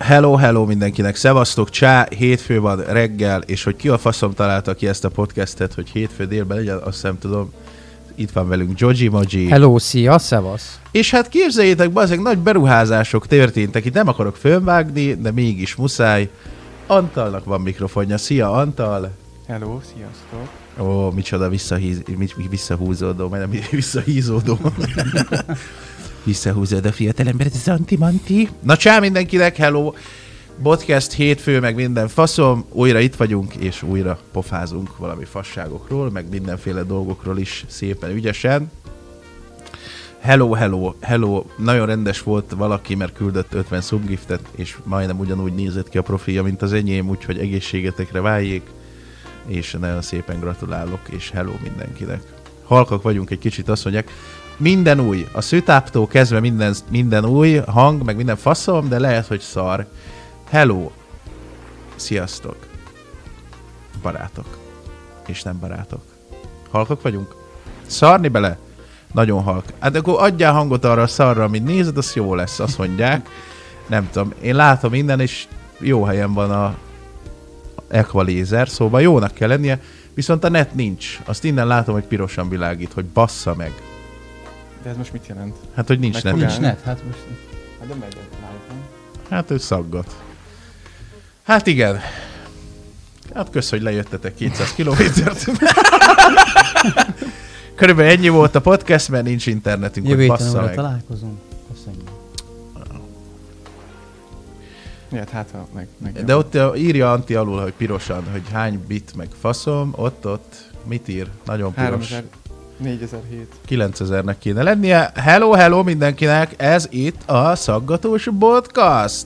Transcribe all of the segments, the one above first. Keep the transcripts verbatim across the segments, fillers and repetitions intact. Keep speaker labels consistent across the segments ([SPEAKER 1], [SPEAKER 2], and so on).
[SPEAKER 1] Hello, hello mindenkinek, szevasztok, csá, hétfő van reggel, és hogy ki a faszom találta ki ezt a podcastet, hogy hétfő délben legyen, azt nem tudom. Itt van velünk Joji Moji.
[SPEAKER 2] Hello, szia, szevasz.
[SPEAKER 1] És hát képzeljétek be, ezek nagy beruházások történtek, itt nem akarok fölvágni, de mégis muszáj. Antalnak van mikrofonja. Szia, Antal!
[SPEAKER 3] Hello, sziasztok!
[SPEAKER 1] Ó, micsoda visszahíz, visszahúzódó, majd nem visszahízódó. Visszahúzod a fiatalember, ez az anti-manti. Na csá mindenkinek, hello! Podcast hétfő, meg minden faszom. Újra itt vagyunk, és újra pofázunk valami fasságokról, meg mindenféle dolgokról is szépen, ügyesen. Hello, hello, hello. Nagyon rendes volt valaki, mert küldött ötven subgiftet, és majdnem ugyanúgy nézett ki a profilja, mint az enyém, úgyhogy egészségetekre váljék. És nagyon szépen gratulálok, és hello mindenkinek. Halkak vagyunk egy kicsit, azt mondják, minden új, a szűtáptól kezdve minden, minden új, hang, meg minden faszom, de lehet, hogy szar. Hello! Sziasztok! Barátok. És nem barátok. Halkak vagyunk? Szarni bele? Nagyon halk. Hát akkor adjál hangot arra a szarra, amit nézed, az jó lesz, azt mondják. Nem tudom, én látom innen, és jó helyen van a Equalizer, szóval jónak kell lennie, viszont a net nincs. Azt innen látom, hogy pirosan világít, hogy bassza meg.
[SPEAKER 3] De ez most mit jelent?
[SPEAKER 1] Hát, hogy nincs net.
[SPEAKER 2] Nincs net, hát most...
[SPEAKER 3] Hát de megy live-on.
[SPEAKER 1] Hát ő szaggat. Hát igen. Hát kösz, hogy lejöttetek kétszáz kilométert. Körülbelül ennyi volt a podcast, mert nincs internetünk,
[SPEAKER 2] jövő
[SPEAKER 1] hogy bassza meg.
[SPEAKER 2] találkozunk. Köszönjük.
[SPEAKER 3] Ja, hát ha meg, meg
[SPEAKER 1] De ott írja Anti alul, hogy pirosan, hogy hány bit meg faszom, ott, ott, mit ír? Nagyon piros.
[SPEAKER 3] négyezer-hét.
[SPEAKER 1] kilencezernek kéne lennie. Hello, hello mindenkinek, ez itt a Szaggatós Podcast.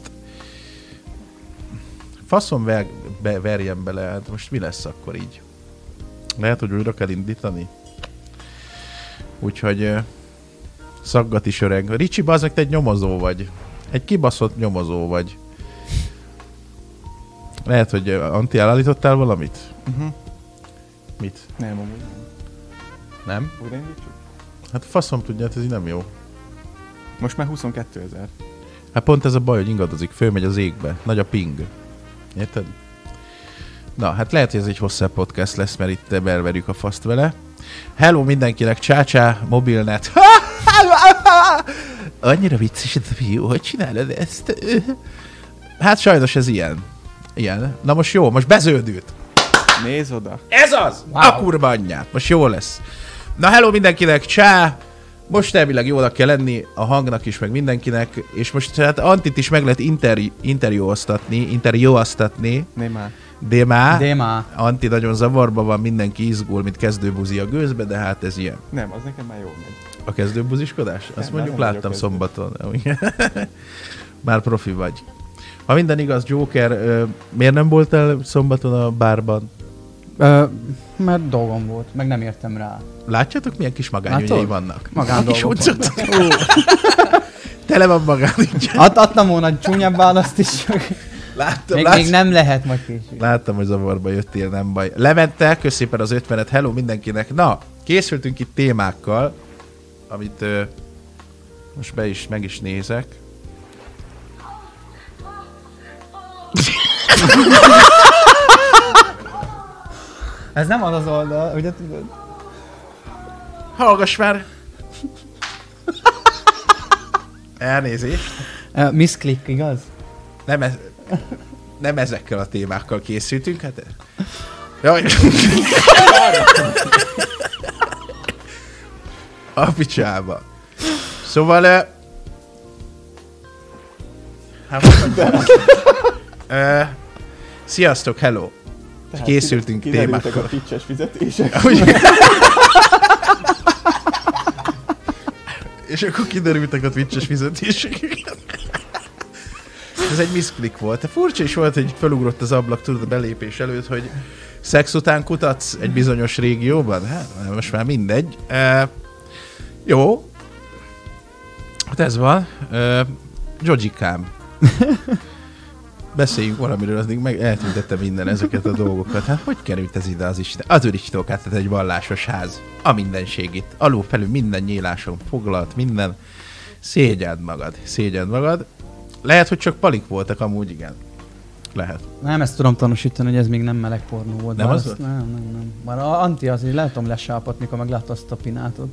[SPEAKER 1] Faszom ver, be, verjen bele, hát most mi lesz akkor így? Lehet, hogy újra kell indítani? Úgyhogy uh, szaggat is öreg. Ricsi, bazd meg, te egy nyomozó vagy. Egy kibaszott nyomozó vagy. Lehet, hogy uh, Anti, elállítottál valamit?
[SPEAKER 3] Uh-huh.
[SPEAKER 1] Mit?
[SPEAKER 3] Nem, amúgy nem.
[SPEAKER 1] Nem?
[SPEAKER 3] Újra indítsuk?
[SPEAKER 1] Hát faszom tudja, hát ez így nem jó.
[SPEAKER 3] Most már huszonkétezer.
[SPEAKER 1] Hát pont ez a baj, hogy ingadozik, fölmegy az égbe. Nagy a ping. Érted? Na, hát lehet, hogy ez egy hosszabb podcast lesz, mert itt belverjük a faszt vele. Hello mindenkinek, csácsá, mobilnet. Annyira vicces ez a fiú, hogy csinálod ezt? Hát sajnos ez ilyen. Ilyen. Na most jó, most bezöldült.
[SPEAKER 3] Nézd oda.
[SPEAKER 1] Ez az! Wow. A kurva anyját. Most jó lesz. Na hello mindenkinek, csá! Most elvileg jónak kell lenni a hangnak is, meg mindenkinek, és most hát Antit is meg lehet interj- interjúoztatni, interjúoztatni.
[SPEAKER 3] Némá.
[SPEAKER 1] Démá.
[SPEAKER 2] Démá.
[SPEAKER 1] Anti nagyon zavarban van, mindenki izgul, mint kezdőbuzi a gőzbe, de hát ez ilyen.
[SPEAKER 3] Nem, az nekem már jó megy.
[SPEAKER 1] A kezdőbuziskodás? Azt
[SPEAKER 3] Nem,
[SPEAKER 1] mondjuk
[SPEAKER 3] nem
[SPEAKER 1] láttam
[SPEAKER 3] vagyok
[SPEAKER 1] szombaton. Már profi vagy. Ha minden igaz, Joker, ö, miért nem voltál szombaton a bárban?
[SPEAKER 2] Ö, mert dolgom volt, meg nem értem rá.
[SPEAKER 1] Látjátok, milyen kis magányügyei vannak?
[SPEAKER 2] Magán dolgok
[SPEAKER 1] Tele van magányügyei.
[SPEAKER 2] Ad, adtam volna csúnyabb választ is.
[SPEAKER 1] Láttam,
[SPEAKER 2] még,
[SPEAKER 1] látsz...
[SPEAKER 2] még nem lehet, majd később.
[SPEAKER 1] Láttam, hogy zavarba jöttél, nem baj. Levente, kösz szépen az ötvenet, hello mindenkinek. Na, készültünk itt témákkal, amit ö, most be is, meg is nézek.
[SPEAKER 2] Ez nem az az oldal, ugye tudod?
[SPEAKER 1] Hallgass már! Elnézést.
[SPEAKER 2] Uh, Misclick, igaz?
[SPEAKER 1] Nem, ez, nem ezekkel a témákkal készültünk, hát... Jaj! A picsába. Szóval... Uh, hát, uh, sziasztok, hello!
[SPEAKER 3] Tehát
[SPEAKER 1] készültünk
[SPEAKER 3] kiderültek
[SPEAKER 1] témákkal.
[SPEAKER 3] a pitches fizetések.
[SPEAKER 1] És akkor kiderültek a Twitch-es fizetések. Ez egy misclick volt. Furcsa is volt, hogy felugrott az ablak, tudod, a belépés előtt, hogy szex után kutatsz egy bizonyos régióban? Hát, most már mindegy. Uh, jó. Hát ez van. Uh, Jojikám. Beszéljünk valamiről, addig meg eltüntettem minden ezeket a dolgokat. Hát hogy került ez ide az Isten? Az Úristokát, tehát egy vallásos ház. A mindenségit. Alul felül minden nyíláson foglalt, minden. Szégyeld magad, szégyeld magad. Lehet, hogy csak palik voltak, amúgy igen. Lehet.
[SPEAKER 2] Nem, ezt tudom tanúsítani, hogy ez még nem meleg pornó volt.
[SPEAKER 1] Nem
[SPEAKER 2] Bár
[SPEAKER 1] az
[SPEAKER 2] azt-
[SPEAKER 1] volt?
[SPEAKER 2] Nem, nem, nem. Már a Anti azért le tudom lesápat, mikor meglátta azt a pinátot.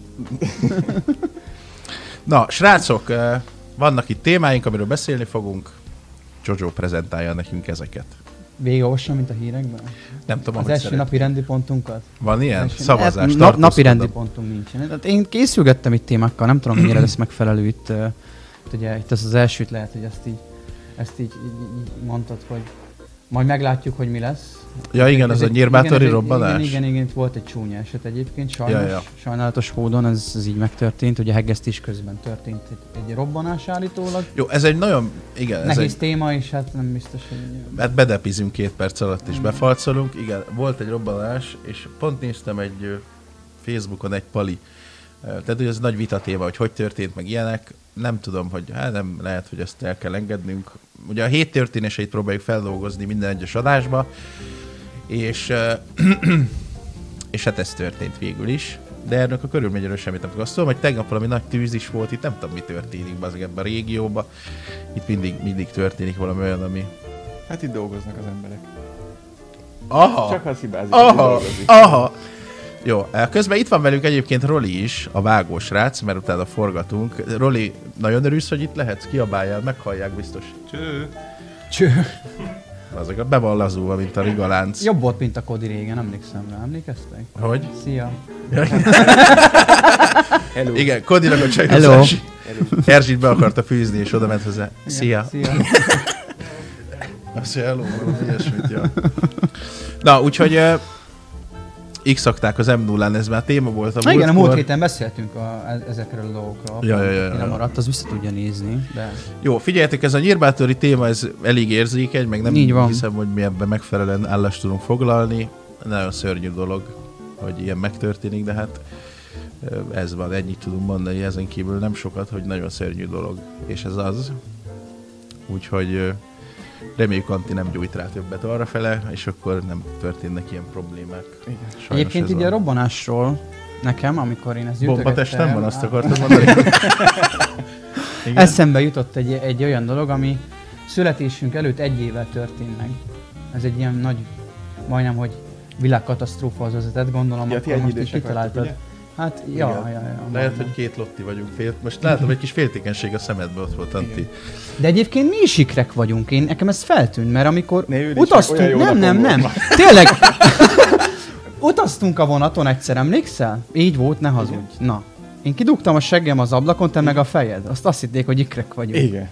[SPEAKER 1] Na, srácok, eh, vannak itt témáink, amiről beszélni fogunk. Jojo prezentálja nekünk ezeket.
[SPEAKER 2] Végigolvassam, mint a hírekben?
[SPEAKER 1] Nem tudom,
[SPEAKER 2] Az
[SPEAKER 1] ahogy
[SPEAKER 2] első
[SPEAKER 1] szeret.
[SPEAKER 2] napi rendi pontunkat?
[SPEAKER 1] Van ilyen?
[SPEAKER 2] Első-
[SPEAKER 1] Szavazás.
[SPEAKER 2] Hát, na, napi rendi
[SPEAKER 1] tartózkodom.
[SPEAKER 2] pontunk nincsen. Tehát én készülgettem itt témákkal, nem tudom, mennyire lesz megfelelő itt. Uh, ugye itt az az elsőt lehet, hogy ezt így, ezt így, így, így mondtad, hogy majd meglátjuk, hogy mi lesz.
[SPEAKER 1] Ja igen,
[SPEAKER 2] Ez
[SPEAKER 1] az a
[SPEAKER 2] egy-
[SPEAKER 1] nyírbátori
[SPEAKER 2] igen, ez egy-
[SPEAKER 1] robbanás?
[SPEAKER 2] Igen, igen, igen, itt volt egy csúnya eset egyébként, sajnos,
[SPEAKER 1] Ja, ja.
[SPEAKER 2] sajnálatos módon ez, ez így megtörtént, ugye hegesztés közben történt egy, egy robbanás állítólag.
[SPEAKER 1] Jó, ez egy nagyon, igen, ez
[SPEAKER 2] Nehéz
[SPEAKER 1] egy,
[SPEAKER 2] téma, és hát nem biztos, hogy...
[SPEAKER 1] hát bedepizünk két perc alatt is befalcolunk. Igen, volt egy robbanás, és pont néztem egy ö, Facebookon egy pali. Ö, Tehát hogy ez nagy vita téma, hogy hogy történt, meg ilyenek. Nem tudom, hogy hát nem lehet, hogy ezt el kell engednünk. Ugye a hét történéseit próbáljuk feldolgozni minden egyes adásba, és, ö, és hát ez történt végül is. De ennek a körülményről semmit nem tudok. Azt tudom, hogy tegnap valami nagy tűz is volt, itt nem tudom, mi történik bazeg ebben a régióban. Itt mindig, mindig történik valami olyan, ami...
[SPEAKER 3] Hát itt dolgoznak az emberek.
[SPEAKER 1] Aha!
[SPEAKER 3] Csak ha szibázik, hogy
[SPEAKER 1] Aha!
[SPEAKER 3] dolgozik.
[SPEAKER 1] Aha! Jó, közben itt van velünk egyébként Roli is, a vágós rác, mert utána forgatunk. Roli, nagyon örülsz, hogy itt lehetsz? Kiabáljál, meghallják biztos.
[SPEAKER 3] Cső.
[SPEAKER 2] Cső.
[SPEAKER 1] Azokat be van lazulva, mint a rigalánc.
[SPEAKER 2] Jobb volt, mint a Kodi régen, emlékszem rá. Emlékeztek?
[SPEAKER 1] Hogy?
[SPEAKER 2] Szia.
[SPEAKER 3] Hello.
[SPEAKER 1] Igen, Kodinak a
[SPEAKER 2] Hello.
[SPEAKER 1] csajozás. Erzsit be akarta fűzni, és oda ment hozzá. Szia.
[SPEAKER 2] Szia.
[SPEAKER 1] Azt hello, valami ilyesmit, ja. Na, úgyhogy uh, x-akták az em nullán, ez már téma volt a
[SPEAKER 2] Na igen, a múlt
[SPEAKER 1] múltkor.
[SPEAKER 2] héten beszéltünk a, e- ezekről a dolgokról.
[SPEAKER 1] Ja, ja, ja,
[SPEAKER 2] Aki
[SPEAKER 1] ja.
[SPEAKER 2] maradt, az vissza tudja nézni, de...
[SPEAKER 1] Jó, figyeljetek, ez a nyírbátori téma, ez elég érzékeny, meg nem
[SPEAKER 2] Így van.
[SPEAKER 1] hiszem, hogy mi ebben megfelelően állást tudunk foglalni. Nagyon szörnyű dolog, hogy ilyen megtörténik, de hát ö, ez van, ennyit tudunk mondani, ezen kívül nem sokat, hogy nagyon szörnyű dolog, és ez az. Úgyhogy ö, reméljük, Anti nem gyújt rá többet arrafele, és akkor nem történnek ilyen problémák.
[SPEAKER 3] Igen.
[SPEAKER 1] Sajnos
[SPEAKER 2] Egyébként
[SPEAKER 1] ez
[SPEAKER 2] így a
[SPEAKER 1] van.
[SPEAKER 2] robbanásról nekem, amikor én ezt gyűjtögettem...
[SPEAKER 1] Bombatestem van, azt akartad mondani? Igen?
[SPEAKER 2] Eszembe jutott egy, egy olyan dolog, ami születésünk előtt egy évvel történt meg. Ez egy ilyen nagy, majdnem, hogy világkatasztrófahoz vezetett, gondolom,
[SPEAKER 3] Ja, ti
[SPEAKER 2] akkor
[SPEAKER 3] egy
[SPEAKER 2] most így
[SPEAKER 3] idősek
[SPEAKER 2] kitaláltad.
[SPEAKER 3] vagytok,
[SPEAKER 2] Hát, ja,
[SPEAKER 1] Igen.
[SPEAKER 2] ja, ja.
[SPEAKER 1] Lehet,
[SPEAKER 2] majdnem.
[SPEAKER 1] hogy két Lotti vagyunk. Fél... Most látom, egy kis féltékenység a szemedben ott volt, Anti.
[SPEAKER 3] Igen.
[SPEAKER 2] De egyébként mi is sikrek vagyunk. Én, nekem ez feltűnt, mert amikor
[SPEAKER 3] Ne ülj,
[SPEAKER 2] utaztunk...
[SPEAKER 3] csak olyan jó
[SPEAKER 2] Nem, nem,
[SPEAKER 3] napom
[SPEAKER 2] nem.
[SPEAKER 3] volt
[SPEAKER 2] Tényleg. Utaztunk a vonaton egyszer, emlékszel? Így volt, ne hazudj. Na. Én kidugtam a seggem az ablakon, te meg a fejed. Azt azt hitték, hogy ikrek vagyunk.
[SPEAKER 3] Igen.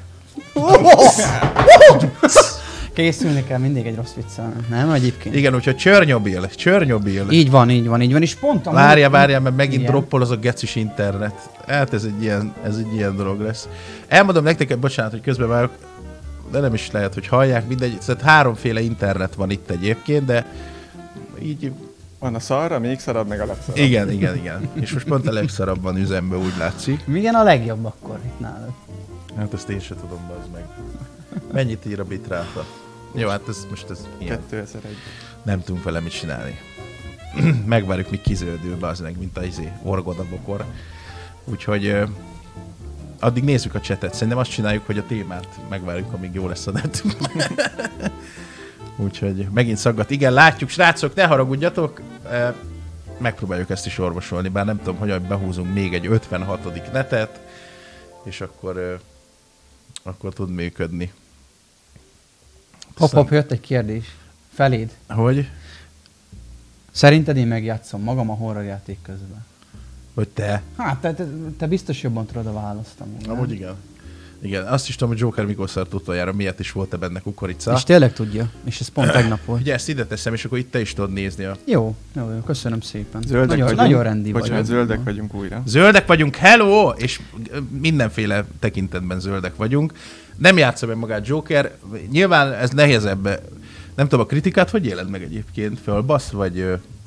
[SPEAKER 2] Készülni kell mindig egy rossz viccel. Nem, egyébként.
[SPEAKER 1] Igen, úgyhogy Csörnyobil, Csörnyobil.
[SPEAKER 2] Így van, így van, így van. És pont a
[SPEAKER 1] Várjál,
[SPEAKER 2] múlt-
[SPEAKER 1] várjál, mert megint
[SPEAKER 2] Igen.
[SPEAKER 1] droppol az a gecis internet. Hát ez egy ilyen, ez egy ilyen dolog lesz. Elmondom nektek, bocsánat, hogy közben várok, de nem is lehet, hogy hallják, mindegy. Tehát háromféle internet van itt egyébként, de így...
[SPEAKER 3] Van a szarra, még szarabb, meg a legszarabb.
[SPEAKER 1] Igen, igen, igen. És most pont a legszarabb van üzembe, úgy látszik.
[SPEAKER 2] Milyen a legjobb akkor itt nálad?
[SPEAKER 1] Hát ezt én se tudom, bazd meg. Mennyit ír a bitráta? Jó, hát ez most ez ilyen.
[SPEAKER 3] kétezer-egy.
[SPEAKER 1] Nem tudunk vele mit csinálni. Megvárjuk, míg kizöldül, bazd meg, mint a izé, orgodabokor. Úgyhogy ö, addig nézzük a csetet. Szerintem azt csináljuk, hogy a témát megvárjuk, amíg jó lesz a net. Úgyhogy megint szaggat. Igen, látjuk, srácok, ne haragudjatok. E, megpróbáljuk ezt is orvosolni, bár nem tudom, hogyan behúzunk még egy ötvenhatodik netet, és akkor, ö, akkor tud működni.
[SPEAKER 2] Hopp, hopp, jött egy kérdés. Feléd.
[SPEAKER 1] Hogy?
[SPEAKER 2] Szerinted én megjátszom magam a horror játék közben?
[SPEAKER 1] Hogy te?
[SPEAKER 2] Hát, te, te, te biztos jobban tudod a választ amúgy, nem?
[SPEAKER 1] Amúgy igen. Igen, azt is tudom, hogy Joker mikor szart utoljára, miért is volt-e benne kukorica.
[SPEAKER 2] És tényleg tudja. És ez pont tegnap volt.
[SPEAKER 1] Ugye ezt ide teszem, és akkor itt te is tudod nézni. A...
[SPEAKER 2] Jó, jó, jó, köszönöm szépen.
[SPEAKER 3] Zöldek
[SPEAKER 2] nagyon,
[SPEAKER 3] vagyunk.
[SPEAKER 2] nagyon rendi vagy.
[SPEAKER 3] Bocsánat, zöldek vagyunk újra.
[SPEAKER 1] Zöldek vagyunk, hello! És mindenféle tekintetben zöldek vagyunk. Nem játsza meg magát Joker. Nyilván ez nehezebb. Nem tudom, a kritikát hogy éled meg egyébként? Fölbasz, vagy,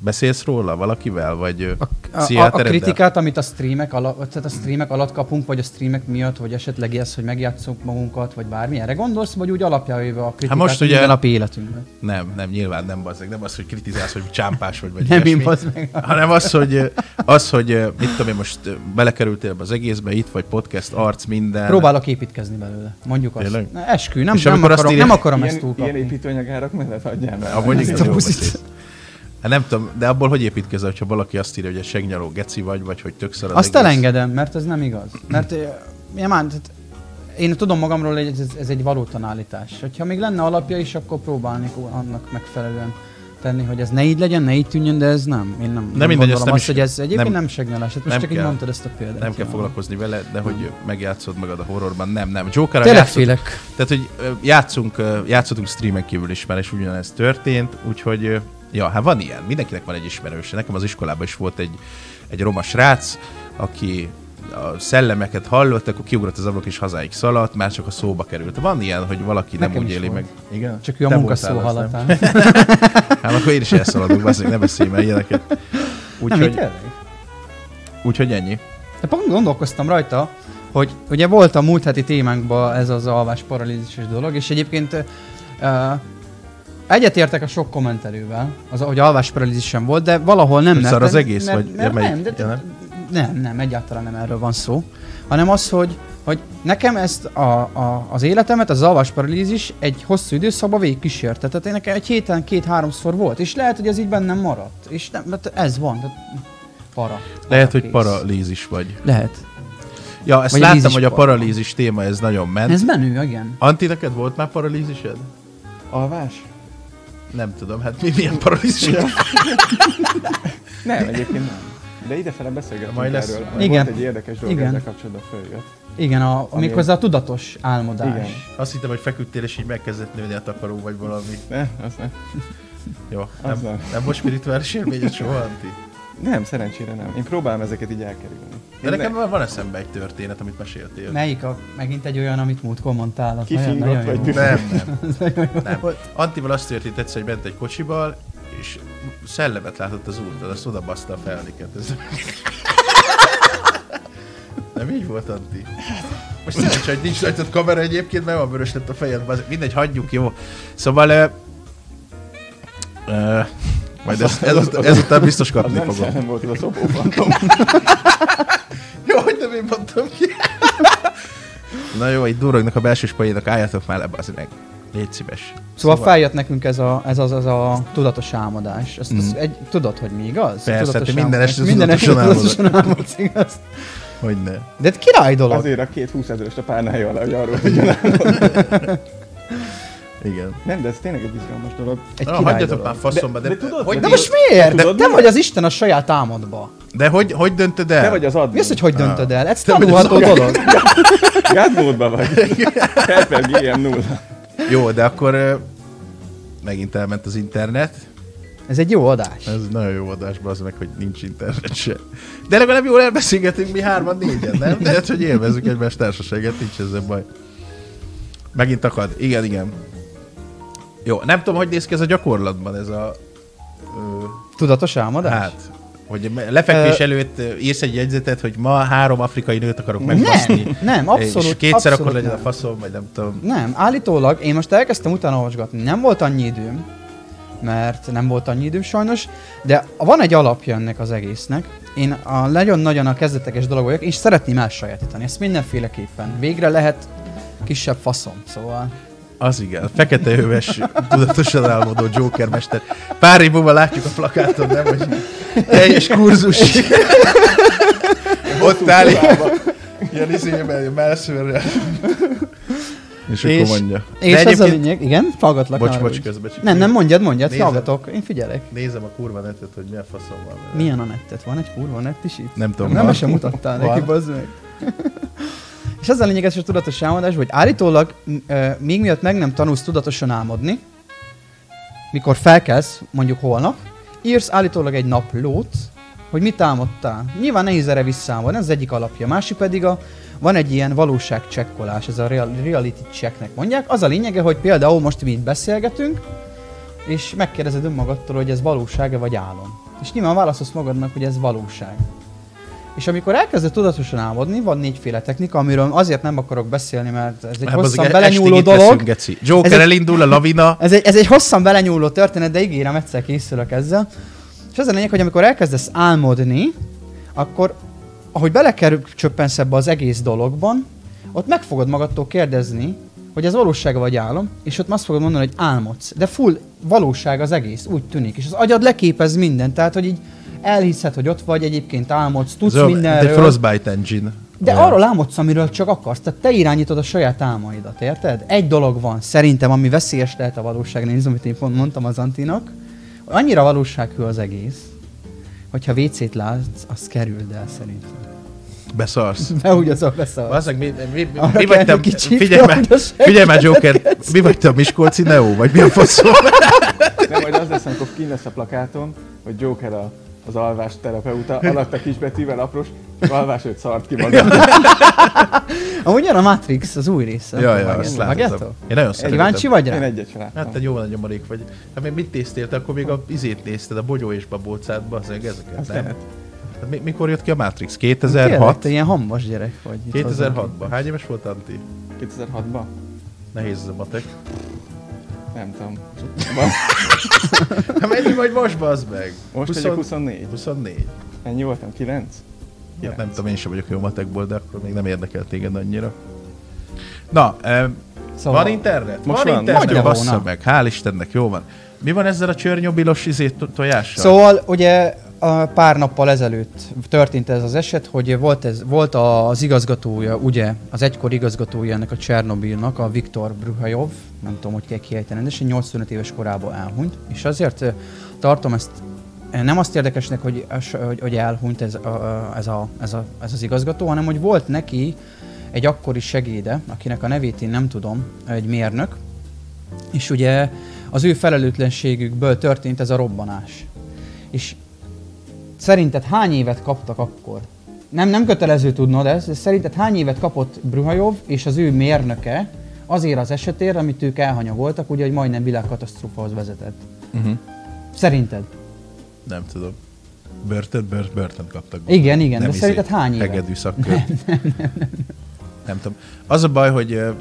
[SPEAKER 1] Beszélsz róla valakivel? Vagy
[SPEAKER 2] A, a, a, a kritikát, amit a streamek, alatt, tehát a streamek alatt kapunk, vagy a streamek miatt, vagy esetleg ez, hogy megjátszunk magunkat, vagy bármi, erre gondolsz, vagy úgy alapjávéve a kritikát
[SPEAKER 1] most
[SPEAKER 2] minden
[SPEAKER 1] ugye...
[SPEAKER 2] napi életünkben?
[SPEAKER 1] Nem, nem, nyilván nem bazzeg. Nem az, hogy kritizálsz, hogy csámpás vagy, vagy
[SPEAKER 2] nem
[SPEAKER 1] ilyesmi,
[SPEAKER 2] meg.
[SPEAKER 1] hanem az, hogy, az, hogy mit tudom én, most belekerültél ebbe az egészbe, itt vagy podcast, arc, minden.
[SPEAKER 2] Próbálok építkezni belőle, mondjuk azt.
[SPEAKER 1] Tényleg?
[SPEAKER 2] Ne, eskü, nem,
[SPEAKER 1] És
[SPEAKER 2] nem,
[SPEAKER 1] amikor azt
[SPEAKER 2] akarom,
[SPEAKER 1] írja-
[SPEAKER 2] nem akarom ezt
[SPEAKER 3] Ilyen, ilyen
[SPEAKER 2] túlkapni.
[SPEAKER 3] építőanyagárak mellett adjál meg.
[SPEAKER 1] Amúgy igen,
[SPEAKER 2] Ezt a
[SPEAKER 1] jó
[SPEAKER 2] puszit.
[SPEAKER 1] beszélsz. Hát nem tudom, de abból hogy építkezel, hogyha valaki azt írja, hogy egy segnyaló geci vagy, vagy hogy tök szar az
[SPEAKER 2] Azt
[SPEAKER 1] egész?
[SPEAKER 2] elengedem, mert ez nem igaz. Mert eh, én, már, tehát én tudom magamról, hogy ez, ez egy valótan állítás. Hogyha még lenne alapja is, akkor próbálnék annak megfelelően tenni, hogy ez ne így legyen, ne így tűnjön, de ez nem. Én nem, nem,
[SPEAKER 1] mindegy,
[SPEAKER 2] gondolom
[SPEAKER 1] azt nem
[SPEAKER 2] azt,
[SPEAKER 1] is-
[SPEAKER 2] hogy ez egyébként
[SPEAKER 1] nem-
[SPEAKER 2] nem, segnyalás. Hát most
[SPEAKER 1] nem
[SPEAKER 2] csak így
[SPEAKER 1] kell.
[SPEAKER 2] mondtad ezt a példát.
[SPEAKER 1] Nem kell
[SPEAKER 2] Ja.
[SPEAKER 1] foglalkozni vele, de hogy megjátszod magad a horrorban, nem, nem. Jokerrel
[SPEAKER 2] Tényleg
[SPEAKER 1] játszunk,
[SPEAKER 2] félek.
[SPEAKER 1] tehát hogy ö, játszunk, ö, játszottunk streamen kívül is már, és ugyanez történt, úgyhogy, ö, ja, hát van ilyen, mindenkinek van egy ismerőse. Nekem az iskolában is volt egy, egy roma srác, aki a szellemeket hallott, akkor kiugrott az ablak és hazáig szaladt, már csak a szóba került. Van ilyen, hogy valaki
[SPEAKER 2] Nekem
[SPEAKER 1] nem úgy
[SPEAKER 2] is
[SPEAKER 1] éli
[SPEAKER 2] volt.
[SPEAKER 1] meg. Igen?
[SPEAKER 2] Csak ő a
[SPEAKER 1] Te
[SPEAKER 2] munkaszó
[SPEAKER 1] voltál az, nem?
[SPEAKER 2] hallatán.
[SPEAKER 1] Hát akkor én is elszaladok, bazdmeg, ne beszélj már ilyeneket.
[SPEAKER 2] Nem, így
[SPEAKER 1] Úgyhogy,
[SPEAKER 2] tényleg.
[SPEAKER 1] úgyhogy ennyi.
[SPEAKER 2] De pont gondolkoztam rajta, hogy ugye volt a múlt heti témánkban ez az alvás paralízises dolog, és egyébként uh, egyetértek a sok kommentelővel, az, hogy alvás paralízis sem volt, de valahol nem.
[SPEAKER 1] Hogy
[SPEAKER 2] mert-
[SPEAKER 1] szar az egész,
[SPEAKER 2] mert-
[SPEAKER 1] vagy-
[SPEAKER 2] mert
[SPEAKER 1] ja, melyik?
[SPEAKER 2] nem, de,
[SPEAKER 1] Ja, nem?
[SPEAKER 2] nem, nem, egyáltalán nem erről van szó, hanem az, hogy, hogy nekem ezt a, a, az életemet, az alvás paralízis egy hosszú időszakban végigkísérte. Tehát én nekem egy héten két-háromszor volt, és lehet, hogy ez így bennem maradt. És nem, mert ez van, tehát para.
[SPEAKER 1] Lehet, hogy
[SPEAKER 2] kész.
[SPEAKER 1] paralízis vagy.
[SPEAKER 2] Lehet.
[SPEAKER 1] Ja, ezt
[SPEAKER 2] Vagy
[SPEAKER 1] láttam,
[SPEAKER 2] lízis
[SPEAKER 1] hogy a
[SPEAKER 2] para.
[SPEAKER 1] paralízis téma ez nagyon ment.
[SPEAKER 2] Ez menő, igen.
[SPEAKER 1] Anti, neked volt már paralízised?
[SPEAKER 3] Alvás?
[SPEAKER 1] Nem tudom, hát mi milyen paralízis?
[SPEAKER 3] Ja. Nem, egyébként nem. De idefele beszélgettünk
[SPEAKER 1] Majd lesz-
[SPEAKER 3] erről.
[SPEAKER 2] Igen.
[SPEAKER 3] Volt egy érdekes dolog,
[SPEAKER 2] Igen.
[SPEAKER 3] ezzel kapcsolatban följött.
[SPEAKER 2] Igen, a,
[SPEAKER 3] Ami
[SPEAKER 2] méghozzá a tudatos álmodás.
[SPEAKER 3] Igen.
[SPEAKER 1] Azt hittem, hogy feküdtél és így megkezdett nőni a takaró, vagy valami.
[SPEAKER 3] Ne, az nem.
[SPEAKER 1] Jó,
[SPEAKER 3] Az
[SPEAKER 1] nem,
[SPEAKER 3] nem.
[SPEAKER 1] nem volt spirituális élményed soha, Anti?
[SPEAKER 3] Nem, szerencsére nem. Én próbálom ezeket így elkerülni.
[SPEAKER 1] De nekem van eszembe egy történet, amit meséltél.
[SPEAKER 2] Melyik a, megint egy olyan, amit múltkor mondtál? Az
[SPEAKER 3] Kifingott
[SPEAKER 2] nagyon, nagyon
[SPEAKER 3] vagy
[SPEAKER 2] jó.
[SPEAKER 3] büfé?
[SPEAKER 1] Nem, nem.
[SPEAKER 2] Az nagyon jó
[SPEAKER 1] Nem.
[SPEAKER 2] volt.
[SPEAKER 1] Antival azt történt egyszer, hogy ment egy kocsival, és szellemet látott az úton, azt oda baszta a felniket. Ez... Nem így volt, Anti? Most szerencsé, hogy nincs rajtad kamera egyébként, mert van vörös lett a fejed. bazd- Mindegy, hagyjuk, jó. Szóval... Uh, uh, majd
[SPEAKER 3] Az-
[SPEAKER 1] ezt,
[SPEAKER 3] az-
[SPEAKER 1] ezut-
[SPEAKER 3] az-
[SPEAKER 1] ezután biztos
[SPEAKER 3] Az
[SPEAKER 1] kapni
[SPEAKER 3] nem
[SPEAKER 1] fogom.
[SPEAKER 3] szellem volt, az a szopófantom.
[SPEAKER 1] Jó, hogy nem én mondtam ki. Na jó, itt durognak a belsős poénak, álljatok már le, bazd meg. Légy szíves.
[SPEAKER 2] Szóval feljött nekünk ez a, ez az, az a tudatos álmodás. Ezt, az
[SPEAKER 1] Mm.
[SPEAKER 2] egy, tudod, hogy mi igaz?
[SPEAKER 1] Persze,
[SPEAKER 2] Tudatos
[SPEAKER 1] te minden
[SPEAKER 2] álmodás.
[SPEAKER 1] este
[SPEAKER 2] minden este
[SPEAKER 1] tudatosan
[SPEAKER 2] tudatosan álmodsz, igaz?
[SPEAKER 1] Hogyne.
[SPEAKER 2] De ez király dolog.
[SPEAKER 3] Azért a két húszezerest a párnája alá, hogy arról tudjon.
[SPEAKER 1] Igen.
[SPEAKER 3] Nem, de ez tényleg egy izgalmas dolog.
[SPEAKER 2] Egy
[SPEAKER 1] Na,
[SPEAKER 2] király
[SPEAKER 1] hagyjatok
[SPEAKER 2] dolog.
[SPEAKER 1] már faszomba, de,
[SPEAKER 3] De- de tudod,
[SPEAKER 1] hogy,
[SPEAKER 2] De
[SPEAKER 3] mi-
[SPEAKER 2] most miért?
[SPEAKER 3] Tudod,
[SPEAKER 2] De te
[SPEAKER 3] mi?
[SPEAKER 2] vagy az Isten a saját álmodba.
[SPEAKER 1] de hogy, hogy döntöd el?
[SPEAKER 3] Te vagy az admin.
[SPEAKER 2] Mi az, hogy hogy döntöd el? Ez
[SPEAKER 1] Te vagy az
[SPEAKER 2] tanulható dolog.
[SPEAKER 3] Gátmódban vagy. Helper gé em nulla.
[SPEAKER 1] Jó, de akkor ö, megint elment az internet.
[SPEAKER 2] Ez egy jó adás.
[SPEAKER 1] Ez nagyon jó adásban az meg, hogy nincs internet se. De legalább jól elbeszélgetünk mi hárman négyen, nem? Lehet, hogy élvezzük egymás társaságát, nincs ezzel baj. Megint akad. Igen, igen. Jó, nem tudom, hogy néz ki ez a gyakorlatban, ez a... Ö,
[SPEAKER 2] Tudatos álmodás?
[SPEAKER 1] hát, hogy lefekvés
[SPEAKER 2] Ö-
[SPEAKER 1] előtt ö, írsz egy jegyzetet, hogy ma három afrikai nőt akarok megbaszni.
[SPEAKER 2] Nem, nem, abszolút.
[SPEAKER 1] És kétszer
[SPEAKER 2] abszolút
[SPEAKER 1] akkor legyen
[SPEAKER 2] nem.
[SPEAKER 1] a faszom, vagy nem tudom.
[SPEAKER 2] Nem, állítólag én most elkezdtem utána olvasgatni. Nem volt annyi időm, mert nem volt annyi időm sajnos, de van egy alapja ennek az egésznek. Én a nagyon-nagyon a kezdetekes dolog vagyok, és szeretném elsajátítani. Ezt mindenféleképpen. Végre lehet kisebb faszom, szóval...
[SPEAKER 1] Az igen, fekete öves, tudatosan álmodó Joker mester. Pár év múlva látjuk a plakáton, nem? Hogy teljes kurzus. Ott áll ilyen izében, ilyen melszőrrel. És,
[SPEAKER 2] És-
[SPEAKER 1] akkor mondja.
[SPEAKER 2] És ez a lényeg, igen, hallgatlak.
[SPEAKER 1] Bocs,
[SPEAKER 2] arra,
[SPEAKER 1] bocs,
[SPEAKER 2] hogy-
[SPEAKER 1] közben csak
[SPEAKER 2] Nem, nem mondjad, mondjad,
[SPEAKER 1] Nézem.
[SPEAKER 2] hallgatok, én figyelek.
[SPEAKER 1] nézem a kurva netet, hogy milyen faszom van. vele.
[SPEAKER 2] Milyen a nettet? Van egy kurva net is itt?
[SPEAKER 1] Nem tudom.
[SPEAKER 2] Nem,
[SPEAKER 1] van.
[SPEAKER 2] sem mutattál
[SPEAKER 1] Van.
[SPEAKER 2] neki, bazd meg. És az a lényeges a tudatos álmodás, hogy állítólag m- ö, még miatt meg nem tanulsz tudatosan álmodni, mikor felkelsz, mondjuk holnap, írsz állítólag egy naplót, hogy mit álmodtál. Nyilván nehéz erre visszaámolni, ez az egyik alapja. Másik pedig a, van egy ilyen valóságcsekkolás, ez a real, reality checknek mondják. Az a lényege, hogy például most mi itt beszélgetünk, és megkérdezed önmagadtól, hogy ez valóság-e vagy álom. És nyilván válaszolsz magadnak, hogy ez valóság. És amikor elkezded tudatosan álmodni, van négyféle technika, amiről azért nem akarok beszélni, mert ez egy
[SPEAKER 1] Hát
[SPEAKER 2] hosszan
[SPEAKER 1] az
[SPEAKER 2] belenyúló
[SPEAKER 1] estig itt
[SPEAKER 2] dolog.
[SPEAKER 1] leszünk, geci. Joker
[SPEAKER 2] Ez egy-
[SPEAKER 1] elindul, a lavina.
[SPEAKER 2] Ez egy, ez egy hosszan belenyúló történet, de ígérem, egyszer készülök ezzel. És az a lényeg, hogy amikor elkezdesz álmodni, akkor ahogy belecsöppensz ebbe az egész dologban, ott meg fogod magadtól kérdezni, hogy ez valóság vagy álom, és ott azt fogod mondani, hogy álmodsz. De full valóság az egész, úgy tűnik. És az agyad leképez mindent, tehát hogy így elhiszed, hogy ott vagy, egyébként álmodsz, tudsz
[SPEAKER 1] Ez
[SPEAKER 2] mindenről.
[SPEAKER 1] egy Frostbite engine.
[SPEAKER 2] De
[SPEAKER 1] Olyan.
[SPEAKER 2] arról álmodsz, amiről csak akarsz. Tehát te irányítod a saját álmaidat, érted? Egy dolog van, szerintem, ami veszélyes lehet a valóságra nézni, amit én pont mondtam az Antinak. Annyira valósághű az egész, hogyha vécét látsz, az kerüld el szerintem.
[SPEAKER 1] Beszarsz.
[SPEAKER 2] De úgy azon beszarsz.
[SPEAKER 1] Bazzeg, mi, mi, mi,
[SPEAKER 2] Arra
[SPEAKER 1] mi
[SPEAKER 2] kell
[SPEAKER 1] vagy te,
[SPEAKER 2] egy kicsit
[SPEAKER 1] figyelj már,
[SPEAKER 2] nyomni a
[SPEAKER 1] figyelj már Joker,
[SPEAKER 2] seggedet.
[SPEAKER 1] mi vagy te a Miskolci Neo, vagy mi a faszom?
[SPEAKER 3] Nem, majd az lesz, amikor kín lesz a plakáton, hogy Joker a, az alvás terapeuta, alatt a kisbetűvel apros, csak alvás őt szart ki magát.
[SPEAKER 2] Amúgy jön a Matrix, az új része.
[SPEAKER 1] Ja, ja,
[SPEAKER 2] Vágjátok?
[SPEAKER 1] azt
[SPEAKER 2] Vágjátok?
[SPEAKER 1] láttam. Én nagyon szeretem.
[SPEAKER 2] Kíváncsi vagy
[SPEAKER 3] Én
[SPEAKER 2] rá?
[SPEAKER 3] egyet sem láttam.
[SPEAKER 1] Hát te jó nagy nyomorék vagy. Hát még mit néztél te? Akkor még a izét nézted, a Bogyó és Babócát, bazzeg, ezeket,
[SPEAKER 3] Azt
[SPEAKER 1] nem?
[SPEAKER 3] lehet.
[SPEAKER 1] Hát mi, mikor jött ki a Matrix?
[SPEAKER 2] Tényleg,
[SPEAKER 1] kétezer-hat?
[SPEAKER 2] te ilyen hambas gyerek vagy. itt
[SPEAKER 1] kétezer-hatban. Hány éves volt Anti?
[SPEAKER 3] kétezer-hatban?
[SPEAKER 1] Nehéz ez a matek.
[SPEAKER 3] Nem tudom.
[SPEAKER 1] Hát mennyi vagy most, bazd meg?
[SPEAKER 3] Most
[SPEAKER 1] Huszon-
[SPEAKER 3] vagyok huszonnégy.
[SPEAKER 1] huszonnégy.
[SPEAKER 3] Ennyi voltam? kilenc?
[SPEAKER 1] Ja, nem tudom, én sem vagyok jó matekból, de akkor még nem érdekel téged annyira. Na, em,
[SPEAKER 2] Szóval-
[SPEAKER 1] van internet?
[SPEAKER 3] Most
[SPEAKER 1] van
[SPEAKER 3] van.
[SPEAKER 1] internet,
[SPEAKER 2] Hogy ne
[SPEAKER 1] bassza
[SPEAKER 2] volna?
[SPEAKER 1] meg. Hál' Istennek, jó van. Mi van ezzel a csörnyobilos izét to- tojással?
[SPEAKER 2] Szóval ugye a pár nappal ezelőtt történt ez az eset, hogy volt, ez, volt az igazgatója, ugye, az egykor igazgatója ennek a Csernobilnak, a Viktor Bruhajov, nem tudom, hogy kell kiejteni, de nyolcvanöt éves korában elhunyt, és azért ö, tartom ezt, nem azt érdekesnek, hogy, hogy, hogy elhunyt ez, a, ez, a, ez, a, ez az igazgató, hanem hogy volt neki egy akkori segéde, akinek a nevét én nem tudom, egy mérnök, és ugye az ő felelőtlenségükből történt ez a robbanás. És szerinted hány évet kaptak akkor? Nem, nem kötelező tudnod ezt, de szerinted hány évet kapott Bruhajov és az ő mérnöke azért az esetért, amit ők elhanyagoltak, ugye, hogy majdnem világkatasztrófahoz vezetett?
[SPEAKER 1] Uh-huh.
[SPEAKER 2] Szerinted?
[SPEAKER 1] Nem tudom. Börtön, bört, börtön kaptak.
[SPEAKER 2] Igen, igen,
[SPEAKER 1] Nem
[SPEAKER 2] de
[SPEAKER 1] izé,
[SPEAKER 2] szerinted hány évet?
[SPEAKER 1] Hegedű szakkör. Nem, nem, nem, nem. Nem tudom. Az a baj, hogy ö,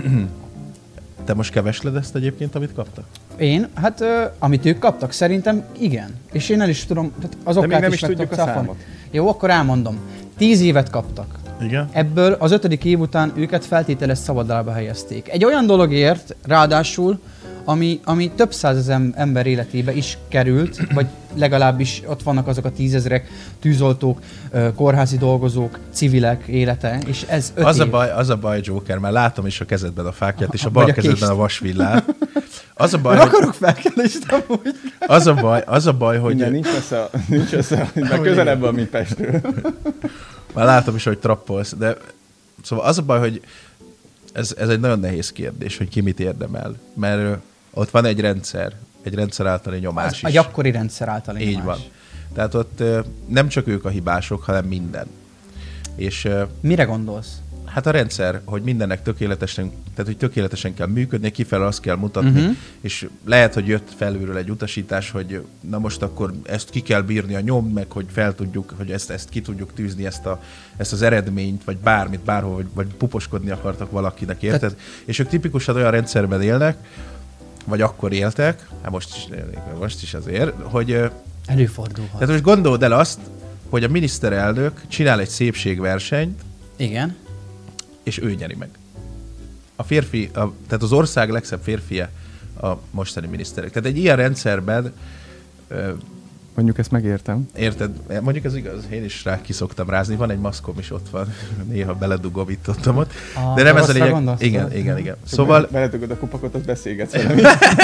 [SPEAKER 1] te most kevesled ezt egyébként, amit kaptak?
[SPEAKER 2] Én? Hát ö, amit ők kaptak, szerintem igen. És én el is tudom, tehát az
[SPEAKER 3] De még
[SPEAKER 2] okát
[SPEAKER 3] nem
[SPEAKER 2] is
[SPEAKER 3] is
[SPEAKER 2] meg
[SPEAKER 3] tudjuk
[SPEAKER 2] tudom
[SPEAKER 3] a
[SPEAKER 2] cáfolni.
[SPEAKER 3] számot.
[SPEAKER 2] Jó, akkor elmondom. Tíz évet kaptak.
[SPEAKER 1] Igen.
[SPEAKER 2] Ebből az ötödik év után őket feltételes szabadlába helyezték. Egy olyan dologért, ráadásul, ami, ami több százezer ember életébe is került, vagy legalábbis ott vannak azok a tízezrek, tűzoltók, ö, kórházi dolgozók, civilek élete, és ez öt
[SPEAKER 1] Az
[SPEAKER 2] év.
[SPEAKER 1] a, baj, az a baj, Joker, mert látom is a kezedben a fákját, és a
[SPEAKER 2] Vagy
[SPEAKER 1] bal
[SPEAKER 2] a
[SPEAKER 1] kezedben
[SPEAKER 2] kést.
[SPEAKER 1] a vasvillát. Az a baj,
[SPEAKER 2] Nem
[SPEAKER 1] hogy,
[SPEAKER 2] akarok felkelést amúgy.
[SPEAKER 1] az a baj, az a baj, hogy
[SPEAKER 3] Minden nincs messze, a- nincs messze, a- meg közelebb van, mint Pestről.
[SPEAKER 1] már látom is, hogy trappolsz, de szóval az a baj, hogy ez, ez egy nagyon nehéz kérdés, hogy ki mit érdemel, mert ö, ott van egy rendszer, egy rendszer általi nyomás
[SPEAKER 2] Az
[SPEAKER 1] is.
[SPEAKER 2] a gyakori rendszer által
[SPEAKER 1] Így van. Tehát ott ö, nem csak ők a hibások, hanem minden. És ö,
[SPEAKER 2] Mire gondolsz?
[SPEAKER 1] hát a rendszer, hogy mindennek tökéletesen, tehát hogy tökéletesen kell működni, kifelé azt kell mutatni,
[SPEAKER 2] Mhm.
[SPEAKER 1] uh-huh. és lehet, hogy jött felülről egy utasítás, hogy na most akkor ezt ki kell bírni a nyom, meg hogy fel tudjuk, hogy ezt, ezt ki tudjuk tűzni, ezt, a, ezt az eredményt, vagy bármit, bárhol, vagy, vagy puposkodni akartak valakinek, érted? Tehát, és ők tipikusan olyan rendszerben élnek, vagy akkor éltek, hát most is, most is azért, hogy ö,
[SPEAKER 2] Előfordulhat.
[SPEAKER 1] tehát most gondold el azt, hogy a miniszterelnök csinál egy szépségversenyt,
[SPEAKER 2] Igen.
[SPEAKER 1] és ő nyeri meg. A férfi, a, tehát az ország legszebb férfije a mostani miniszterek. Tehát egy ilyen rendszerben, ö,
[SPEAKER 3] Mondjuk ezt megértem.
[SPEAKER 1] érted, mondjuk ez igaz, én is rá kiszoktam rázni, van egy maszkom is ott van, néha beledugom itt ott, ott.
[SPEAKER 2] Ah,
[SPEAKER 1] De nem
[SPEAKER 2] te
[SPEAKER 1] ez a
[SPEAKER 2] rosszra
[SPEAKER 1] lényeg.
[SPEAKER 2] gondolsz,
[SPEAKER 1] Igen,
[SPEAKER 2] tudod?
[SPEAKER 1] igen, igen.
[SPEAKER 3] Csak
[SPEAKER 1] Szóval,
[SPEAKER 3] be- beledugod a kupakot, azt beszélgetsz velem.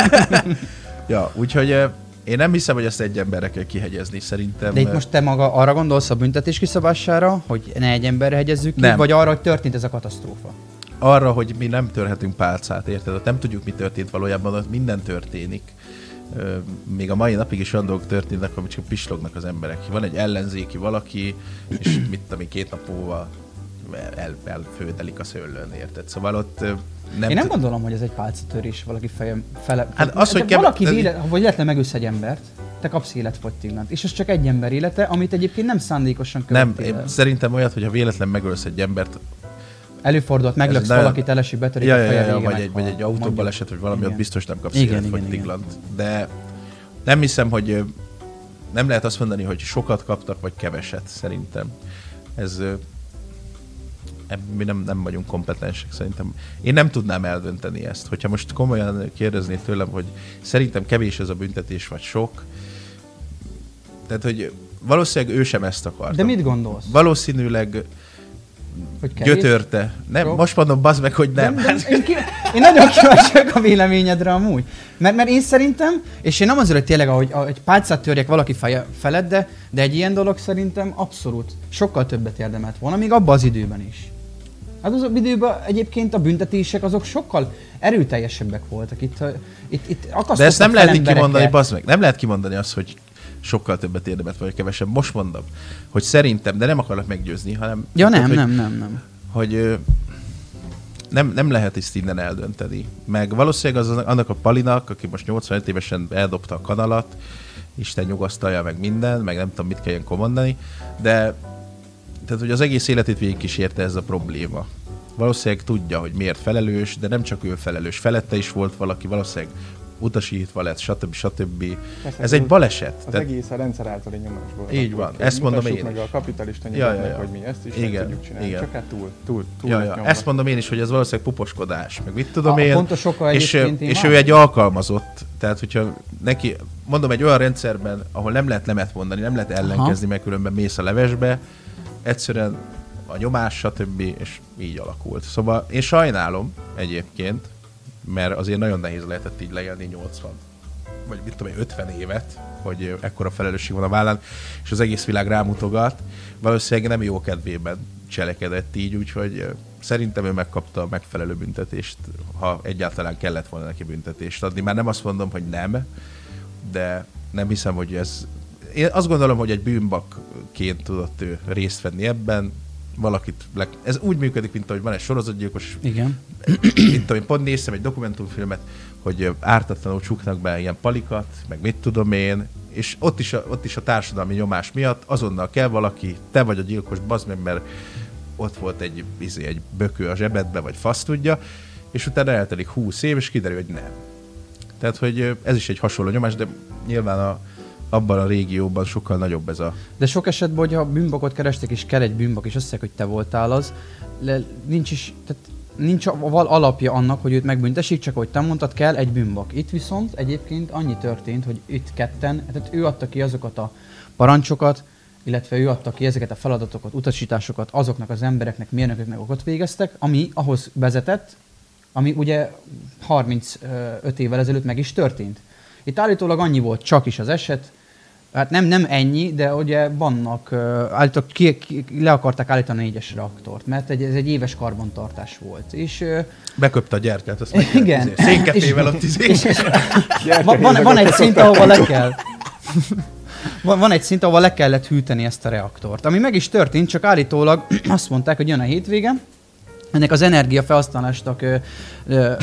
[SPEAKER 1] ja, úgyhogy ö, én nem hiszem, hogy ezt egy emberre kell kihegyezni, szerintem.
[SPEAKER 2] De itt
[SPEAKER 1] ö,
[SPEAKER 2] most te maga arra gondolsz a büntetés kiszabására, hogy ne egy emberre hegyezzük ki,
[SPEAKER 1] Nem.
[SPEAKER 2] vagy arra, hogy történt ez a katasztrófa?
[SPEAKER 1] arra, hogy mi nem törhetünk pálcát, érted? Ott nem tudjuk, mi történt valójában, ott minden történik. Ö, még a mai napig is olyan dolgok történnek, amik csak pislognak az emberek. Van egy ellenzéki valaki, és mit tudom, két nap múlva el, elfődelik a szőlőn, érted? Szóval ott ö, nem...
[SPEAKER 2] Én nem
[SPEAKER 1] tud-
[SPEAKER 2] gondolom, hogy ez egy pálcatörés valaki feje, fele...
[SPEAKER 1] Hát az, hogy
[SPEAKER 2] de
[SPEAKER 1] keve-
[SPEAKER 2] valaki
[SPEAKER 1] ez-
[SPEAKER 2] véle, vagy lehetne megősz egy embert. te kapsz életfogytiglant. És ez csak egy ember élete, amit egyébként nem szándékosan
[SPEAKER 1] Nem,
[SPEAKER 2] követtél.
[SPEAKER 1] én szerintem olyat, hogy ha véletlen megölsz egy embert,
[SPEAKER 2] Előfordult, meglöksz
[SPEAKER 1] nagyon-
[SPEAKER 2] valakit, elesik, betörik
[SPEAKER 1] ja,
[SPEAKER 2] a
[SPEAKER 1] ja,
[SPEAKER 2] feje,
[SPEAKER 1] ja, ja,
[SPEAKER 2] vége
[SPEAKER 1] vagy,
[SPEAKER 2] meg
[SPEAKER 1] egy, vagy
[SPEAKER 2] van.
[SPEAKER 1] egy autóbaleset, vagy valami,
[SPEAKER 2] Igen.
[SPEAKER 1] ott biztos nem kapsz
[SPEAKER 2] Igen,
[SPEAKER 1] életfogytiglant. De nem hiszem, hogy ö, nem lehet azt mondani, hogy sokat kaptak, vagy keveset, szerintem. Ez ö, eb- mi nem, nem vagyunk kompetensek, szerintem. Én nem tudnám eldönteni ezt. Hogyha most komolyan kérdeznéd tőlem, hogy szerintem kevés ez a büntetés, vagy sok. Tehát, hogy valószínűleg ő sem ezt akarta.
[SPEAKER 2] De mit gondolsz?
[SPEAKER 1] Valószínűleg
[SPEAKER 2] Hogy kevés?
[SPEAKER 1] gyötörte. Nem,
[SPEAKER 2] Sok?
[SPEAKER 1] most mondom, bazd meg, hogy nem.
[SPEAKER 2] De, de, én, ki, én nagyon kíváncsi vagyok a véleményedre amúgy. Mert, mert én szerintem, és én nem azért, hogy tényleg, ahogy, ahogy pálcát törjek valaki feje, felett, de, de egy ilyen dolog szerintem abszolút sokkal többet érdemelt volna, még abban az időben is. Hát az időben egyébként a büntetések azok sokkal erőteljesebbek voltak. Itt, ha- itt, itt akasztottak
[SPEAKER 1] De ezt nem
[SPEAKER 2] fel
[SPEAKER 1] lehet így
[SPEAKER 2] embereket.
[SPEAKER 1] kimondani, bazd meg. Nem lehet kimondani azt, hogy sokkal többet érdemelt, vagy kevesebb. Most mondom, hogy szerintem, de nem akarok meggyőzni, hanem...
[SPEAKER 2] Ja nem,
[SPEAKER 1] hogy,
[SPEAKER 2] nem, nem, nem.
[SPEAKER 1] Hogy ö, nem, nem lehet ezt innen eldönteni. Meg valószínűleg az, annak a Palinak, aki most nyolcvanöt évesen eldobta a kanalat, Isten nyugasztalja meg minden, meg nem tudom, mit kell ilyenkor mondani, de tehát, hogy az egész életét végig kísérte ez a probléma. Valószínűleg tudja, hogy miért felelős, de nem csak ő felelős. Felette is volt valaki, valószínűleg utasítva lett, stb. stb.
[SPEAKER 3] Persze,
[SPEAKER 1] Ez egy baleset.
[SPEAKER 3] Az
[SPEAKER 1] Tehát-
[SPEAKER 3] egész a rendszer általi nyomásból.
[SPEAKER 1] Így
[SPEAKER 3] alakult
[SPEAKER 1] van,
[SPEAKER 3] ki.
[SPEAKER 1] ezt mondom
[SPEAKER 3] Mutassuk
[SPEAKER 1] én
[SPEAKER 3] meg
[SPEAKER 1] is.
[SPEAKER 3] a kapitalista
[SPEAKER 1] Ja,
[SPEAKER 3] nyugatnak,
[SPEAKER 1] ja, ja.
[SPEAKER 3] hogy mi ezt is
[SPEAKER 1] Igen,
[SPEAKER 3] meg tudjuk csinálni.
[SPEAKER 1] igen.
[SPEAKER 3] Csak hát túl, túl, túl
[SPEAKER 1] Ja,
[SPEAKER 3] lett
[SPEAKER 1] ja.
[SPEAKER 3] nyomva.
[SPEAKER 1] Ezt mondom én is, hogy ez valószínűleg puposkodás, meg mit tudom
[SPEAKER 2] A-
[SPEAKER 1] én.
[SPEAKER 2] pontos oka
[SPEAKER 1] és,
[SPEAKER 2] egyébként én
[SPEAKER 1] és
[SPEAKER 2] már-
[SPEAKER 1] ő egy alkalmazott, tehát hogyha neki, mondom, egy olyan rendszerben, ahol nem lehet nemet mondani, nem lehet ellenkezni, mert különben mész a levesbe, egyszerűen a nyomás, stb. És így alakult. Szóval én sajnálom egyébként, mert azért nagyon nehéz lehetett így leélni nyolcvan, vagy mit tudom én, ötven évet, hogy ekkora felelősség van a vállán, és az egész világ rámutogat. Valószínűleg nem jó kedvében cselekedett így, úgyhogy ö, szerintem ő megkapta a megfelelő büntetést, ha egyáltalán kellett volna neki büntetést adni. Már nem azt mondom, hogy nem, de nem hiszem, hogy ez... Én azt gondolom, hogy egy bűnbakként tudott ő részt venni ebben, valakit... Le... Ez úgy működik, mint ahogy van egy sorozatgyilkos,
[SPEAKER 2] Igen.
[SPEAKER 1] mint tudom, én pont néztem egy dokumentumfilmet, hogy ártatlanul csuknak be ilyen palikat, meg mit tudom én, és ott is a, ott is a társadalmi nyomás miatt azonnal kell valaki, te vagy a gyilkos, bazd meg, mert ott volt egy, izé, egy bökő a zsebedbe, vagy fasz tudja, és utána eltelik húsz év, és kiderül, hogy nem. Tehát, hogy ez is egy hasonló nyomás, de nyilván a, abban a régióban sokkal nagyobb ez a...
[SPEAKER 2] De sok esetben, hogyha bűnbakot kerestek, és kell egy bűnbak, és azt mondják, hogy te voltál az, le, nincs is, tehát nincs a- val alapja annak, hogy őt megbüntessék, csak ahogy te mondtad, kell egy bűnbak. Itt viszont egyébként annyi történt, hogy itt ketten, tehát ő adta ki azokat a parancsokat, illetve ő adta ki ezeket a feladatokat, utasításokat azoknak az embereknek, mérnököknek, akik ott végeztek, ami ahhoz vezetett, ami ugye harmincöt évvel ezelőtt meg is történt. Itt állítólag annyi volt csak is az eset, hát nem, nem ennyi, de ugye vannak, uh, állítólag ki, ki, le akarták állítani a négyes reaktort, mert egy, ez egy éves karbantartás volt. És uh,
[SPEAKER 1] Beköpte a gyertyát, azt
[SPEAKER 2] igen.
[SPEAKER 1] meg szénkefével ott izé.
[SPEAKER 2] és, és, van, van, van egy szint, ahova le kell. Van, van egy szint, ahol le kellett hűteni ezt a reaktort. Ami meg is történt, csak állítólag azt mondták, hogy jön a hétvége, ennek az energiafelhasználásnak... Ö, ö,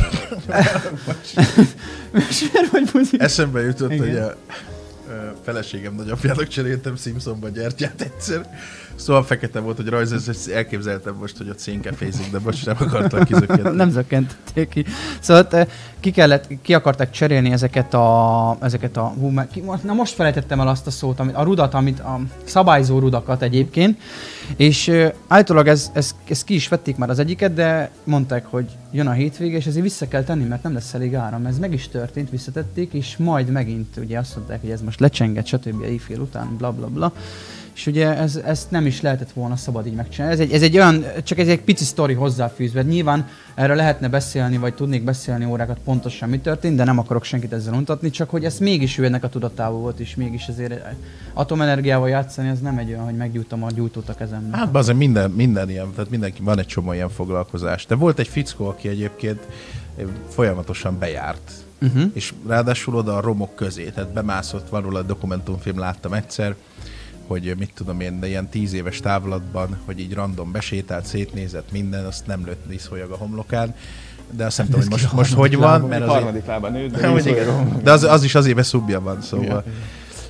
[SPEAKER 2] Miért vagy buzi?
[SPEAKER 1] Eszembe jutott,
[SPEAKER 2] Igen.
[SPEAKER 1] hogy a ö, feleségem nagyapjának cseréltem Simpsonba gyertyát egyszer. Szóval fekete volt, hogy rajzolsz, elképzeltem most, hogy ott szénkefézik, de most nem akartak kizökkenteni.
[SPEAKER 2] Nem zökkentették ki. Szóval te, ki, kellett, ki akarták cserélni ezeket a... Ezeket a hú, már ki, na most felejtettem el azt a szót, amit, a rudat, amit a szabályzó rudakat egyébként. És uh, állítólag ez, ez, ez ki is vették már az egyiket, de mondták, hogy jön a hétvége, és ezért vissza kell tenni, mert nem lesz elég áram. Ez meg is történt, visszatették, és majd megint ugye azt mondták, hogy ez most lecsengett, stb. Éjfél után, bla bla bla. És ugye ez, ezt nem is lehetett volna szabad így megcsinálni. Ez egy, ez egy olyan, csak ez egy pici sztori hozzáfűzve. Nyilván erről lehetne beszélni, vagy tudnék beszélni órákat pontosan mi történt, de nem akarok senkit ezzel untatni, csak hogy ez mégis ő ennek a tudatában volt, és mégis azért atomenergiával játszani, ez nem egy olyan, hogy meggyújtom a gyújtót a kezemben.
[SPEAKER 1] Hát azért minden, minden ilyen, tehát mindenki, van egy csomó ilyen foglalkozás. De volt egy fickó, aki egyébként folyamatosan bejárt.
[SPEAKER 2] Uh-huh.
[SPEAKER 1] És ráadásul oda a romok közé, tehát bemászott, van róla a dokumentumfilm, láttam egyszer, hogy mit tudom én, de ilyen tíz éves távlatban, hogy így random besétált, szétnézett minden, azt nem lőtt díszholyag a homlokán, de azt nem tudom, hogy most, most hogy van,
[SPEAKER 3] Mert
[SPEAKER 1] mert
[SPEAKER 3] a
[SPEAKER 1] azért,
[SPEAKER 3] harmadik lábán nőtt, de,
[SPEAKER 1] hogy igen, de az, az is azért szubja van, szóval.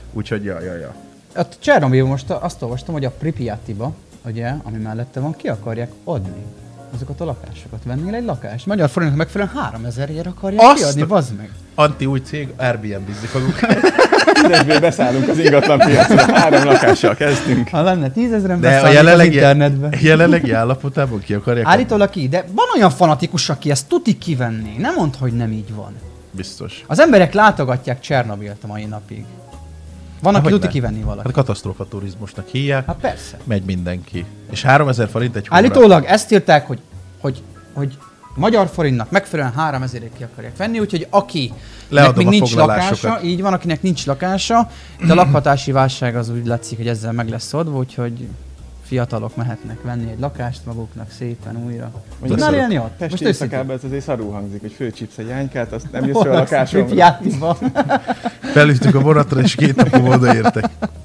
[SPEAKER 1] Úgyhogy ja, ja, ja.
[SPEAKER 2] A Csernobilban most azt olvastam, hogy a Pripyatiba, ugye, ami mellette van, ki akarják adni azokat a lakásokat. Vennél egy lakást? Magyar forintnak megfelelően háromezerért akarják
[SPEAKER 1] Azt
[SPEAKER 2] kiadni,
[SPEAKER 1] a-
[SPEAKER 2] bazd meg.
[SPEAKER 1] Anti új cég, Airbnb-zni fogunk.
[SPEAKER 3] Tízesből beszállunk az ingatlan piacra, három lakással kezdtünk.
[SPEAKER 2] Ha lenne tízezren
[SPEAKER 1] De a
[SPEAKER 2] beszállnék az
[SPEAKER 1] jelenlegi,
[SPEAKER 2] internetbe.
[SPEAKER 1] jelenlegi állapotában ki akarják adni?
[SPEAKER 2] Állítólag ki, de van olyan fanatikus, aki ezt tuti kivenné. Nem mondd, hogy nem így van.
[SPEAKER 1] Biztos.
[SPEAKER 2] Az emberek látogatják Csernobilt a mai napig. Van, aki
[SPEAKER 1] Hogyne?
[SPEAKER 2] tuti kivenni valaki.
[SPEAKER 1] Hát katasztrófa turizmusnak hívják,
[SPEAKER 2] Hát persze.
[SPEAKER 1] megy mindenki. És háromezer forint egy hóra.
[SPEAKER 2] Állítólag ezt írták, hogy, hogy, hogy magyar forintnak megfelelően háromezerért ki akarják venni, úgyhogy aki
[SPEAKER 1] Leadom
[SPEAKER 2] még
[SPEAKER 1] a
[SPEAKER 2] nincs
[SPEAKER 1] foglalásokat.
[SPEAKER 2] lakása, így van, akinek nincs lakása, de a lakhatási válság az úgy látszik, hogy ezzel meg lesz oldva, úgyhogy fiatalok mehetnek venni egy lakást maguknak szépen újra. Tudnál élni ott?
[SPEAKER 3] Pesti
[SPEAKER 2] Most őszintén.
[SPEAKER 3] éjszakában ez azért szarul hangzik, hogy fölcsípsz egy jánykát, azt nem jössz fel a lakásomra.
[SPEAKER 2] Pripyatiba.
[SPEAKER 1] Felültük a vonatra, és két nap múlva odaértek.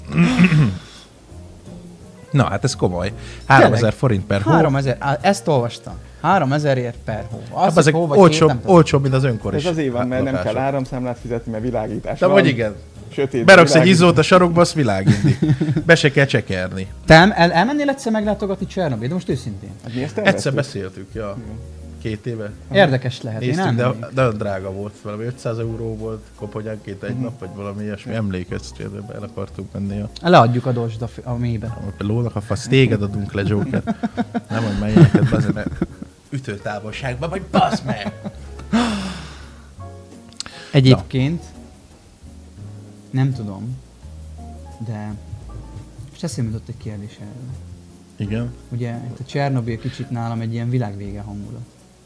[SPEAKER 1] Na, hát ez komoly. háromezer forint per hó.
[SPEAKER 2] háromezer, á, ezt olvastam. háromezerért per hó.
[SPEAKER 1] Hát
[SPEAKER 2] Az,
[SPEAKER 1] ezek
[SPEAKER 2] hogy hó vagy hét,
[SPEAKER 1] olcsóbb,
[SPEAKER 2] nem tudom.
[SPEAKER 1] olcsóbb, mint az önkor is.
[SPEAKER 3] Ez azért van, mert nem
[SPEAKER 1] lakások.
[SPEAKER 3] kell áramszámlát fizetni, mert világítás
[SPEAKER 1] De
[SPEAKER 3] van.
[SPEAKER 1] vagy igen.
[SPEAKER 3] Sötét.
[SPEAKER 1] Beraksz egy izzót a sarokba, azt világítni. Be se kell csekerni.
[SPEAKER 2] Te el, el, elmennél egyszer meglátogatni Csernobil, de most őszintén.
[SPEAKER 3] Hát mi ezt
[SPEAKER 1] Egyszer
[SPEAKER 3] terveztük?
[SPEAKER 1] beszéltük, ja. Két éve.
[SPEAKER 2] Érdekes lehet, én
[SPEAKER 1] Néztük, de
[SPEAKER 2] elmennék.
[SPEAKER 1] nagyon drága volt. Valami ötszáz euró volt koponyánként egy nap, vagy valami ilyesmi. Emlékeztél, de el akartunk menni a,
[SPEAKER 2] Leadjuk a dolst a, f- a mélybe.
[SPEAKER 1] a lónak a fasz. Téged adunk le, Joker. Nem mondj melyeket, bazd meg. Ütőtávolságban, vagy bazd meg!
[SPEAKER 2] Egyébként, nem tudom, de most eszembe jutott egy kérdés erről.
[SPEAKER 1] Igen.
[SPEAKER 2] Ugye itt a Csernobil kicsit nálam egy ilyen világvége hangulat.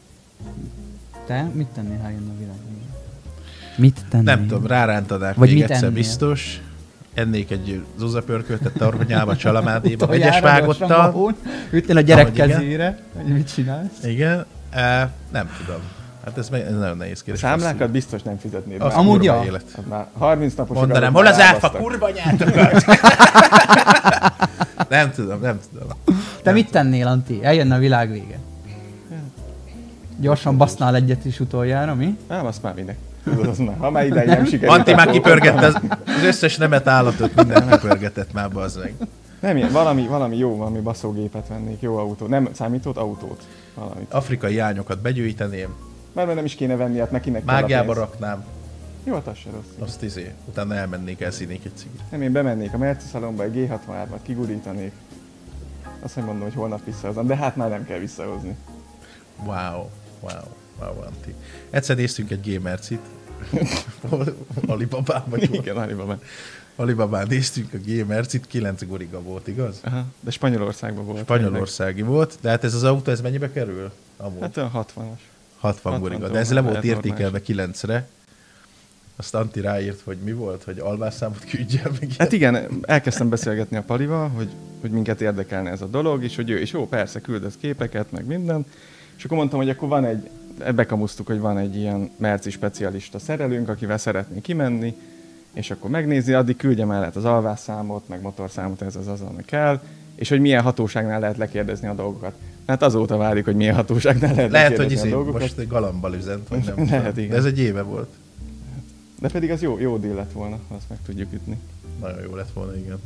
[SPEAKER 2] Te mit tennél, ha jönne a világvége? Mit tennél?
[SPEAKER 1] Nem tudom, rárántanák
[SPEAKER 2] Vagy
[SPEAKER 1] még
[SPEAKER 2] mit
[SPEAKER 1] egyszer
[SPEAKER 2] ennél?
[SPEAKER 1] biztos. Ennék egy zuzapörköltet tarhonyába, csalamádéba,
[SPEAKER 2] Tojára,
[SPEAKER 1] vegyes
[SPEAKER 2] gyorsan
[SPEAKER 1] vágottal.
[SPEAKER 2] mahón, ütnél a gyerek
[SPEAKER 1] Ahogy igen.
[SPEAKER 2] kezére, hogy mit csinálsz?
[SPEAKER 1] Igen. E, nem tudom. Hát ez, meg- ez nagyon nehéz kérdés.
[SPEAKER 3] Számlákat biztos nem fizetnéd
[SPEAKER 1] Az
[SPEAKER 3] be.
[SPEAKER 2] Amúgy
[SPEAKER 1] kurva
[SPEAKER 2] ja.
[SPEAKER 1] élet.
[SPEAKER 3] Az már harminc napos.
[SPEAKER 1] Mondanám, hol az áfa, kurva anyátokat? Nem tudom, nem tudom.
[SPEAKER 2] Te mit tennél, Anti? Eljönne a világvége. Gyorsan basznál egyet is utoljára, mi?
[SPEAKER 3] Nem, azt már minek. Tudod, az már, ha már ideig nem sikerült.
[SPEAKER 1] Anti már
[SPEAKER 3] akkor-
[SPEAKER 1] kipörgette az, az összes nemet állatot, mindent kipörgetett már, bazd meg.
[SPEAKER 3] Nem ilyen, valami, valami jó, valami baszógépet vennék, jó autót. Nem számítót, autót. Valamit.
[SPEAKER 1] Afrikai ányokat begyűjteném,
[SPEAKER 3] Mert már nem is kéne venni, hát nekinek kell a
[SPEAKER 1] mágiába
[SPEAKER 3] pénz.
[SPEAKER 1] raknám,
[SPEAKER 3] Jó, hát az se rossz.
[SPEAKER 1] azt izé, utána elmennék, elszínék egy cigit.
[SPEAKER 3] Nem, én bemennék a Merci szalomba, egy gé hatvanhármat kigurítanék. Azt nem mondom, hogy holnap visszahozom, de hát már nem kell visszahozni.
[SPEAKER 1] Wow, wow, wow, Anti. Egyszer néztünk egy G-mercit, Alibabában.
[SPEAKER 3] Igen, Alibabán.
[SPEAKER 1] Alibabán néztünk a G-mercit, kilenc goriga volt, igaz?
[SPEAKER 3] Aha, de Spanyolországban volt.
[SPEAKER 1] Spanyolországi volt, de hát ez az autó, ez mennyibe kerül? Amúgy.
[SPEAKER 3] Hát olyan hatvanas.
[SPEAKER 1] hatvan
[SPEAKER 3] hatvan
[SPEAKER 1] goriga, de
[SPEAKER 3] tudom,
[SPEAKER 1] ez le volt
[SPEAKER 3] lehet
[SPEAKER 1] értékelve kilencre. Azt Anti ráírt, hogy mi volt, hogy alvásszámot küldjél meg.
[SPEAKER 3] Hát igen, elkezdtem beszélgetni a Palival, hogy, hogy minket érdekelne ez a dolog, és hogy ő is jó, persze, küldesz képeket, meg minden. És akkor mondtam, hogy akkor van egy, bekamusztuk, hogy van egy ilyen merci specialista szerelőnk, akivel szeretnénk kimenni, és akkor megnézni, addig küldje már lehet az alvásszámot, meg motorszámot, ez az az, ami kell, és hogy milyen hatóságnál lehet lekérdezni a dolgokat. Hát azóta várjuk, hogy milyen hatóságnál lehet,
[SPEAKER 1] Lehet, hogy
[SPEAKER 3] lekérdezni
[SPEAKER 1] izé,
[SPEAKER 3] a dolgokat.
[SPEAKER 1] most egy galambal üzent, vagy nem
[SPEAKER 3] Lehet,
[SPEAKER 1] tudom.
[SPEAKER 3] igen.
[SPEAKER 1] De ez egy éve volt.
[SPEAKER 3] De pedig az jó, jó díl lett volna, azt meg tudjuk ütni.
[SPEAKER 1] Nagyon jó lett volna, igen.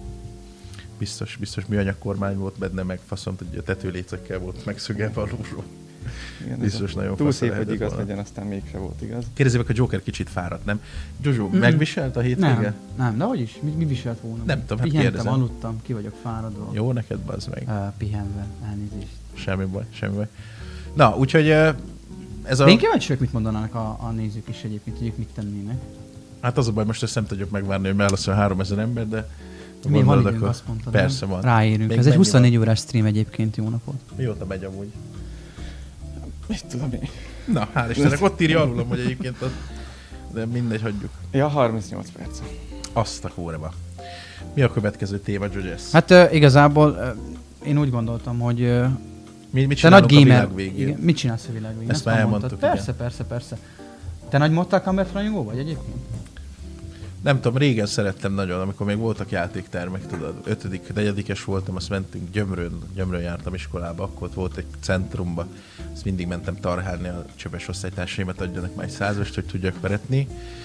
[SPEAKER 1] Biztos, biztos műanyag kormány volt benne, meg faszom, hogy a tetőlécekkel volt megszögelve a lóról.
[SPEAKER 3] Igen,
[SPEAKER 1] Biztos
[SPEAKER 3] ez
[SPEAKER 1] nagyon
[SPEAKER 3] túl
[SPEAKER 1] fasz
[SPEAKER 3] szép, hogy
[SPEAKER 1] lehetett
[SPEAKER 3] igaz
[SPEAKER 1] volna.
[SPEAKER 3] legyen, aztán mégse volt igaz.
[SPEAKER 1] Kérdezzék meg, a Joker kicsit fáradt, nem? Zsuzsó, megviselt a hétvége?
[SPEAKER 2] Nem, nem, de hogy is? Mi, mi viselt volna?
[SPEAKER 1] Nem tudom, hát
[SPEAKER 2] Pihentem,
[SPEAKER 1] kérdezem.
[SPEAKER 2] aludtam, ki vagyok fáradva.
[SPEAKER 1] Jó neked, bazd meg.
[SPEAKER 2] Uh, pihenve, elnézést.
[SPEAKER 1] Semmi baj, semmi baj. Na, úgyhogy ö, ez
[SPEAKER 2] De
[SPEAKER 1] a...
[SPEAKER 2] én kíváncsi vagyok, mit mondanának a, a nézők is egyébként, hogy ők mit tennének.
[SPEAKER 1] Hát az a baj, most ezt nem tudjuk megvárni, hogy mellaszol háromezer ember, de... ha
[SPEAKER 2] Mi van
[SPEAKER 1] gondolod,
[SPEAKER 2] időnk,
[SPEAKER 1] akkor
[SPEAKER 2] azt mondtad.
[SPEAKER 1] Persze
[SPEAKER 2] nem?
[SPEAKER 1] van.
[SPEAKER 2] Ráérünk.
[SPEAKER 1] Még
[SPEAKER 2] Ez egy
[SPEAKER 1] mennyi
[SPEAKER 2] huszonnégy órás stream egyébként, jó napot.
[SPEAKER 1] Mióta megy amúgy?
[SPEAKER 3] Mit tudom én?
[SPEAKER 1] Na, hál' Istennek, ott írja alulam, hogy egyébként ott... De mindegy, hagyjuk.
[SPEAKER 3] Ja, harmincnyolc perc.
[SPEAKER 1] Azt a kórba. Mi a következő téma, Judges?
[SPEAKER 2] Hát uh, igazából uh, én úgy gondoltam, hogy uh,
[SPEAKER 1] mi, mit
[SPEAKER 2] te nagy
[SPEAKER 1] csinálunk a
[SPEAKER 2] gamer.
[SPEAKER 1] világ végén?
[SPEAKER 2] Igen, mit csinálsz a világ végén?
[SPEAKER 1] Ezt
[SPEAKER 2] Azt
[SPEAKER 1] már
[SPEAKER 2] nem
[SPEAKER 1] elmondtuk,
[SPEAKER 2] mondtad. Persze,
[SPEAKER 1] igen.
[SPEAKER 2] persze, persze. Te nagy Mortal Kombat rajongó vagy egyébként?
[SPEAKER 1] Nem tudom, régen szerettem nagyon, amikor még voltak játéktermek, tudod. Ötödik, negyedikes voltam, azt mentünk Gyömrőn, Gyömrőn jártam iskolába, akkor ott volt egy centrumba, azt mindig mentem tarhálni a csöpes osztálytársaimat, adjanak már egy százast, hogy tudjak veretni.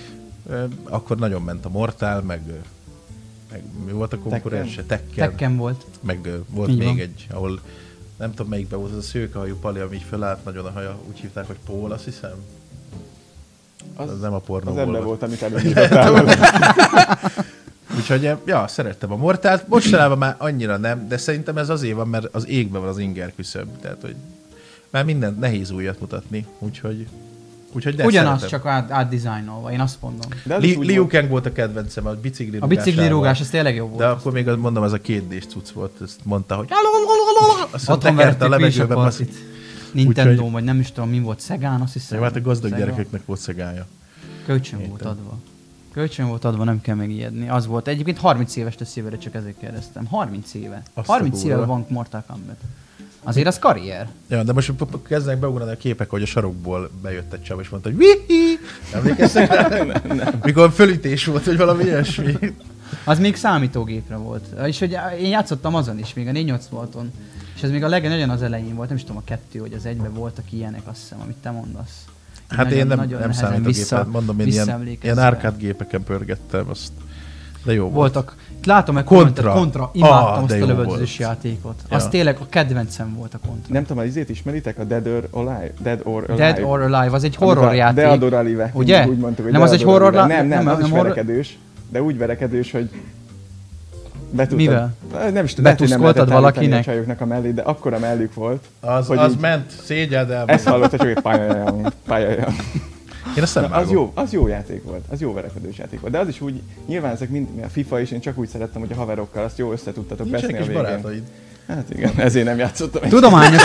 [SPEAKER 1] Akkor nagyon ment a Mortal, meg, meg mi volt a konkurense? Tekken.
[SPEAKER 2] Tekken volt.
[SPEAKER 1] Meg volt
[SPEAKER 2] Így
[SPEAKER 1] még
[SPEAKER 2] van.
[SPEAKER 1] egy, ahol nem tudom melyikben volt, az a szőkehajú pali, ami így fölállt nagyon a haja, úgy hívták, hogy Paul, azt hiszem. Az, az nem a pornó
[SPEAKER 3] Az ebben volt, amit előnyítottál.
[SPEAKER 1] Úgyhogy, ja, szerettem a Mortalt. Mostanában már annyira nem, de szerintem ez azért van, mert az égben van az inger küszöb. Tehát, hogy már mindent nehéz újat mutatni, úgyhogy... úgyhogy de
[SPEAKER 2] Ugyanaz,
[SPEAKER 1] szeretem.
[SPEAKER 2] csak át, átdizájnolva, én azt mondom.
[SPEAKER 1] Li, Liu Kang volt a kedvencem, a bicikli
[SPEAKER 2] A bicikli rúgás, ez tényleg jó volt.
[SPEAKER 1] De akkor még mondom, ez a két dés cucc volt, ezt mondta, hogy azt
[SPEAKER 2] Otthon
[SPEAKER 1] tekerte a
[SPEAKER 2] verettük mi is a
[SPEAKER 1] levegőben.
[SPEAKER 2] partit. Nintendo,
[SPEAKER 1] Úgyhogy-
[SPEAKER 2] vagy nem is tudom, mi volt, Szegán, azt hiszem.
[SPEAKER 1] Jó, hát a gazdag
[SPEAKER 2] Sega.
[SPEAKER 1] gyerekeknek volt szegája.
[SPEAKER 2] Kölcsön
[SPEAKER 1] Értem.
[SPEAKER 2] volt adva. Kölcsön volt adva, nem kell megijedni. Az volt. Egyébként harminc éves tesz jövőre, csak ezért kérdeztem. harminc éve.
[SPEAKER 1] Azt a
[SPEAKER 2] harminc éve
[SPEAKER 1] kurva.
[SPEAKER 2] van Mortal Kombat. Azért az karrier.
[SPEAKER 1] Ja, de most p- p- kezdenek beugrani a képek, hogy a sarokból bejött egy csava, és mondta, hogy wihi! Emlékeztek rá? Mikor fölütés volt, vagy valami ilyesmi.
[SPEAKER 2] Az még számítógépre volt. És hogy én játszottam azon is, még a négyszáznyolcvaton. És ez még a leg nagyon az elején volt, nem is tudom, a kettő, vagy az egyben voltak ilyenek, azt hiszem, amit te mondasz.
[SPEAKER 1] Hát
[SPEAKER 2] Nagyon-
[SPEAKER 1] én nem,
[SPEAKER 2] nagyon
[SPEAKER 1] nem
[SPEAKER 2] nehezen
[SPEAKER 1] számítógépet,
[SPEAKER 2] vissza-
[SPEAKER 1] mondom, én ilyen,
[SPEAKER 2] visszaemlékezve.
[SPEAKER 1] ilyen arcade gépeken pörgettem, azt. De jó volt.
[SPEAKER 2] Voltak. Látom, hogy
[SPEAKER 1] Kontra.
[SPEAKER 2] kontra. Imádtam
[SPEAKER 1] Ah,
[SPEAKER 2] azt
[SPEAKER 1] de
[SPEAKER 2] a
[SPEAKER 1] jó
[SPEAKER 2] lövöldözős
[SPEAKER 1] volt.
[SPEAKER 2] játékot.
[SPEAKER 1] Ja.
[SPEAKER 2] Az tényleg a kedvencem volt a kontra.
[SPEAKER 3] Nem tudom, az izét ismeritek? A Dead or Alive? Dead or Alive.
[SPEAKER 2] Dead or Alive, az egy horror
[SPEAKER 3] Amikor
[SPEAKER 2] játék.
[SPEAKER 3] Dead or Alive.
[SPEAKER 2] Ugye?
[SPEAKER 3] Mindig úgy mondtuk, hogy
[SPEAKER 2] Nem az
[SPEAKER 3] Dead
[SPEAKER 2] egy
[SPEAKER 3] or
[SPEAKER 2] horror
[SPEAKER 3] Alive.
[SPEAKER 2] lá-
[SPEAKER 3] Nem, nem,
[SPEAKER 2] nem,
[SPEAKER 3] az is
[SPEAKER 2] nem horror-
[SPEAKER 3] verekedős. De úgy verekedős, hogy be tudtad.
[SPEAKER 2] Mivel?
[SPEAKER 3] Nem is tudom, lehet, hogy nem
[SPEAKER 2] Betuszkoltad
[SPEAKER 3] lehetett állítani
[SPEAKER 2] valakinek?
[SPEAKER 3] a csajoknak a mellé, de akkora mellük volt,
[SPEAKER 1] Az,
[SPEAKER 3] hogy
[SPEAKER 1] az
[SPEAKER 3] így-
[SPEAKER 1] ment, szégyeld el.
[SPEAKER 3] ezt hallotta, csak egy pályajam, pályajam.
[SPEAKER 1] Én azt nem
[SPEAKER 3] Na, az
[SPEAKER 1] vágom.
[SPEAKER 3] jó, az jó játék volt, az jó verekedős játék volt. De az is úgy, nyilván ezek mind, a FIFA is, én csak úgy szerettem, hogy a haverokkal azt jó össze tudtatok veszni
[SPEAKER 1] Nincsenek
[SPEAKER 3] a
[SPEAKER 1] is
[SPEAKER 3] végén.
[SPEAKER 1] barátaid.
[SPEAKER 3] Hát igen, ezért nem játszottam. egy-
[SPEAKER 2] Tudományos...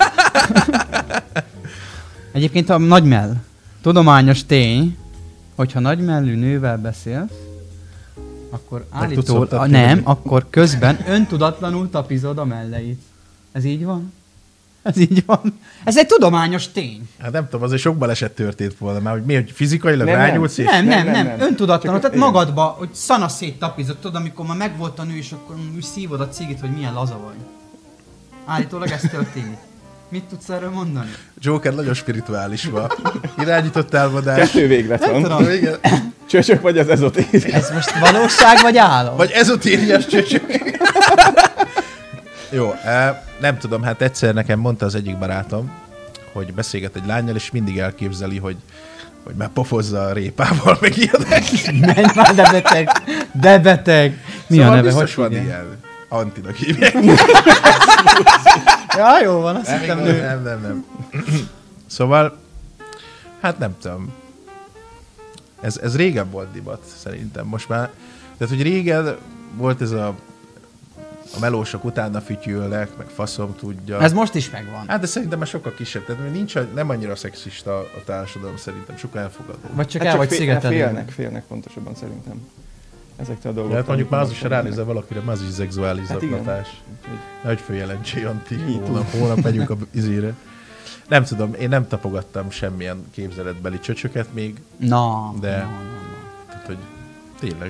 [SPEAKER 2] Egyébként a nagymell. Tudományos tény, hogyha nagymellű nővel beszélsz, akkor
[SPEAKER 1] tudsz
[SPEAKER 2] állítólag...
[SPEAKER 1] szoktatni
[SPEAKER 2] Nem,
[SPEAKER 1] venni.
[SPEAKER 2] akkor közben öntudatlanul tapizod a melleit. Ez így van? Ez így van. Ez egy tudományos tény.
[SPEAKER 1] Hát nem tudom, azért sok baleset történt volna már, hogy mi, hogy fizikailag
[SPEAKER 3] Nem, nem.
[SPEAKER 1] rányúlsz, és...
[SPEAKER 2] Nem, nem,
[SPEAKER 3] nem,
[SPEAKER 2] nem,
[SPEAKER 3] nem.
[SPEAKER 2] öntudatlanul.
[SPEAKER 3] Csak-
[SPEAKER 2] Tehát
[SPEAKER 3] igen.
[SPEAKER 2] magadba, hogy szanaszét tapizod, tudod, amikor már megvolt a nő, és akkor úgy szívod a cigit, hogy milyen laza vagy. Állítólag ez történik. Mit tudsz erről mondani?
[SPEAKER 1] Joker nagyon spirituális ma. Irányított támadás.
[SPEAKER 3] Kettő véglet
[SPEAKER 2] Nem
[SPEAKER 3] van.
[SPEAKER 2] tudom.
[SPEAKER 1] Igen.
[SPEAKER 3] Csöcsök vagy az ezotéri.
[SPEAKER 2] Ez most valóság vagy álom?
[SPEAKER 1] Vagy ezotériás csöcsök. Jó, eh, nem tudom, hát egyszer nekem mondta az egyik barátom, hogy beszélget egy lánnyal, és mindig elképzeli, hogy, hogy már pofozza a répával, meg ilyenek.
[SPEAKER 2] Menj már, de beteg! De beteg! Mi
[SPEAKER 1] Szóval
[SPEAKER 2] a neve?
[SPEAKER 1] biztos
[SPEAKER 2] Hogy
[SPEAKER 1] van
[SPEAKER 2] hívják?
[SPEAKER 1] ilyen. Antinak hívják.
[SPEAKER 2] Ja, jó van, azt
[SPEAKER 1] Nem,
[SPEAKER 2] hittem
[SPEAKER 1] nem,
[SPEAKER 2] nő.
[SPEAKER 1] nem, nem, nem. Szóval, hát nem tudom. Ez, ez régen volt divat, szerintem. Most már, tehát, hogy régen volt ez a a melósok utána fütyülnek, meg faszom tudja.
[SPEAKER 2] Ez most is megvan.
[SPEAKER 1] Hát de szerintem már sokkal kisebb, tehát nincs, nem annyira szexista a társadalom szerintem, sokkal elfogadó.
[SPEAKER 2] Vagy csak
[SPEAKER 3] Hát
[SPEAKER 2] el vagy
[SPEAKER 3] fél-
[SPEAKER 2] szigetelni.
[SPEAKER 3] Félnek, félnek pontosabban szerintem. Ezektől a dolgoktól.
[SPEAKER 1] Hát mondjuk már az is, ha
[SPEAKER 3] amiket
[SPEAKER 1] ránézel valakire, már az is szexuális
[SPEAKER 3] Hát igen.
[SPEAKER 1] zaklatás.
[SPEAKER 3] Úgyhogy-
[SPEAKER 1] Nehogy följelentsél, Anti,
[SPEAKER 3] Mi
[SPEAKER 1] hónap, hónap megyünk a izére. Nem tudom, én nem tapogattam semmilyen képzeletbeli csöcsöket még,
[SPEAKER 2] Na,
[SPEAKER 1] De-
[SPEAKER 2] na, na, na.
[SPEAKER 1] tehát hogy tényleg.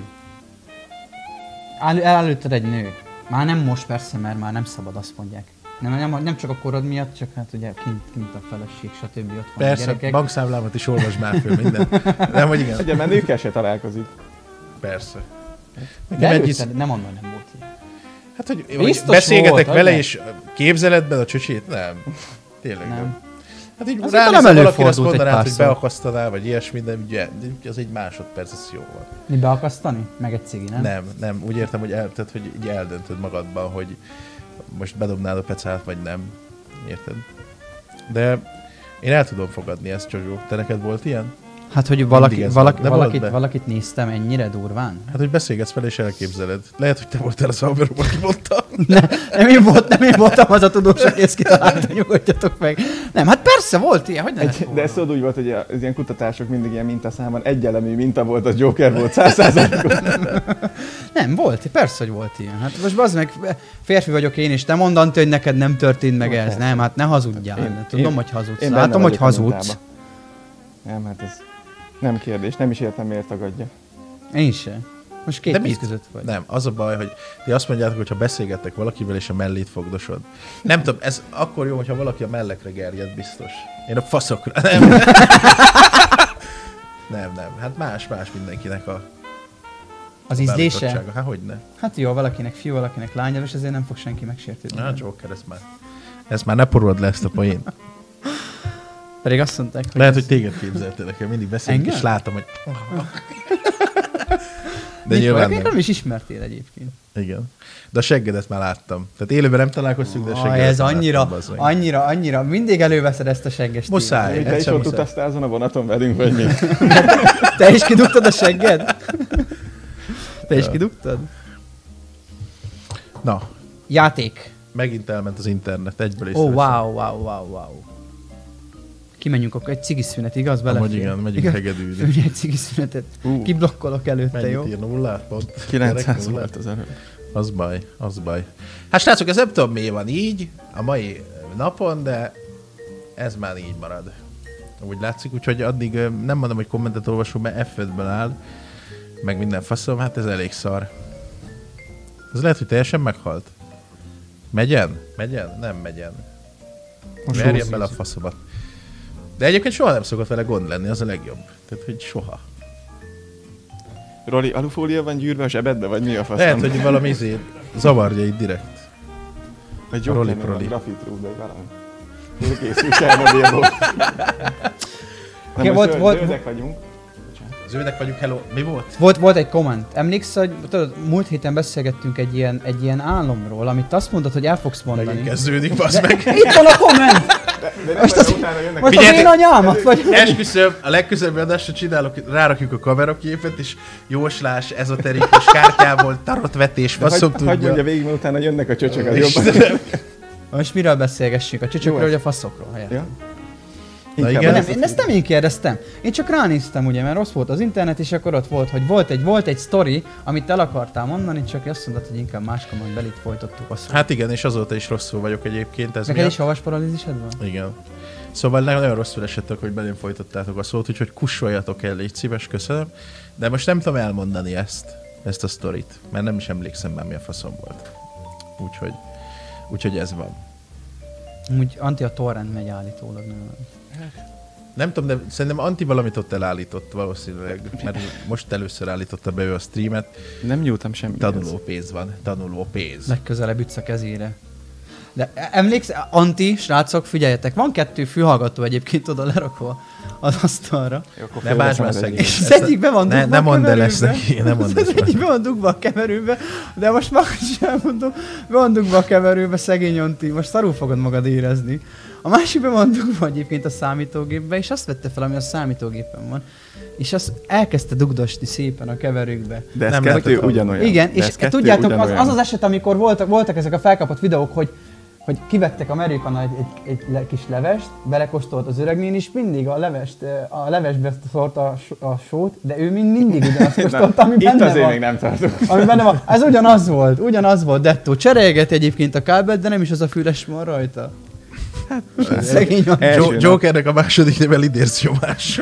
[SPEAKER 2] El, előtted egy nő. Már nem most persze, mert már nem szabad, azt mondják. Nem, nem, nem csak a korod miatt, csak hát ugye kint, kint a feleség, stb. Ott van a
[SPEAKER 1] Persze,
[SPEAKER 2] gyerekek.
[SPEAKER 1] bankszámlámat is olvasd már föl minden. Nem, hogy igen,
[SPEAKER 3] Ugye, mert nőkkel se találkozik.
[SPEAKER 1] persze.
[SPEAKER 2] De
[SPEAKER 1] Nekem egy
[SPEAKER 2] előtted, nem mondom, nem volt ilyen.
[SPEAKER 1] Hát, hogy
[SPEAKER 2] Biztos
[SPEAKER 1] hogy beszélgetek
[SPEAKER 2] volt,
[SPEAKER 1] vele,
[SPEAKER 2] hogy
[SPEAKER 1] és képzeletben a csöcsét? Nem. Tényleg nem.
[SPEAKER 2] Nem.
[SPEAKER 1] nem. Hát így
[SPEAKER 2] Azért
[SPEAKER 1] ránézel
[SPEAKER 2] nem
[SPEAKER 1] valakire, azt
[SPEAKER 2] előfordult egy
[SPEAKER 1] mondanád, hogy
[SPEAKER 2] párszor.
[SPEAKER 1] beakasztanál, vagy ilyesmi, de ugye, de az egy másodperc, ez jó van.
[SPEAKER 2] Mi beakasztani? Meg egy cigi, nem?
[SPEAKER 1] Nem, nem, úgy értem, hogy, el, tehát, hogy így eldöntöd magadban, hogy most bedobnád a pecát, vagy nem. Érted? De én el tudom fogadni ezt, Csozsó. Te neked volt ilyen?
[SPEAKER 2] Hát, hogy valaki,
[SPEAKER 1] Mindig ez
[SPEAKER 2] valaki,
[SPEAKER 1] volt. De volt
[SPEAKER 2] valakit,
[SPEAKER 1] be?
[SPEAKER 2] valakit néztem ennyire durván?
[SPEAKER 1] Hát, hogy beszélgetsz vele, és elképzeled. Lehet, hogy te voltál az haveró, aki mondta.
[SPEAKER 2] Ne, nem, én volt, nem én voltam az a tudós, aki ezt kitalálta, nyugodjatok meg. Nem, hát persze volt ilyen, hogy ne lett
[SPEAKER 3] Egy,
[SPEAKER 2] volna.
[SPEAKER 3] de ez tudod úgy volt, hogy az ilyen kutatások mindig ilyen mintaszámon egyelemű minta volt, az Joker volt száz százalékos.
[SPEAKER 2] Nem, volt, persze, hogy volt ilyen. Hát most bazd meg, férfi vagyok én is, te mondd, Antti, hogy neked nem történt meg
[SPEAKER 3] Jó,
[SPEAKER 2] ez.
[SPEAKER 3] persze.
[SPEAKER 2] Nem, hát ne hazudjál.
[SPEAKER 3] Én-
[SPEAKER 2] Tudom,
[SPEAKER 3] én-
[SPEAKER 2] hogy hazudsz.
[SPEAKER 3] én benne
[SPEAKER 2] Látom, hogy
[SPEAKER 3] vagyok a
[SPEAKER 2] hazudsz.
[SPEAKER 3] mintába. Nem, hát ez nem kérdés, nem is értem, miért tagadja.
[SPEAKER 2] Én sem. Most két
[SPEAKER 1] De
[SPEAKER 2] víz
[SPEAKER 1] mit?
[SPEAKER 2] között vagy.
[SPEAKER 1] Nem, az a baj, hogy ti azt mondjátok, hogy ha beszélgettek valakivel, és a mellét fogdosod. Nem tudom, ez akkor jó, hogyha valaki a mellekre gerjed, biztos. Én a faszokra. Nem. Nem, nem. Hát más-más mindenkinek a
[SPEAKER 2] Az ízlése?
[SPEAKER 1] beállítottsága. Hát hogyne.
[SPEAKER 2] Hát jó, valakinek fiú, valakinek lány, és ezért nem fog senki megsértődni.
[SPEAKER 1] Na, Joker, ezt már, ezt már ne porolod le ezt a poén.
[SPEAKER 2] Pedig azt mondták, hogy
[SPEAKER 1] Lehet,
[SPEAKER 2] ez...
[SPEAKER 1] hogy téged képzeltél nekem. Mindig beszélünk,
[SPEAKER 2] Engem?
[SPEAKER 1] és látom, hogy... De
[SPEAKER 2] Mikor?
[SPEAKER 1] nyilván
[SPEAKER 2] Még
[SPEAKER 1] nem.
[SPEAKER 2] nem is ismertél egyébként.
[SPEAKER 1] Igen. De a seggedet már láttam. Tehát élőben nem találkoztunk, de a
[SPEAKER 2] Ah,
[SPEAKER 1] seggedet
[SPEAKER 2] ez
[SPEAKER 1] már
[SPEAKER 2] annyira,
[SPEAKER 1] láttam, bazd meg.
[SPEAKER 2] annyira, annyira, mindig előveszed ezt a segges
[SPEAKER 1] Muszáj.
[SPEAKER 2] témát.
[SPEAKER 3] Te is
[SPEAKER 1] egyszer
[SPEAKER 3] ott
[SPEAKER 1] muszáj.
[SPEAKER 3] utaztál azon a vonaton velünk, vagy mi?
[SPEAKER 2] Te is kidugtad a segged? Te is kidugtad?
[SPEAKER 1] Na,
[SPEAKER 2] Játék.
[SPEAKER 1] megint elment az internet, egyből is.
[SPEAKER 2] Ó, oh, wow, wow, wow, wow. Kimenjünk akkor egy cigiszünet, igaz?
[SPEAKER 1] Amúgy
[SPEAKER 2] Belefér.
[SPEAKER 1] igen, megyünk
[SPEAKER 2] Igaz?
[SPEAKER 1] hegedűzni.
[SPEAKER 2] Főnyi egy cigiszünetet.
[SPEAKER 3] Ú.
[SPEAKER 2] Kiblokkolok előtte,
[SPEAKER 1] Mennyit
[SPEAKER 2] jó?
[SPEAKER 1] ír? Nullát pont?
[SPEAKER 3] kilencszáz
[SPEAKER 1] Gyerek,
[SPEAKER 3] volt az előbb.
[SPEAKER 1] Az baj, az baj. Hát srácok, ez nem tudom mi van így a mai napon, de ez már így marad. Úgy látszik, úgyhogy addig ö, nem mondom, hogy kommentet olvasom, mert ef ötben áll, meg minden faszom, hát ez elég szar. Ez lehet, hogy teljesen meghalt. Megyen? Megyen? Nem megyen. Verjen bele a faszomat. De egyébként soha nem szokott vele gond lenni, az a legjobb. Tehát, hogy soha.
[SPEAKER 3] Roli, alufólia van gyűrve a zsebedbe, vagy mi a faszom?
[SPEAKER 1] Lehet, hogy valami izé zavarja így direkt.
[SPEAKER 3] Vagy
[SPEAKER 1] a Roli
[SPEAKER 3] jobb
[SPEAKER 1] Proli.
[SPEAKER 3] grafit rúd, vagy valami. Készül Csernobilból.
[SPEAKER 2] Oké,
[SPEAKER 3] Nem,
[SPEAKER 2] volt-
[SPEAKER 3] most
[SPEAKER 2] volt-
[SPEAKER 3] zöldek vagyunk.
[SPEAKER 1] Zöldek vagyunk, hello. Mi volt?
[SPEAKER 2] Volt, volt egy komment. Emlékszel, hogy tudod, múlt héten beszélgettünk egy ilyen, egy ilyen álomról, amit azt mondod, hogy el fogsz mondani.
[SPEAKER 1] Megint kezdődik, bassz meg.
[SPEAKER 2] Itt van a komment!
[SPEAKER 3] De, de nem
[SPEAKER 2] Most
[SPEAKER 3] most
[SPEAKER 2] az-
[SPEAKER 3] utána jönnek.
[SPEAKER 2] Most az
[SPEAKER 1] Figyeljetek!
[SPEAKER 2] én anyámat vagy?
[SPEAKER 1] Esküszöm, a legközelebbi adásra csinálok, rárakjuk a kameraképet, és jóslás, ezoterikus kártyából, tarotvetés, faszom
[SPEAKER 3] Hagy, hagy mondja
[SPEAKER 1] tudja.
[SPEAKER 3] végig, mert utána jönnek a csöcsök, az jobban.
[SPEAKER 1] Istenem.
[SPEAKER 2] Most miről beszélgessünk? A csöcsökről
[SPEAKER 3] Jó,
[SPEAKER 2] vagy a faszokról? Helyett?
[SPEAKER 3] Ja?
[SPEAKER 1] Na
[SPEAKER 3] Inkább
[SPEAKER 1] igen.
[SPEAKER 2] Nem,
[SPEAKER 3] ezt
[SPEAKER 2] én ezt nem én kérdeztem. Én csak ránéztem, ugye, mert rossz volt az internet, és akkor ott volt, hogy volt egy, volt egy sztori, amit el akartál mondani, csak azt mondtad, hogy inkább máskor majd belit folytattuk a szót.
[SPEAKER 1] Hát igen, és azóta is rosszul vagyok egyébként. Ez
[SPEAKER 2] Neked
[SPEAKER 1] miatt.
[SPEAKER 2] is havas paralízised van?
[SPEAKER 1] Igen. Szóval nagyon nagyon rosszul esettek, hogy belém folytattátok a szót, úgyhogy kussoljatok el, légy szíves, köszönöm. De most nem tudom elmondani ezt, ezt a sztorit, mert nem is emlékszem már, mi a faszom volt. Úgyhogy, úgyhogy ez van.
[SPEAKER 2] Úgy anti a torrent megy állítólag. Nem.
[SPEAKER 1] Nem tudom, de szerintem Anti valamit ott elállított valószínűleg, mert most először állította be ő a streamet.
[SPEAKER 3] Nem nyúltam semmi.
[SPEAKER 1] Tanuló pénz van, tanuló pénz.
[SPEAKER 2] Legközelebb ütsz a kezére. De emléksz, Anti, srácok, figyeljetek, van kettő fülhallgató egyébként oda lerakva az asztalra.
[SPEAKER 1] Ne bánts már szegény.
[SPEAKER 2] És az egyikbe van
[SPEAKER 1] Ne,
[SPEAKER 2] dugva
[SPEAKER 1] ne
[SPEAKER 2] a
[SPEAKER 1] mondd el
[SPEAKER 2] keverőbe.
[SPEAKER 1] ezt neki, ne mondd
[SPEAKER 2] Az
[SPEAKER 1] ezt meg.
[SPEAKER 2] egyikbe van dugva a keverőbe, de most már is elmondom, be van dugva a keverőbe, szegény Anti, most szarul fogod magad érezni. A másikban van dugva egyébként a számítógépbe, és azt vette fel, ami a számítógépen van. És azt elkezdte dugdosni szépen a keverőkbe.
[SPEAKER 3] De ez
[SPEAKER 1] Nem
[SPEAKER 3] kettő
[SPEAKER 1] lehetett
[SPEAKER 3] ugyanolyan.
[SPEAKER 2] Igen,
[SPEAKER 3] De
[SPEAKER 2] és
[SPEAKER 3] ez kettő
[SPEAKER 2] tudjátok, az,
[SPEAKER 3] ugyanolyan.
[SPEAKER 2] az az eset, amikor voltak, voltak ezek a felkapott videók, hogy hogy kivettek Amerikán egy, egy, egy le, kis levest, belekóstolt az öregnéni, és mindig a levest, a levesbe szórta a, so- a sót, de ő mind mindig ugyanazt kóstolta, ami
[SPEAKER 3] Itt
[SPEAKER 2] benne
[SPEAKER 3] azért
[SPEAKER 2] van.
[SPEAKER 3] még nem tartunk.
[SPEAKER 2] Ami benne van. Ez ugyanaz volt, ugyanaz volt, Detto. Cserélget egyébként a kábelt, de nem is az a füles van rajta. Hát, szegény van.
[SPEAKER 3] Első
[SPEAKER 1] Jo-
[SPEAKER 3] nap.
[SPEAKER 1] Jokernek a második neve Lidérc Nyomás.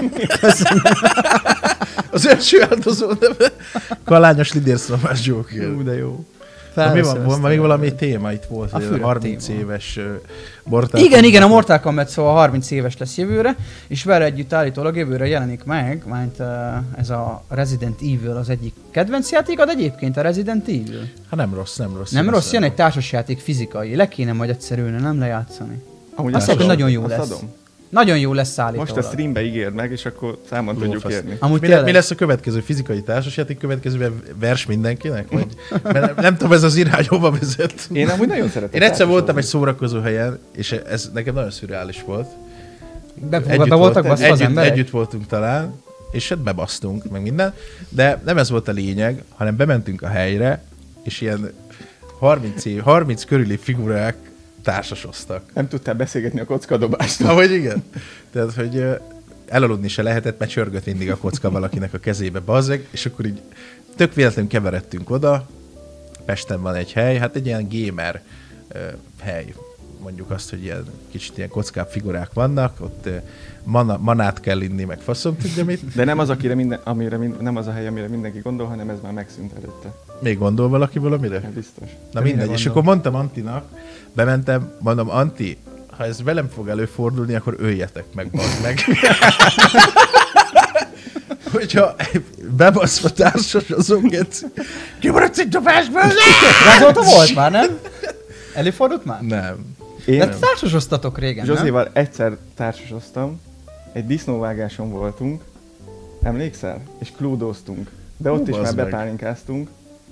[SPEAKER 1] Az első áldozó neve Kalányos Lidérc Nyomás Joker.
[SPEAKER 2] Ú, de jó.
[SPEAKER 1] Na, mi van?
[SPEAKER 2] Felveszem
[SPEAKER 1] Van
[SPEAKER 2] ezt
[SPEAKER 1] még
[SPEAKER 2] a-
[SPEAKER 1] valami téma itt volt,
[SPEAKER 2] A
[SPEAKER 1] hogy
[SPEAKER 2] füröd
[SPEAKER 1] harminc
[SPEAKER 2] téma.
[SPEAKER 1] éves uh, Mortal
[SPEAKER 2] Igen,
[SPEAKER 1] Kombat.
[SPEAKER 2] igen, a Mortal Kombat szóval harminc éves lesz jövőre, és vele együtt állítólag jövőre jelenik meg, majd uh, ez a Resident Evil az egyik kedvenc játékod egyébként, a Resident Evil.
[SPEAKER 1] Hát nem rossz, nem rossz.
[SPEAKER 2] Nem
[SPEAKER 1] én
[SPEAKER 2] rossz,
[SPEAKER 1] azt
[SPEAKER 2] jön egy társasjáték fizikai, le kéne majd egyszer ülni, nem lejátszani.
[SPEAKER 3] Amúgy
[SPEAKER 2] Azt
[SPEAKER 3] adom.
[SPEAKER 2] mondom, nagyon jó
[SPEAKER 3] Azt
[SPEAKER 2] lesz.
[SPEAKER 3] adom.
[SPEAKER 2] Nagyon jó lesz állítólag.
[SPEAKER 3] Most a streambe ígérd meg, és akkor számon tudjuk
[SPEAKER 1] Lófasz.
[SPEAKER 3] érni.
[SPEAKER 2] Amúgy
[SPEAKER 1] Mi, le,
[SPEAKER 2] tényleg.
[SPEAKER 1] mi lesz a következő fizikai társasjáték következőben? Vers mindenkinek? Vagy? Mert nem tudom, ez az irány hova vezet.
[SPEAKER 3] Én amúgy nagyon szeretem.
[SPEAKER 1] Én egyszer voltam egy szórakozó helyen, és ez nekem nagyon szürreális volt.
[SPEAKER 2] Befogadva voltak baszva az
[SPEAKER 1] együtt,
[SPEAKER 2] emberek?
[SPEAKER 1] együtt voltunk talán, és hát bebasztunk, meg minden. De nem ez volt a lényeg, hanem bementünk a helyre, és ilyen harminc, év, harminc körüli figurák társasoztak.
[SPEAKER 3] Nem tudtál beszélgetni a kockadobást.
[SPEAKER 1] Ahogy igen. Tehát, hogy ö, elaludni se lehetett, mert csörgött mindig a kocka valakinek a kezébe, bazzeg, és akkor így tök véletlenül keveredtünk oda. Pesten van egy hely, hát egy ilyen gamer ö, hely. Mondjuk azt, hogy ilyen kicsit ilyen kockább figurák vannak, ott ö, mana, manát kell inni, meg faszom tudja mit.
[SPEAKER 3] De nem az, akire minden, amire mind, nem az a hely, amire mindenki gondol, hanem ez már megszűnt előtte.
[SPEAKER 1] Még gondol valaki valamire?
[SPEAKER 3] Hát biztos.
[SPEAKER 1] Na
[SPEAKER 2] De
[SPEAKER 1] mindegy,
[SPEAKER 2] mire
[SPEAKER 1] és
[SPEAKER 2] gondol?
[SPEAKER 1] akkor mondtam Antinak, bementem, mondom, Anti, ha ez velem fog előfordulni, akkor öljetek meg, bazd meg. hogyha bebaszva társasozom, geci. Kimaradsz egy dobásból, ne!
[SPEAKER 2] De azóta volt már, nem? Előfordult már?
[SPEAKER 1] Nem.
[SPEAKER 3] Én
[SPEAKER 2] De társasoztatok régen, nem?
[SPEAKER 3] Zsozéval egyszer társasoztam, egy disznóvágáson voltunk, emlékszel? És klúdóztunk. De ott
[SPEAKER 1] Hú,
[SPEAKER 3] is már
[SPEAKER 1] bazd meg.
[SPEAKER 3] bepálinkáztunk.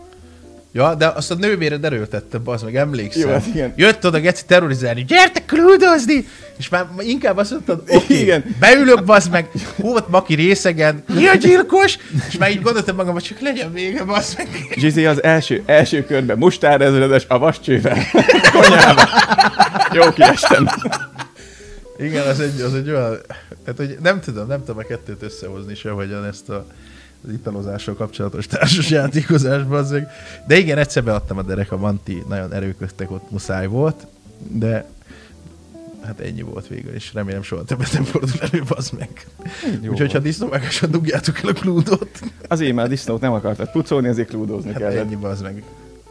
[SPEAKER 1] Ja, de azt a nővéred erőltette, bazd meg, emlékszem.
[SPEAKER 3] Jó, hát igen.
[SPEAKER 1] Jött oda geci terrorizálni, gyertek klúdozni! És már inkább azt mondtad, oké, okay,
[SPEAKER 3] Igen.
[SPEAKER 1] beülök, bazd meg, volt Maki részegen, ki a gyilkos? És már így gondoltam magam, hogy csak legyen vége, bazd meg.
[SPEAKER 3] Zsizi az első, első körben mustárezredes a vascsővel. Konyába. Jó kiestem.
[SPEAKER 1] Igen, az egy, az egy olyan, tehát hogy nem tudom, nem tudom a kettőt összehozni sehogyan ezt a az italozással kapcsolatos társasjátékozásban azért. De igen, egyszer beadtam a derek, a Manti nagyon erőködtek, ott muszáj volt, de hát ennyi volt végül, és remélem soha többet nem fordul elő, bazd meg. Úgyhogy ha disznóvágáson dugjátok el a klúdót.
[SPEAKER 3] Azért már disznót nem akartad pucolni, ezért klúdózni
[SPEAKER 1] Hát
[SPEAKER 3] kellett.
[SPEAKER 1] ennyi, bazd meg.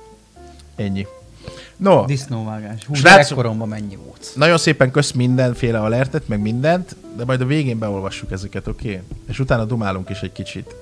[SPEAKER 1] Ennyi. No,
[SPEAKER 2] Disznóvágás. Hú,
[SPEAKER 1] Srácok-
[SPEAKER 2] gyerekkoromban mennyi volt.
[SPEAKER 1] nagyon szépen kösz mindenféle alertet, meg mindent, de majd a végén beolvassuk ezeket, oké? Okay? És utána dumálunk is egy kicsit.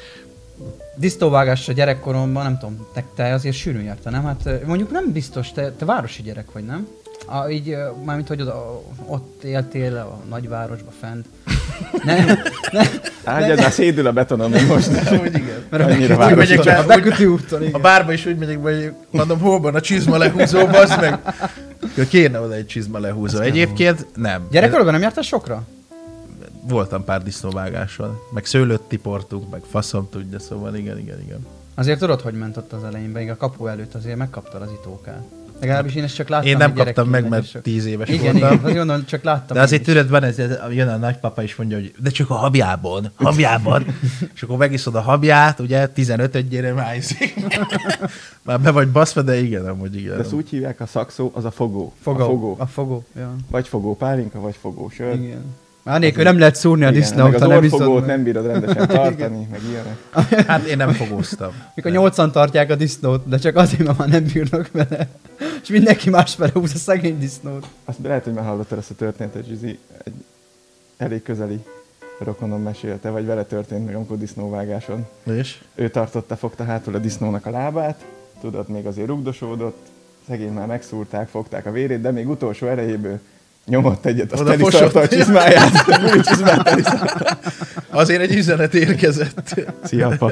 [SPEAKER 2] Disznóvágásra gyerekkoromban, nem tudom, te, te azért sűrűn jártál, nem? Hát ö, mondjuk nem biztos, te, te városi gyerek vagy, nem? A, így, ö, mármint, hogy oda, ott éltél a nagyvárosba fent. Nem, nem.
[SPEAKER 3] Ágyad, már szédül a betonom még most.
[SPEAKER 1] Hogy igen.
[SPEAKER 2] Mert a
[SPEAKER 3] Annyira
[SPEAKER 2] Beköti
[SPEAKER 1] városi.
[SPEAKER 2] úton- a Beköti úton,
[SPEAKER 1] A
[SPEAKER 2] igen.
[SPEAKER 1] bárba is úgy megyek, hogy mondom, hol van a csizma lehúzó, bazd meg. Kérne oda egy csizma lehúzó. Egyébként nem.
[SPEAKER 2] Gyerekkorban nem jártál sokra?
[SPEAKER 1] Voltam pár disznóvágáson. Meg szőlőt tiportunk, meg faszom tudja, szóval igen, igen, igen.
[SPEAKER 2] Azért tudod, hogy ment ott az elején, még a kapu előtt azért megkaptad az itókát. Legalábbis én ezt csak láttam.
[SPEAKER 1] Én nem
[SPEAKER 2] hogy
[SPEAKER 1] kaptam meg,
[SPEAKER 2] gyerekként
[SPEAKER 1] mert
[SPEAKER 2] sok-
[SPEAKER 1] tíz éves
[SPEAKER 2] Igen,
[SPEAKER 1] voltam.
[SPEAKER 2] igen, azért mondom, csak láttam.
[SPEAKER 1] De azért
[SPEAKER 2] én is.
[SPEAKER 1] tudod, van ez, ez, jön a nagypapa és mondja, hogy de csak a habjában, habjában. És akkor megiszod a habját, ugye, tizenötödjére már iszik. Már be vagy baszva, de igen, amúgy igen.
[SPEAKER 3] De ezt úgy hívják, a szakszó, az a fogó.
[SPEAKER 2] Fogó.
[SPEAKER 3] A fogó.
[SPEAKER 2] A fogó, ja.
[SPEAKER 3] Vagy fogó pálinka, vagy fogó sör.
[SPEAKER 2] Igen. Már nélkül nem lehet szúrni a
[SPEAKER 3] Igen,
[SPEAKER 2] disznót,
[SPEAKER 3] meg
[SPEAKER 2] ha
[SPEAKER 3] az
[SPEAKER 2] nem iszod
[SPEAKER 3] orrfogót
[SPEAKER 2] meg.
[SPEAKER 3] nem bírod rendesen tartani, meg ilyenek.
[SPEAKER 1] Hát én nem fogóztam.
[SPEAKER 2] Mikor nyolcan tartják a disznót, de csak azért, mert már nem bírnak vele. És mindenki másfele húz a szegény disznót.
[SPEAKER 3] Azt lehet, hogy már hallottad ezt a történetet, Zsizi. Egy elég közeli rokonom mesélte, vagy vele történt meg, amikor disznóvágáson.
[SPEAKER 1] És?
[SPEAKER 3] Ő tartotta, fogta hátul a disznónak a lábát, tudod, még azért rugdosódott, szegény már megszúrták, fogták a vérét, de még utolsó erejéből nyomott egyet, azt
[SPEAKER 1] Oda
[SPEAKER 3] el is
[SPEAKER 1] fosott.
[SPEAKER 3] szarta a csizmáját. Új csizmát el is szarta.
[SPEAKER 1] Azért egy üzenet érkezett.
[SPEAKER 3] Szia, apa.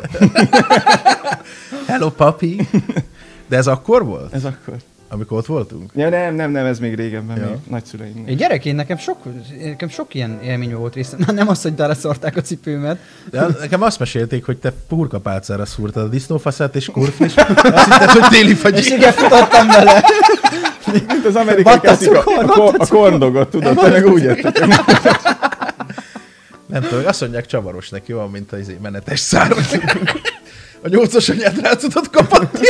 [SPEAKER 1] Hello, papi. De ez akkor volt?
[SPEAKER 3] Ez akkor.
[SPEAKER 1] Amikor ott voltunk?
[SPEAKER 3] Ja, nem, nem, nem, ez még régebben,
[SPEAKER 1] Ja.
[SPEAKER 3] még nagyszüleimnek.
[SPEAKER 2] Én gyerekként nekem sok, nekem sok ilyen élmény volt részem. Na, nem az, hogy beleszarták a cipőmet.
[SPEAKER 1] De nekem azt mesélték, hogy te purkapálcára szúrtad a disznófaszát és kurfli, és azt hitted, hogy téli
[SPEAKER 2] És
[SPEAKER 1] fagyi.
[SPEAKER 2] igen, futottam vele.
[SPEAKER 3] Mint az amerikai
[SPEAKER 2] Vatta
[SPEAKER 3] keszik a,
[SPEAKER 2] cukor,
[SPEAKER 3] a,
[SPEAKER 2] vatta
[SPEAKER 3] kor, a korndogot, tudod, te meg úgy jöttek.
[SPEAKER 1] Nem tudom, azt mondják csavaros neki, olyan, mint az izé menetes szár. A nyolcas anyát rá tudod kapatni.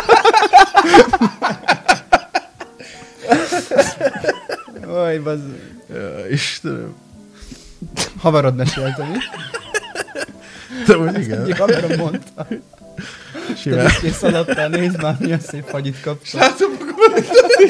[SPEAKER 2] Oj, bazd.
[SPEAKER 1] Ja, Istenem.
[SPEAKER 2] Haverod mesélte, mi?
[SPEAKER 1] De úgy igen.
[SPEAKER 2] Egyik haverom mondta. Te
[SPEAKER 1] Simán.
[SPEAKER 2] is kész szaladtál, nézd már, milyen szép fagyit kaptál.
[SPEAKER 1] Látom, akkor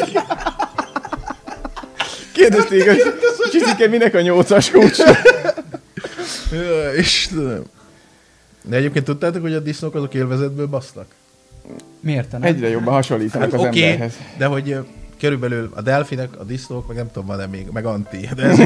[SPEAKER 3] Kérdezték, hogy Csizike, minek a nyolcas kulcs?
[SPEAKER 1] Ja, Istenem. De egyébként tudtátok, hogy a disznók azok élvezetből basznak?
[SPEAKER 2] Miért te nem?
[SPEAKER 3] Egyre jobban hasonlítanak az
[SPEAKER 1] Hát Oké,
[SPEAKER 3] emberhez.
[SPEAKER 1] de hogy ö, körülbelül a delfinek, a disznók, meg nem tudom, van-e még, meg anti, de ezek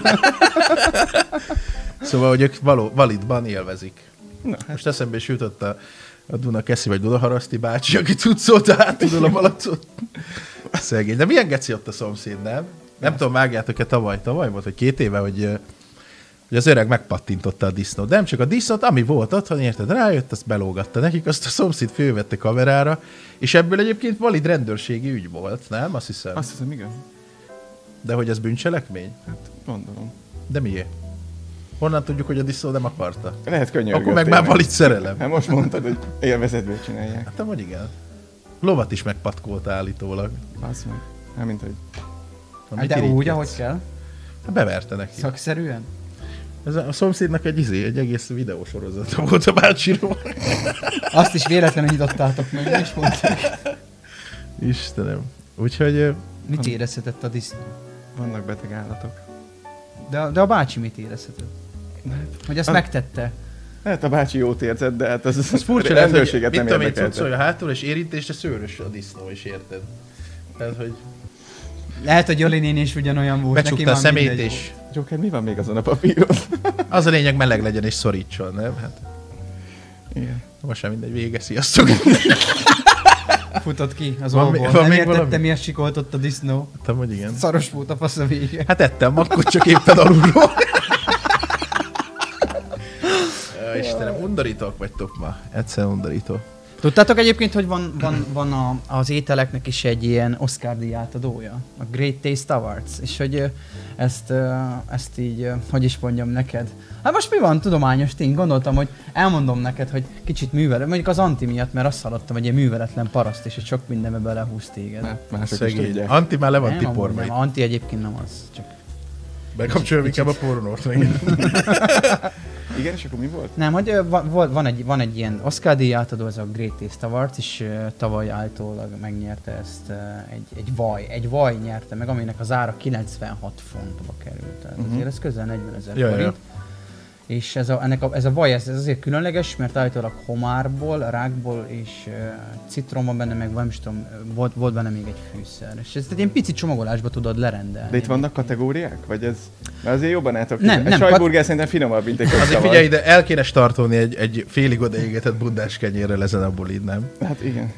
[SPEAKER 1] Szóval, hogy ők való, validban élvezik.
[SPEAKER 3] Na,
[SPEAKER 1] Most eszembe is jutott a, a Duna Keszi vagy Dunaharaszti bácsi, aki cuccolta átudol a malacot. Szegény. De milyen geci ott a szomszéd, nem? Nem tudom, vágjátok-e tavaly? Tavaly volt, vagy két éve, hogy, ö, hogy az öreg megpattintotta a disznót. De nem csak a disznót, ami volt otthon, érted, rájött, azt belógatta nekik, azt a szomszéd fölvette kamerára, és ebből egyébként valid rendőrségi ügy volt, nem? Azt hiszem.
[SPEAKER 3] azt hiszem, igen.
[SPEAKER 1] De hogy ez bűncselekmény?
[SPEAKER 3] Hát gondolom.
[SPEAKER 1] De miért? Honnan tudjuk, hogy a disznó nem akarta?
[SPEAKER 3] Lehet könyörgött.
[SPEAKER 1] Akkor meg már valid szerelem.
[SPEAKER 3] Hát most mondtad, hogy élvezetből csinálják.
[SPEAKER 1] Hát nem, hogy igen. Lovat is megpatkolta állítólag.
[SPEAKER 3] Azt meg. Hát mint hogy...
[SPEAKER 1] Na,
[SPEAKER 2] Hát
[SPEAKER 1] mit
[SPEAKER 2] de
[SPEAKER 1] irigykedsz?
[SPEAKER 2] úgy, ahogy kell?
[SPEAKER 1] Hát beverte neki.
[SPEAKER 2] Szakszerűen?
[SPEAKER 1] Ez a, a szomszédnak egy izé, egy egész videósorozata volt a bácsiról.
[SPEAKER 2] Azt is véletlenül nyitottátok meg, és mondták.
[SPEAKER 1] Istenem. Úgyhogy ö,
[SPEAKER 2] Mit érezhetett a disznó?
[SPEAKER 3] Vannak beteg állatok.
[SPEAKER 2] De, de a bácsi mit érezhetett? Hogy ezt
[SPEAKER 3] Ah.
[SPEAKER 2] megtette?
[SPEAKER 3] Hát a bácsi jót érzett, de hát az,
[SPEAKER 1] Az furcsa
[SPEAKER 3] a
[SPEAKER 1] lehet, hogy
[SPEAKER 3] rendőrséget
[SPEAKER 1] mit
[SPEAKER 3] nem
[SPEAKER 1] tudom én,
[SPEAKER 3] érdekelte.
[SPEAKER 1] cuccolja hátul, és érintésre szőrös a disznó is, érted? Tehát, hogy
[SPEAKER 2] Lehet, hogy Joli néni is ugyanolyan volt. neki
[SPEAKER 1] becsukta a
[SPEAKER 2] van
[SPEAKER 1] szemét,
[SPEAKER 2] mindegy.
[SPEAKER 1] és
[SPEAKER 3] Joker, mi van még azon a papíron?
[SPEAKER 1] az a lényeg, meleg legyen és szorítson, nem? Hát
[SPEAKER 3] Igen.
[SPEAKER 1] most sem mindegy, vége, sziasztok!
[SPEAKER 2] Futott ki az
[SPEAKER 1] Van
[SPEAKER 2] olból.
[SPEAKER 1] mi- van
[SPEAKER 2] Nem
[SPEAKER 1] még
[SPEAKER 2] értette,
[SPEAKER 1] valami?
[SPEAKER 2] miért sikoltott a disznó.
[SPEAKER 1] Tudom, hogy igen.
[SPEAKER 2] Szaros volt a fasz a vége.
[SPEAKER 1] Hát ettem makkot, csak éppen alulról. Ja, Istenem, undorítók vagytok ma. Egyszerűen undorító.
[SPEAKER 2] Tudtátok egyébként, hogy van, van, van a, az ételeknek is egy ilyen Oscar-díj átadója? A Great Taste Awards. És hogy ö, ezt, ö, ezt így, ö, hogy is mondjam neked? Hát most mi van, tudományos tény? Gondoltam, hogy elmondom neked, hogy kicsit művelet, mondjuk az Anti miatt, mert azt hallottam, hogy egy műveletlen paraszt, és hogy sok mindenbe belehúz téged.
[SPEAKER 3] Hát, mások is
[SPEAKER 1] Szegény.
[SPEAKER 3] tudják.
[SPEAKER 1] Anti már le van
[SPEAKER 2] nem, amúgy
[SPEAKER 1] tiporva.
[SPEAKER 2] nem, Anti egyébként nem az, csak...
[SPEAKER 1] Bekapcsolom inkább a pornót meg.
[SPEAKER 3] Igen, és akkor mi volt?
[SPEAKER 2] Nem, hogy ö, va- van, van, egy, van egy ilyen Oscar-díj átadó, ez a Great Taste Awards, és ö, tavaly állítólag megnyerte ezt ö, egy, egy vaj. Egy vaj nyerte meg, aminek az ára kilencvenhat fontba került. Tehát
[SPEAKER 3] Mhm.
[SPEAKER 2] azért ez közel negyvenezer
[SPEAKER 1] Ja, ja.
[SPEAKER 2] forint. És ez a, ennek a, ez a vaj, ez, ez azért különleges, mert állítólag homárból, rákból és uh, citrom van benne, meg nem is tudom, volt, volt benne még egy fűszer. És ezt egy ilyen pici csomagolásba tudod lerendelni.
[SPEAKER 3] De itt vannak kategóriák? Vagy ez... Mert azért jobban álltok.
[SPEAKER 2] Nem,
[SPEAKER 3] A
[SPEAKER 2] nem,
[SPEAKER 3] sajtburger szerintem finomabb, mint egy
[SPEAKER 1] Azért
[SPEAKER 3] kocszavar.
[SPEAKER 1] figyelj ide, el kéne startolni egy, egy félig odaégetett bundás kenyérrel ezen a bulid, nem?
[SPEAKER 3] Hát igen.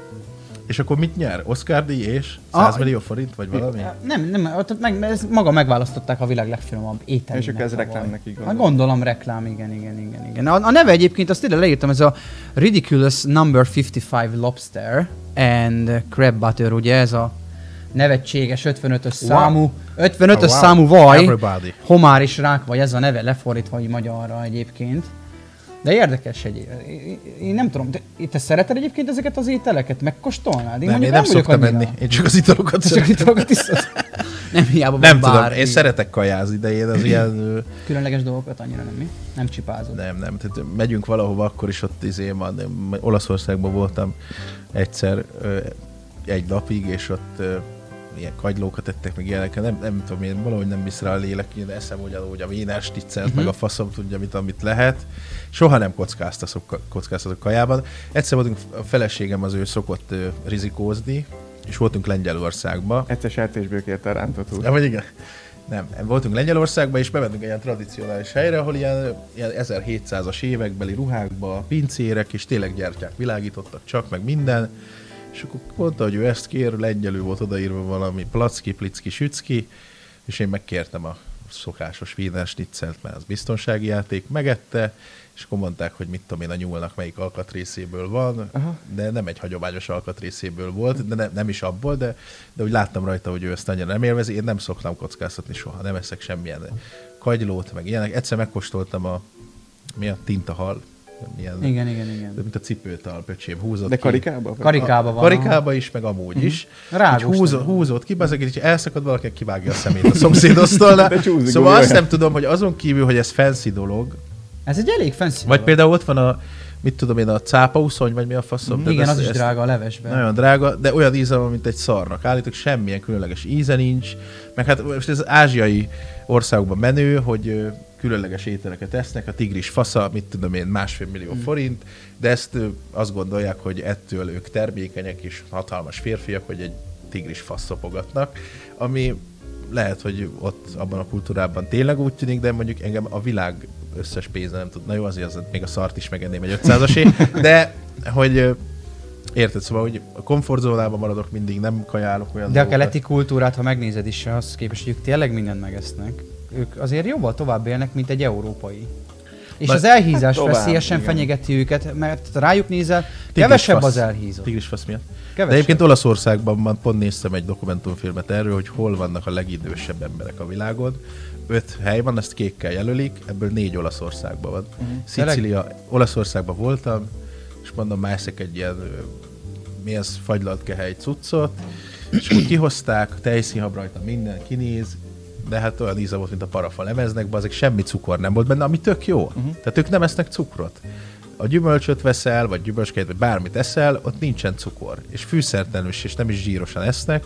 [SPEAKER 1] És akkor mit nyer? Oscar-díj és
[SPEAKER 2] Ah,
[SPEAKER 1] száz millió forint, vagy valami?
[SPEAKER 2] Nem, nem, ott meg, ez maga megválasztották a világ legfinomabb ételének.
[SPEAKER 3] És akkor ez
[SPEAKER 2] a vaj.
[SPEAKER 3] reklámnak így
[SPEAKER 2] Hát
[SPEAKER 3] gondolom.
[SPEAKER 2] gondolom reklám, igen, igen, igen, igen. A, a neve egyébként, azt ide leírtam, ez a Ridiculous Number ötvenöt Lobster and Crab Butter, ugye ez a nevetséges ötvenötös
[SPEAKER 1] Wow.
[SPEAKER 2] számú, ötvenötös
[SPEAKER 1] Oh, wow.
[SPEAKER 2] számú vaj,
[SPEAKER 1] Everybody.
[SPEAKER 2] homár és rák vagy, ez a neve lefordítva így magyarra egyébként. De érdekes egy, én nem tudom, de te szereted egyébként ezeket az ételeket? Megkóstolnád?
[SPEAKER 1] Nem,
[SPEAKER 2] mondjuk
[SPEAKER 1] én nem
[SPEAKER 2] vagyok
[SPEAKER 1] szoktam
[SPEAKER 2] annyira.
[SPEAKER 1] menni, én csak az italokat
[SPEAKER 2] Te csak
[SPEAKER 1] szeretem.
[SPEAKER 2] itt dolgokat iszod? Nem hiába van
[SPEAKER 1] Nem tudom,
[SPEAKER 2] bár
[SPEAKER 1] én szeretek kajázni, de én az ilyen... ö,
[SPEAKER 2] különleges dolgokat annyira nem, mi? Nem csipázod.
[SPEAKER 1] Nem, nem, tehát megyünk valahova, akkor is ott izé van. Én Olaszországban voltam egyszer ö, egy napig, és ott ö, ilyen kagylókat ettek, meg ilyeneket, nem, nem tudom, én valahogy nem visz rá a lélek, én eszem ugyanúgy a Wiener Stitzelt,
[SPEAKER 2] Mhm.
[SPEAKER 1] meg a faszom tudja, mit, amit lehet. Soha nem kockáztatok, kockáztatok kajában. Egyszer voltunk, a feleségem az ő szokott ö, rizikózni, és voltunk Lengyelországba.
[SPEAKER 3] Egyszer sertésből kérte a rántott húst.
[SPEAKER 1] Ja, vagy igen. Nem, voltunk Lengyelországban, és bementünk egy ilyen tradicionális helyre, ahol ilyen, ilyen ezerhétszázas évekbeli ruhákba, pincérek, és tényleg gyertyák világítottak csak, meg minden. És akkor mondta, hogy ő ezt kér, lengyelül volt odaírva valami placki, plicki, sücki, és én megkértem a szokásos Wiener Schnitzelt, mert az biztonsági játék, megette, és akkor mondták, hogy mit tudom én, a nyúlnak melyik alkatrészéből van,
[SPEAKER 3] Aha.
[SPEAKER 1] de nem egy hagyományos alkatrészéből volt, de ne, nem is abból, de, de úgy láttam rajta, hogy ő ezt annyira nem élvezi. Én nem szoktam kockáztatni soha, nem eszek semmilyen kagylót, meg ilyenek. Egyszer megkóstoltam a, mi a tintahal, milyen,
[SPEAKER 2] Igen, igen, igen.
[SPEAKER 1] mint a cipőtal, pöcsém, húzott
[SPEAKER 3] De
[SPEAKER 1] ki.
[SPEAKER 3] karikába? Vagy?
[SPEAKER 2] Karikába van.
[SPEAKER 1] Karikába is, meg amúgy is.
[SPEAKER 2] Rágós
[SPEAKER 1] Így húzó,
[SPEAKER 2] nem.
[SPEAKER 1] húzott ki, bazeg, és elszakad valaki, kivágja a szemét a szomszédosztalnál.
[SPEAKER 3] De csúszik,
[SPEAKER 1] Szóval
[SPEAKER 3] olyan.
[SPEAKER 1] azt nem tudom, hogy azon kívül, hogy ez fancy dolog,
[SPEAKER 2] Ez egy elég fancy
[SPEAKER 1] vagy
[SPEAKER 2] dolog.
[SPEAKER 1] például ott van a, mit tudom én, a cápauszony, vagy mi a faszom.
[SPEAKER 2] Mm,
[SPEAKER 1] Tehát
[SPEAKER 2] igen,
[SPEAKER 1] ez-
[SPEAKER 2] az is
[SPEAKER 1] ez
[SPEAKER 2] drága a levesben.
[SPEAKER 1] Nagyon drága, de olyan íze van, mint egy szarnak. Állítólag semmilyen különleges íze nincs. Meg hát most ez az ázsiai országokban menő, hogy ö, különleges ételeket esznek, a tigris fasza, mit tudom én, másfél millió
[SPEAKER 2] Mm.
[SPEAKER 1] forint, de ezt ö, azt gondolják, hogy ettől ők termékenyek és hatalmas férfiak, hogy egy tigris fasz szopogatnak, ami lehet, hogy ott abban a kultúrában tényleg úgy tűnik, de mondjuk engem a világ összes pénze nem tud. Na jó, azért az, még a szart is megenném egy ötszázasé, de hogy ö, érted, szóval, hogy a komfortzónában maradok mindig, nem kajálok olyan
[SPEAKER 2] De a
[SPEAKER 1] dolgokat.
[SPEAKER 2] keleti kultúrát, ha megnézed is, az képest, hogy ők tényleg mindent megesznek. Ők azért jobban tovább élnek, mint egy európai. És
[SPEAKER 1] Bár-
[SPEAKER 2] az elhízás
[SPEAKER 3] hát tovább,
[SPEAKER 2] veszélyesen
[SPEAKER 3] igen.
[SPEAKER 2] fenyegeti őket, mert rájuk nézel,
[SPEAKER 1] Tigris
[SPEAKER 2] kevesebb
[SPEAKER 1] fasz.
[SPEAKER 2] az elhízott.
[SPEAKER 1] Tigris fasz miatt. De
[SPEAKER 2] Kevesebb.
[SPEAKER 1] egyébként Olaszországban már pont néztem egy dokumentumfilmet erről, hogy hol vannak a legidősebb emberek a világon. Öt hely van, ezt kékkel jelölik, ebből négy Olaszországban van.
[SPEAKER 2] Mhm.
[SPEAKER 1] Szicília, Olaszországban voltam, és mondom, már eszek egy ilyen, ö, mi ez, fagylalt kehely cuccot, és akkor kihozták, tejszínhab rajta, minden kinéz, de hát olyan íze volt, mint a parafa lemeznek, azok semmi cukor nem volt benne, ami tök jó. Uh-huh. Tehát ők nem esznek cukrot. A gyümölcsöt veszel, vagy gyümölcskét, vagy bármit eszel, ott nincsen cukor. És fűszertelenül is, és nem is zsírosan esznek.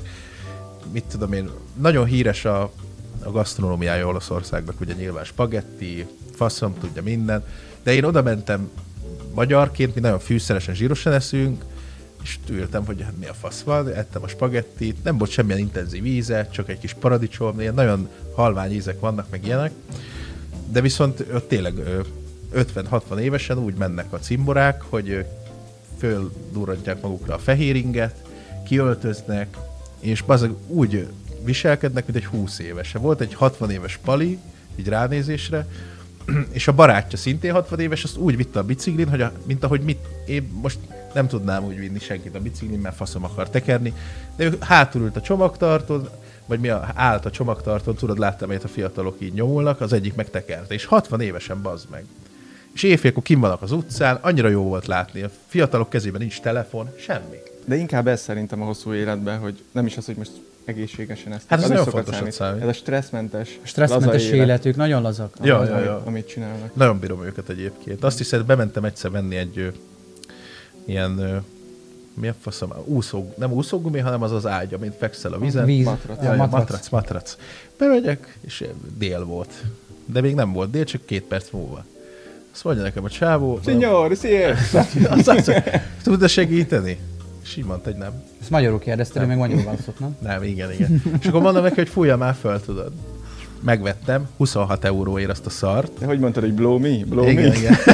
[SPEAKER 1] Mit tudom én, nagyon híres a, a gasztronómiája Olaszországnak, ugye nyilván spagetti, faszom, tudja minden, De én oda mentem magyarként, mi nagyon fűszeresen, zsírosan eszünk, és ültem, hogy hát mi a fasz van, ettem a spagettit, nem volt semmilyen intenzív íze, csak egy kis paradicsom, ilyen nagyon halvány ízek vannak, meg ilyenek. De viszont ott tényleg ötven-hatvan évesen úgy mennek a cimborák, hogy földurrantják magukra a fehér inget, kiöltöznek, és bazeg úgy viselkednek, mint egy húsz évese. Volt egy hatvan éves pali, így ránézésre, és a barátja szintén hatvan éves, azt úgy vitte a biciklin, hogy a, mint ahogy mit, én most nem tudnám úgy vinni senkit a biciklin, mert faszom akar tekerni, de ő hátul ült a csomagtartón, vagy mi a, állt a csomagtartón, tudod, láttam, hogy a fiatalok így nyomulnak, az egyik megtekerte, és hatvan évesen bazd meg. És éjfélkor kim vannak az utcán, annyira jó volt látni, a fiatalok kezében nincs telefon, semmi.
[SPEAKER 3] De inkább ez szerintem a hosszú életben, hogy nem is az, hogy most egészségesen ezt.
[SPEAKER 1] Hát ez nagyon
[SPEAKER 3] szokott
[SPEAKER 1] fontos, hogy számít.
[SPEAKER 3] Ez a stresszmentes,
[SPEAKER 2] Stresszmentes élet, ők nagyon lazak.
[SPEAKER 1] Ja,
[SPEAKER 3] az,
[SPEAKER 1] ja,
[SPEAKER 3] amit,
[SPEAKER 1] ja.
[SPEAKER 3] amit csinálnak.
[SPEAKER 1] Nagyon bírom őket egyébként. Azt hiszem, bementem egyszer venni egy ö, ilyen, ö, mi a faszom, úszó, nem úszógumi, hanem az az ágy, amit fekszel a vízen.
[SPEAKER 2] Víz.
[SPEAKER 3] Matrac.
[SPEAKER 1] Ja, ja,
[SPEAKER 2] matrac.
[SPEAKER 1] matrac, matrac. Bemegyek, és dél volt. De még nem volt dél, csak két perc múlva. Azt mondja nekem a csávó.
[SPEAKER 3] Signor, sziasztok!
[SPEAKER 1] Azt azt tudod segíteni? És így mondta, hogy nem.
[SPEAKER 2] Ezt magyarul kérdeztél, ő meg magyarul válaszolt, nem?
[SPEAKER 1] Nem, igen, igen. És akkor mondom neki, hogy fújja már föl, tudod. És megvettem, huszonhat euróért azt a szart.
[SPEAKER 3] De hogy mondtad, hogy blow me? Blow
[SPEAKER 1] Igen,
[SPEAKER 3] me?
[SPEAKER 1] igen.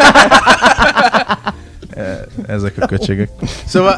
[SPEAKER 1] Ezek a köcsögök. Szóval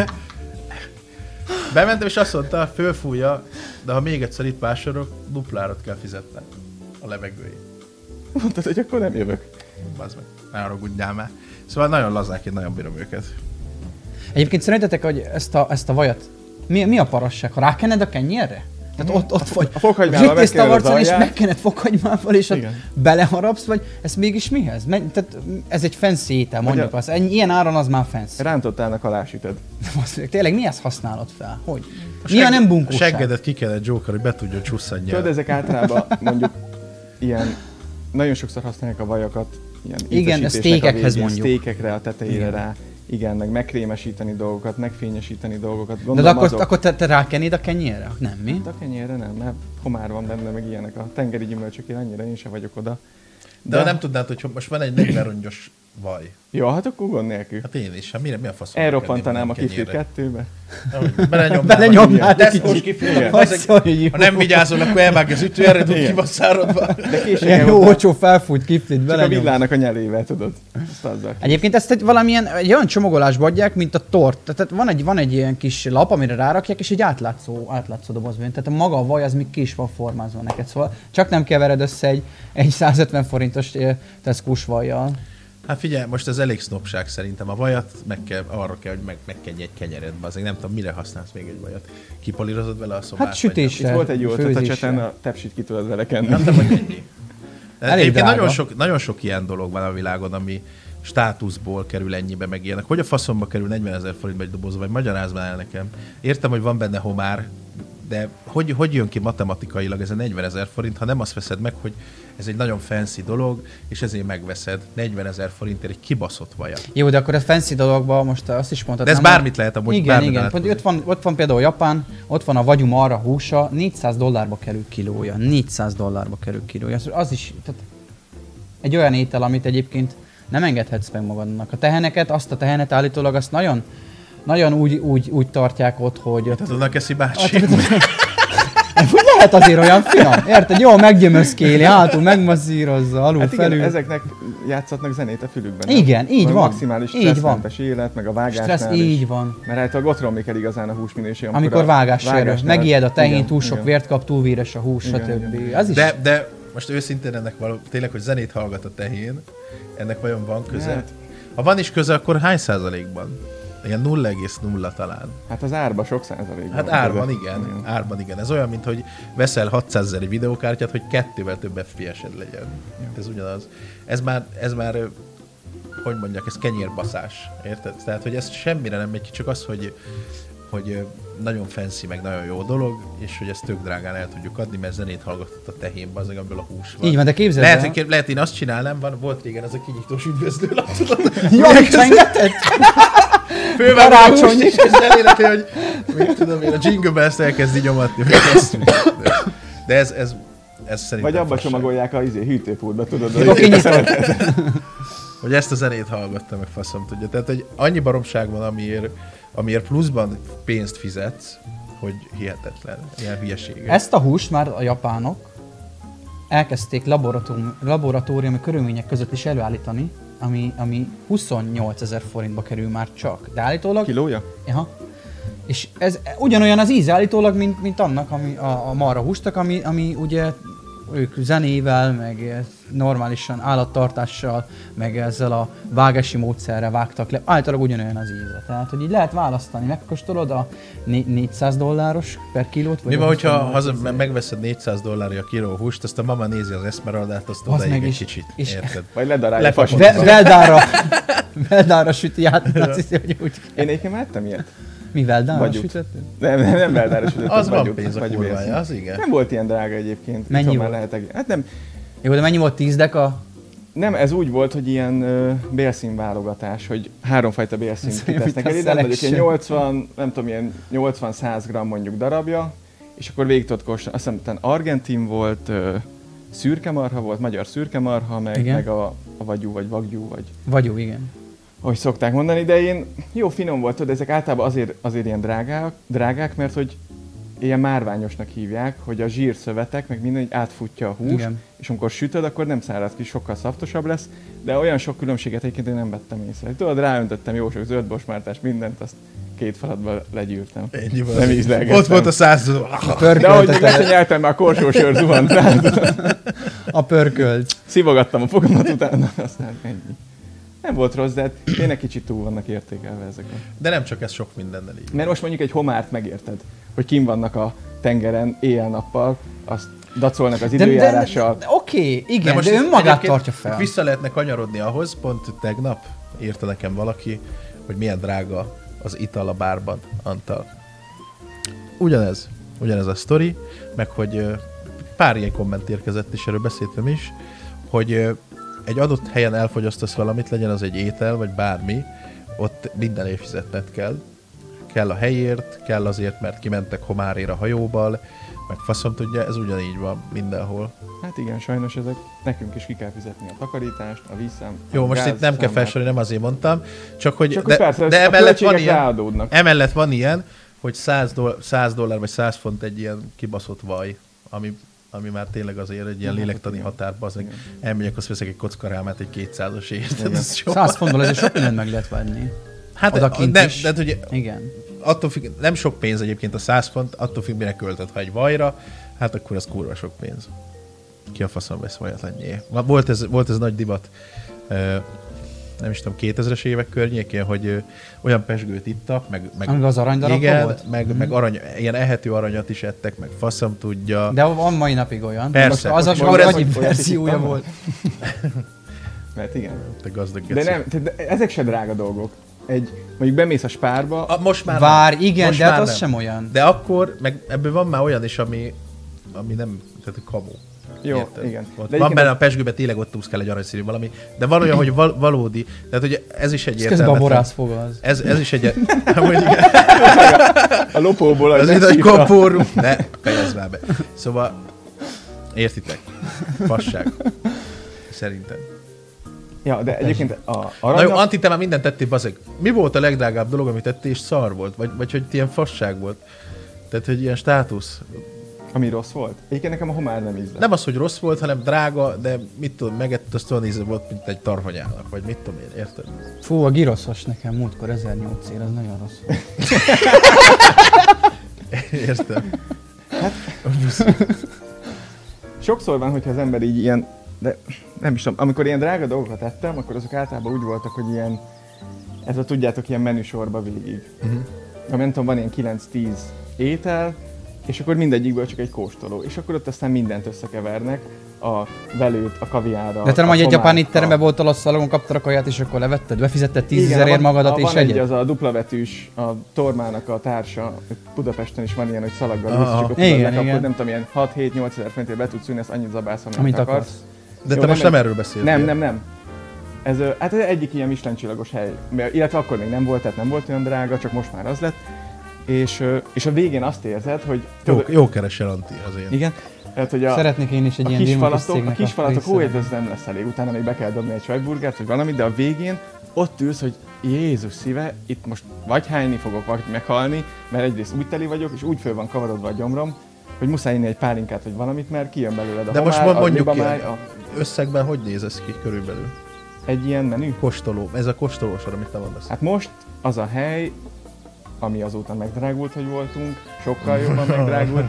[SPEAKER 1] bementem, és azt mondta, fölfújja, de ha még egyszer itt vásárolok, duplárat kell fizetnem a levegőjét.
[SPEAKER 3] Mondtad, hogy akkor nem jövök.
[SPEAKER 1] Bazd meg, ne haragudjál már. Szóval nagyon lazák, én nagyon bírom őket.
[SPEAKER 2] Egyébként szerintetek, hogy ezt a, ezt a vajat, mi, mi a parasság? Ha rákened a kenyérre? Tehát ott, ott vagy,
[SPEAKER 3] A fokhagymával
[SPEAKER 2] zsittészta
[SPEAKER 3] megkened az
[SPEAKER 2] arcon, és
[SPEAKER 3] alját.
[SPEAKER 2] megkened fokhagymával, és ott
[SPEAKER 3] Igen.
[SPEAKER 2] beleharapsz, vagy ez mégis mihez? Me, tehát ez egy fancy étel, mondjuk
[SPEAKER 3] Vagy a-
[SPEAKER 2] azt. Ennyi- Ilyen áron az már fancy.
[SPEAKER 3] Rántottának alá sütöd.
[SPEAKER 2] Azt mondjuk, tényleg mihez használod fel? Hogy?
[SPEAKER 1] A
[SPEAKER 2] Milyen
[SPEAKER 1] segg-
[SPEAKER 2] nem
[SPEAKER 1] A
[SPEAKER 2] bunkóság?
[SPEAKER 1] seggedet kikened, Joker, hogy be tudjon csusszadni.
[SPEAKER 3] Tudod, ezek általában mondjuk ilyen, nagyon sokszor használják a vajakat, ilyen
[SPEAKER 2] Igen, a
[SPEAKER 3] ízesítésnek
[SPEAKER 2] steakekhez
[SPEAKER 3] végén,
[SPEAKER 2] mondjuk.
[SPEAKER 3] steakekre, a tetejére
[SPEAKER 2] Igen.
[SPEAKER 3] rá. Igen, meg megkrémesíteni dolgokat, megfényesíteni dolgokat.
[SPEAKER 2] De,
[SPEAKER 3] Gondolom
[SPEAKER 2] de akkor,
[SPEAKER 3] azok.
[SPEAKER 2] akkor te, te rákenéd a kenyérre? Nem, mi?
[SPEAKER 3] De a kenyérre nem, mert homár van benne, meg ilyenek. A tengeri gyümölcsökére annyira én sem vagyok oda.
[SPEAKER 1] De, de nem tudnád, hogy most van egy negyven rongyos vaj.
[SPEAKER 3] Jó, hát akkor gond nélkül.
[SPEAKER 1] Hát én is, hát mire, mi a faszom?
[SPEAKER 3] Elroppantanám a kiflit kettőbe.
[SPEAKER 1] Belenyomnám.
[SPEAKER 2] Belenyomnád
[SPEAKER 1] De
[SPEAKER 2] egy
[SPEAKER 1] ezt most
[SPEAKER 2] kicsit.
[SPEAKER 1] kiflit,
[SPEAKER 3] Igen.
[SPEAKER 1] bazeg,
[SPEAKER 2] Azt mondja, hogy
[SPEAKER 1] ha nem vigyázol, akkor elvágja az ütő, erre tud
[SPEAKER 3] Igen.
[SPEAKER 1] ki van száradva.
[SPEAKER 3] De később
[SPEAKER 2] Ilyen jó
[SPEAKER 3] hozzá-
[SPEAKER 2] olcsó felfújt kiflit
[SPEAKER 3] csak a
[SPEAKER 2] belenyom.
[SPEAKER 3] villának a nyelével, tudod. Azt azzal.
[SPEAKER 2] Egyébként ezt egy valamilyen, egy olyan csomagolásba adják, mint a tort. Tehát van egy, van egy ilyen kis lap, amire rárakják, és egy átlátszó, átlátszó dobozban jön. Tehát a maga a vaj az még ki is van formázva neked. Szóval csak nem kevered össze egy, egy százötven forintos eh, Tesco-s vajjal.
[SPEAKER 1] Hát figyelj, most ez elég sznopság szerintem. A vajat meg kell, arra kell, hogy meg, megkenj egy kenyeredbe. Azért nem tudom, mire használsz még egy vajat. Kipolírozod vele a szobát?
[SPEAKER 2] Hát sütés.
[SPEAKER 3] Itt volt egy jó ötlet a
[SPEAKER 2] főzésre.
[SPEAKER 3] cseten, a tepsit ki tudod vele kenni.
[SPEAKER 1] Nem, nem, hogy ennyi.
[SPEAKER 2] Elég
[SPEAKER 1] Egyébként
[SPEAKER 2] drága.
[SPEAKER 1] nagyon sok, nagyon sok ilyen dolog van a világon, ami státuszból kerül ennyibe, meg ilyenek. Hogy a faszomba kerül negyvenezer forintba egy doboz, vagy magyarázd már el nekem. Értem, hogy van benne homár, de hogy, hogy jön ki matematikailag ez a negyvenezer forint, ha nem azt veszed meg, hogy ez egy nagyon fancy dolog, és ezért megveszed negyvenezer forintért egy kibaszott vajat.
[SPEAKER 2] Jó, de akkor a fancy dologban most azt is mondtad.
[SPEAKER 1] De ez
[SPEAKER 2] nem,
[SPEAKER 1] bármit lehet amúgy,
[SPEAKER 2] Igen,
[SPEAKER 1] bármit
[SPEAKER 2] igen.
[SPEAKER 1] lehet
[SPEAKER 2] Pont
[SPEAKER 1] hozni.
[SPEAKER 2] ott, van, ott van például Japán, ott van a vagyu marha húsa, négyszáz dollárba kerül kilója. négyszáz dollárba kerül kilója. Az, az is tehát egy olyan étel, amit egyébként nem engedhetsz meg magadnak. A teheneket, azt a tehenet állítólag azt nagyon, nagyon úgy, úgy, úgy tartják ott, hogy... Ott,
[SPEAKER 1] Tehát oda Keszi bácsi.
[SPEAKER 2] hogy lehet azért olyan finom, érted? Jól meggyömöszkéli, hátul megmasszírozza, alul
[SPEAKER 3] Hát igen,
[SPEAKER 2] felül.
[SPEAKER 3] ezeknek játszatnak zenét a fülükben. nem?
[SPEAKER 2] Igen, így
[SPEAKER 3] A
[SPEAKER 2] van.
[SPEAKER 3] Maximális
[SPEAKER 2] Így van.
[SPEAKER 3] stresszmentes élet, meg a vágásnál
[SPEAKER 2] Stressz,
[SPEAKER 3] is.
[SPEAKER 2] így van.
[SPEAKER 3] Mert általában ott romlik el igazán a húsminőség.
[SPEAKER 2] Amikor vágás sérül,
[SPEAKER 3] vágásnál-
[SPEAKER 2] megijed a tehén,
[SPEAKER 3] Igen,
[SPEAKER 2] túl sok
[SPEAKER 3] igen.
[SPEAKER 2] vért kap, túl véres a hús,
[SPEAKER 3] Igen,
[SPEAKER 2] stb.
[SPEAKER 3] igen.
[SPEAKER 2] Az is.
[SPEAKER 1] De, de most őszintén ennek való, tényleg, hogy zenét hallgat a tehén, ennek vajon van köze?
[SPEAKER 3] Hát.
[SPEAKER 1] Ha van is köze, akkor hány százalékban? Ilyen nulla egész nulla talán.
[SPEAKER 3] Hát az árba sok százalékban.
[SPEAKER 1] Hát árban igen, árban igen. Ez olyan, mint hogy veszel hatszázezer videókártyát, hogy kettővel több ef pé es-ed legyen. Ez ugyanaz. Ez már, ez már, ö, hogy mondjak, ez kenyérbaszás. Érted? Tehát, hogy ez semmire nem megy ki, csak az, hogy, hogy ö, nagyon fancy, meg nagyon jó dolog, és hogy ezt tök drágán el tudjuk adni, mert zenét hallgatott a tehénbe, az amiből a hús van.
[SPEAKER 2] Így van, de képzeld
[SPEAKER 1] Lehet,
[SPEAKER 2] el.
[SPEAKER 1] hogy, lehet, én azt csinálnám, van, volt régen az a kinyitós üdvözlőlap, tudod?
[SPEAKER 2] Jaj, csengetett?
[SPEAKER 1] Fővágom a
[SPEAKER 2] Karácsony.
[SPEAKER 1] húst, és közben eléreti, hogy mit tudom én, a Jingle Bells elkezdi nyomatni. vagy azt mondja. De, de ez, ez, ez szerintem
[SPEAKER 3] Vagy abba
[SPEAKER 1] fasság.
[SPEAKER 3] csomagolják a izé, hűtőpultba, tudod?
[SPEAKER 2] Akkor
[SPEAKER 3] hogy-
[SPEAKER 2] kinyitod.
[SPEAKER 1] hogy ezt a zenét hallgattam, meg faszom tudja. Tehát, hogy annyi baromság van, amiért, amiért pluszban pénzt fizetsz, hogy hihetetlen. Ilyen hülyeség.
[SPEAKER 2] Ezt a húst már a japánok elkezdték laboratóriumi, laboratóriumi körülmények között is előállítani, ami, ami huszonnyolcezer forintba kerül már csak. De állítólag...
[SPEAKER 3] Kilója?
[SPEAKER 2] Aha. És ez ugyanolyan az íze állítólag, mint, mint annak, ami a, a marha hústak, ami, ami ugye ők zenével, meg normálisan állattartással, meg ezzel a vágási módszerrel vágtak le. Általában ugyanolyan az íze. Tehát, hogy így lehet választani. Megkóstolod a négyszáz dolláros per kilót? Vagy
[SPEAKER 1] mi van, hogyha haza, megveszed négyszáz dollárja a kiló húst, azt a mama nézi az Esmeraldát, azt odaig egy kicsit. És érted?
[SPEAKER 3] Vagy ledarálja.
[SPEAKER 1] Lefakod.
[SPEAKER 2] Veldára, veldára süti át, azt hiszi, hogy úgy kell.
[SPEAKER 3] Én egyébként már ettem ilyet.
[SPEAKER 2] Mi veldára
[SPEAKER 3] Vagyut.
[SPEAKER 2] sütötted?
[SPEAKER 3] Nem, nem, nem veldára sütöttem.
[SPEAKER 1] Az van
[SPEAKER 3] vagyut,
[SPEAKER 1] pénz a
[SPEAKER 3] vagy
[SPEAKER 1] kurvája,
[SPEAKER 3] bélszín.
[SPEAKER 1] az igen.
[SPEAKER 3] Nem volt ilyen drága egyébként.
[SPEAKER 2] Mennyi
[SPEAKER 3] Szóval
[SPEAKER 2] volt?
[SPEAKER 3] már lehet, hát nem,
[SPEAKER 2] Jó, de mennyi volt tíz deka?
[SPEAKER 3] nem, ez úgy volt, hogy ilyen uh, bélszín válogatás, hogy háromfajta bélszínt
[SPEAKER 2] Ez olyan,
[SPEAKER 3] kitesznek
[SPEAKER 2] mint a
[SPEAKER 3] elé, de mondjuk ilyen
[SPEAKER 2] selection.
[SPEAKER 3] nyolcvan, nem tudom, ilyen nyolcvan-száz gramm mondjuk darabja, és akkor végig tudod kóstolni. Azt hiszem, utána argentin volt, uh, szürkemarha volt, magyar szürkemarha, meg,
[SPEAKER 2] Igen.
[SPEAKER 3] meg a, a vagyú, vagy vagyú, vagy
[SPEAKER 2] Vagy jó, igen.
[SPEAKER 3] ahogy szokták mondani, de én jó finom volt, de ezek általában azért, azért ilyen drágák, drágák, mert hogy ilyen márványosnak hívják, hogy a zsírszövetek, meg minden így átfutja a hús,
[SPEAKER 2] Igen.
[SPEAKER 3] és amikor sütöd, akkor nem szárad ki, sokkal szaftosabb lesz, de olyan sok különbséget egyébként én nem vettem észre. Tudod, ráöntöttem jó sok zöldbosmártást, mindent, azt két falatba legyűrtem.
[SPEAKER 1] Ennyi van.
[SPEAKER 3] Nem ízlelgettem.
[SPEAKER 1] Ott volt a száz.
[SPEAKER 3] De ahogy még összenyeltem, már korsósör zuhant rá.
[SPEAKER 2] A pörkölt.
[SPEAKER 3] Szivogattam a fogamat utána, aztán ennyi. Nem volt rossz, de tényleg kicsit túl vannak értékelve ezek.
[SPEAKER 1] De nem csak ez, sok mindennel így.
[SPEAKER 3] Mert most mondjuk egy homárt megérted, hogy kim vannak a tengeren éjjel-nappal, azt dacolnak az
[SPEAKER 2] De, de,
[SPEAKER 3] időjárással.
[SPEAKER 2] de, de oké, igen, de,
[SPEAKER 1] most
[SPEAKER 2] de önmagát
[SPEAKER 1] egyébként
[SPEAKER 2] tartja fel.
[SPEAKER 1] Vissza lehetne kanyarodni ahhoz, pont tegnap írta nekem valaki, hogy milyen drága az ital a bárban, Antal. Ugyanez, ugyanez a sztori, meg hogy ö, pár ilyen komment érkezett, és erről beszéltem is, hogy ö, egy adott helyen elfogyasztasz valamit, legyen az egy étel, vagy bármi, ott minden év fizetned kell. Kell a helyért, kell azért, mert kimentek homárért a hajóval, meg faszom tudja, ez ugyanígy van mindenhol.
[SPEAKER 3] Hát igen, sajnos ezek nekünk is ki kell fizetni a takarítást, a vízszám.
[SPEAKER 1] Jó,
[SPEAKER 3] a
[SPEAKER 1] most itt nem kell
[SPEAKER 3] gázszámlát.
[SPEAKER 1] felsorolni, nem azért mondtam, csak hogy
[SPEAKER 3] Csak
[SPEAKER 1] de,
[SPEAKER 3] hogy persze,
[SPEAKER 1] de
[SPEAKER 3] a
[SPEAKER 1] emellett van
[SPEAKER 3] költségek
[SPEAKER 1] ilyen,
[SPEAKER 3] ráadódnak.
[SPEAKER 1] emellett van ilyen, hogy száz dollár, száz dollár vagy száz font egy ilyen kibaszott vaj, ami, ami már tényleg azért egy ilyen
[SPEAKER 3] Ja,
[SPEAKER 1] lélektani
[SPEAKER 3] hát
[SPEAKER 1] határba, az
[SPEAKER 3] igen.
[SPEAKER 1] elmegyek, azt veszek egy kockarámát egy kétszázasért.
[SPEAKER 3] Igen.
[SPEAKER 1] Ez sok.
[SPEAKER 2] Száz fontból ezért sok mindent meg lehet venni.
[SPEAKER 1] Hát
[SPEAKER 2] odakint
[SPEAKER 1] de,
[SPEAKER 2] is.
[SPEAKER 1] de, de, ugye,
[SPEAKER 2] Igen.
[SPEAKER 1] attól függ, nem sok pénz egyébként a száz font, attól függ, mire költöd. Ha egy vajra, hát akkor az kurva sok pénz. Ki a faszom vesz vajat ennyi? Volt ez, volt ez nagy divat, ö, nem is tudom, kétezres évek környékén, hogy ö, olyan pesgőt ittak, meg, meg
[SPEAKER 2] Amiben az aranydarabka
[SPEAKER 1] igen,
[SPEAKER 2] volt?
[SPEAKER 1] meg,
[SPEAKER 2] Mhm.
[SPEAKER 1] meg arany, ilyen ehető aranyat is ettek, meg faszom tudja.
[SPEAKER 2] De van mai napig olyan.
[SPEAKER 1] Persze.
[SPEAKER 2] Most az a
[SPEAKER 1] Most
[SPEAKER 2] sok
[SPEAKER 1] ez-
[SPEAKER 2] annyi
[SPEAKER 3] olyat
[SPEAKER 2] verziója
[SPEAKER 3] hittem.
[SPEAKER 2] volt.
[SPEAKER 3] Mert igen.
[SPEAKER 1] Te gazdag
[SPEAKER 3] De
[SPEAKER 1] geci.
[SPEAKER 3] nem, de ezek se drága dolgok. Egy, mondjuk bemész a Spárba,
[SPEAKER 1] A, most már
[SPEAKER 2] Vár,
[SPEAKER 1] nem.
[SPEAKER 2] igen,
[SPEAKER 1] Most
[SPEAKER 2] de hát
[SPEAKER 1] már
[SPEAKER 2] az
[SPEAKER 1] nem.
[SPEAKER 2] sem olyan.
[SPEAKER 1] De akkor, meg ebből van már olyan is, ami, ami nem, tehát kamu.
[SPEAKER 3] jó,
[SPEAKER 1] Érted?
[SPEAKER 3] igen.
[SPEAKER 1] Ott
[SPEAKER 3] De
[SPEAKER 1] van
[SPEAKER 3] egyébként
[SPEAKER 1] benne a pesgőben, tényleg ott úsz kell egy aranyszínű valami, de van olyan, hogy val- valódi, tehát hogy ez is egy
[SPEAKER 2] Ez közben a
[SPEAKER 1] értelmetlen.
[SPEAKER 2] borász fogalmaz.
[SPEAKER 1] Ez, ez is egy... Amúgy igen,
[SPEAKER 3] a lopóból
[SPEAKER 1] az
[SPEAKER 3] az
[SPEAKER 1] egy nagy kaporú. Ne, fejezd már be. Szóval, értitek? Fasság. Szerintem.
[SPEAKER 3] Ja, de egyébként a
[SPEAKER 1] Na jó,
[SPEAKER 3] aranyat,
[SPEAKER 1] Anti, te már mindent tettél, bazeg. Mi volt a legdrágább dolog, amit tettél, és szar volt? Vagy, vagy hogy ilyen fasság volt? Tehát, hogy ilyen státusz.
[SPEAKER 3] ami rossz volt. Egyébként nekem a homár nem ízlett.
[SPEAKER 1] Nem az, hogy rossz volt, hanem drága, de mit tudom, megett, azt olyan íze volt, mint egy tarhonyának, vagy mit tudom én, érted?
[SPEAKER 2] Fú, a giroszos nekem múltkor ezernyolcszáz, az nagyon rossz volt.
[SPEAKER 1] Értem.
[SPEAKER 3] Sokszor van, hogyha az ember így ilyen, de nem is tudom, amikor ilyen drága dolgokat ettem, akkor azok általában úgy voltak, hogy ilyen, ez a tudjátok, ilyen menüsorba végig.
[SPEAKER 1] Uh-huh.
[SPEAKER 3] Ha nem tudom, van ilyen kilenc-tíz étel, és akkor mindegyikből csak egy kóstoló. És akkor ott aztán mindent összekevernek, a velőt, a kaviárra.
[SPEAKER 2] De te nem,
[SPEAKER 3] a
[SPEAKER 2] hogy egy japán
[SPEAKER 3] homát,
[SPEAKER 2] étteremben
[SPEAKER 3] a-
[SPEAKER 2] voltál a szalagon, kaptad a kaját, és akkor levetted, befizetted
[SPEAKER 3] Igen,
[SPEAKER 2] tízezerért
[SPEAKER 3] van-
[SPEAKER 2] magadat,
[SPEAKER 3] a-
[SPEAKER 2] és
[SPEAKER 3] van egy,
[SPEAKER 2] egyet?
[SPEAKER 3] az a dupla vetűs, a Tormának a társa, Budapesten is van ilyen, hogy szalaggal
[SPEAKER 1] Aha.
[SPEAKER 3] ülsz, és akkor
[SPEAKER 2] Igen,
[SPEAKER 3] tudod lekapod,
[SPEAKER 2] igen.
[SPEAKER 3] nem tudom, ilyen hat-hét-nyolc ezer forintért be tudsz ülni, ezt annyit zabálsz, amit,
[SPEAKER 2] Amit
[SPEAKER 3] akarsz.
[SPEAKER 2] akarsz.
[SPEAKER 1] De
[SPEAKER 3] Jó,
[SPEAKER 1] te
[SPEAKER 3] nem
[SPEAKER 1] most nem
[SPEAKER 3] egy-
[SPEAKER 1] erről beszéltél.
[SPEAKER 3] Nem, nem, nem. Ez, ö, hát ez egyik ilyen Michelin csillagos hely, mert- illetve akkor még nem volt, tehát nem volt olyan drága, csak most már az lett. És, ö, és a végén azt érzed, hogy...
[SPEAKER 1] Jó, jó keresel, Anti, azért.
[SPEAKER 3] Igen, Tehát, hogy a,
[SPEAKER 2] Szeretnék én is egy
[SPEAKER 3] a
[SPEAKER 2] ilyen
[SPEAKER 3] kis
[SPEAKER 2] dinamikus
[SPEAKER 3] falatok, a
[SPEAKER 2] cégnek
[SPEAKER 3] kis
[SPEAKER 2] a
[SPEAKER 3] falatok, ó,
[SPEAKER 2] része.
[SPEAKER 3] ez nem lesz elég, utána még be kell dobni egy sajtburgert, vagy valamit, de a végén ott ülsz, hogy Jézus szíve, itt most vagy hányni fogok, vagy meghalni, mert egyrészt úgy teli vagyok, és úgy föl van kavarodva a gyomrom, hogy muszáj inni egy pálinkát, vagy valamit, mert kijön belőled a
[SPEAKER 1] De most
[SPEAKER 3] homár,
[SPEAKER 1] mondjuk
[SPEAKER 3] a
[SPEAKER 1] ki,
[SPEAKER 3] libamáj, a...
[SPEAKER 1] összegben hogy néz ez ki körülbelül?
[SPEAKER 3] egy ilyen menü.
[SPEAKER 1] Kóstoló, ez a kóstolósor, amit te mondasz.
[SPEAKER 3] Hát most az a hely, ami azóta megdrágult, hogy voltunk, sokkal jobban megdrágult.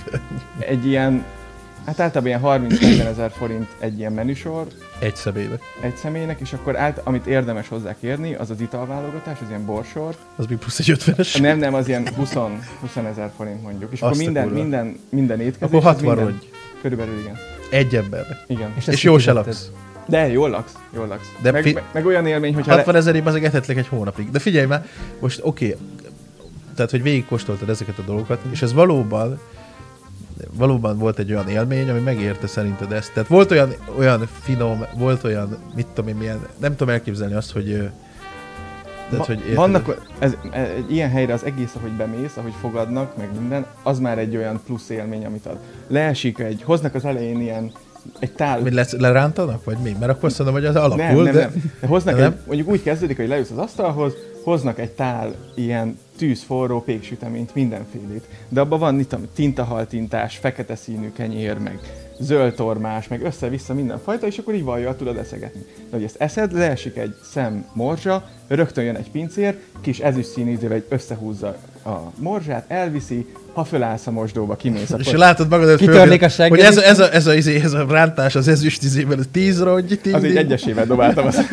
[SPEAKER 3] Egy ilyen, hát általában ilyen harminc-negyven ezer forint egy ilyen menüsor
[SPEAKER 1] Egy személynek.
[SPEAKER 3] egy személynek, és akkor át, amit érdemes hozzá kérni, az az italválogatás, az ilyen borsor.
[SPEAKER 1] Az még plusz egy ötvenes.
[SPEAKER 3] Nem, nem, az ilyen húsz ezer forint mondjuk. És
[SPEAKER 1] Azt
[SPEAKER 3] akkor
[SPEAKER 1] a
[SPEAKER 3] minden,
[SPEAKER 1] kurva.
[SPEAKER 3] minden, minden étkezés.
[SPEAKER 1] Akkor
[SPEAKER 3] az
[SPEAKER 1] hatvan
[SPEAKER 3] minden,
[SPEAKER 1] rongy.
[SPEAKER 3] Körülbelül igen.
[SPEAKER 1] Egy emberre.
[SPEAKER 3] Igen.
[SPEAKER 2] És,
[SPEAKER 1] És
[SPEAKER 2] ezt
[SPEAKER 1] jól se
[SPEAKER 2] kifizetted.
[SPEAKER 1] laksz.
[SPEAKER 3] De jól laksz, jól laksz.
[SPEAKER 1] De
[SPEAKER 3] meg,
[SPEAKER 1] fi-
[SPEAKER 3] meg, meg, olyan élmény, hogyha...
[SPEAKER 1] hatvan ezerében azért etetlek egy hónapig. De figyelj már, most oké, okay, tehát hogy végigkóstoltad ezeket a dolgokat, és ez valóban valóban volt egy olyan élmény, ami megérte szerinted ezt. Tehát volt olyan, olyan finom, volt olyan, mit tudom én, milyen, nem tudom elképzelni azt, hogy ö, tehát, hogy érted?
[SPEAKER 3] Vannak, ez, egy ilyen helyre az egész, ahogy bemész, ahogy fogadnak, meg minden, az már egy olyan plusz élmény, amit ad. Leesik egy, hoznak az elején ilyen, egy tál...
[SPEAKER 1] Hogy lesz, lerántanak, vagy mi? Mert akkor azt mondom, hogy az alapul,
[SPEAKER 3] nem, nem,
[SPEAKER 1] de...
[SPEAKER 3] nem. De hoznak
[SPEAKER 1] nem?
[SPEAKER 3] egy, mondjuk úgy kezdődik, hogy leülsz az asztalhoz, hoznak egy tál ilyen tűzforró péksüteményt, mindenfélét. De abban van mit tudom, tintahaltintás, fekete színű kenyér, meg zöld tormás, meg össze-vissza mindenfajta, és akkor így vajjal tudod eszegetni. De hogy ezt eszed, leesik egy szem morzsa, rögtön jön egy pincér, kis ezüst színű ízével összehúzza a morzsát, elviszi, ha fölállsz a mosdóba, kimész a
[SPEAKER 1] És látod magad előtt
[SPEAKER 2] Kitörnék a
[SPEAKER 1] föl, hogy
[SPEAKER 2] segged
[SPEAKER 1] ez, a-
[SPEAKER 2] is.
[SPEAKER 1] ez, a, ez, a, izé, ez a rántás az ezüst izében, ez tíz rongy, tíz
[SPEAKER 3] az egy egyesével dobáltam azt.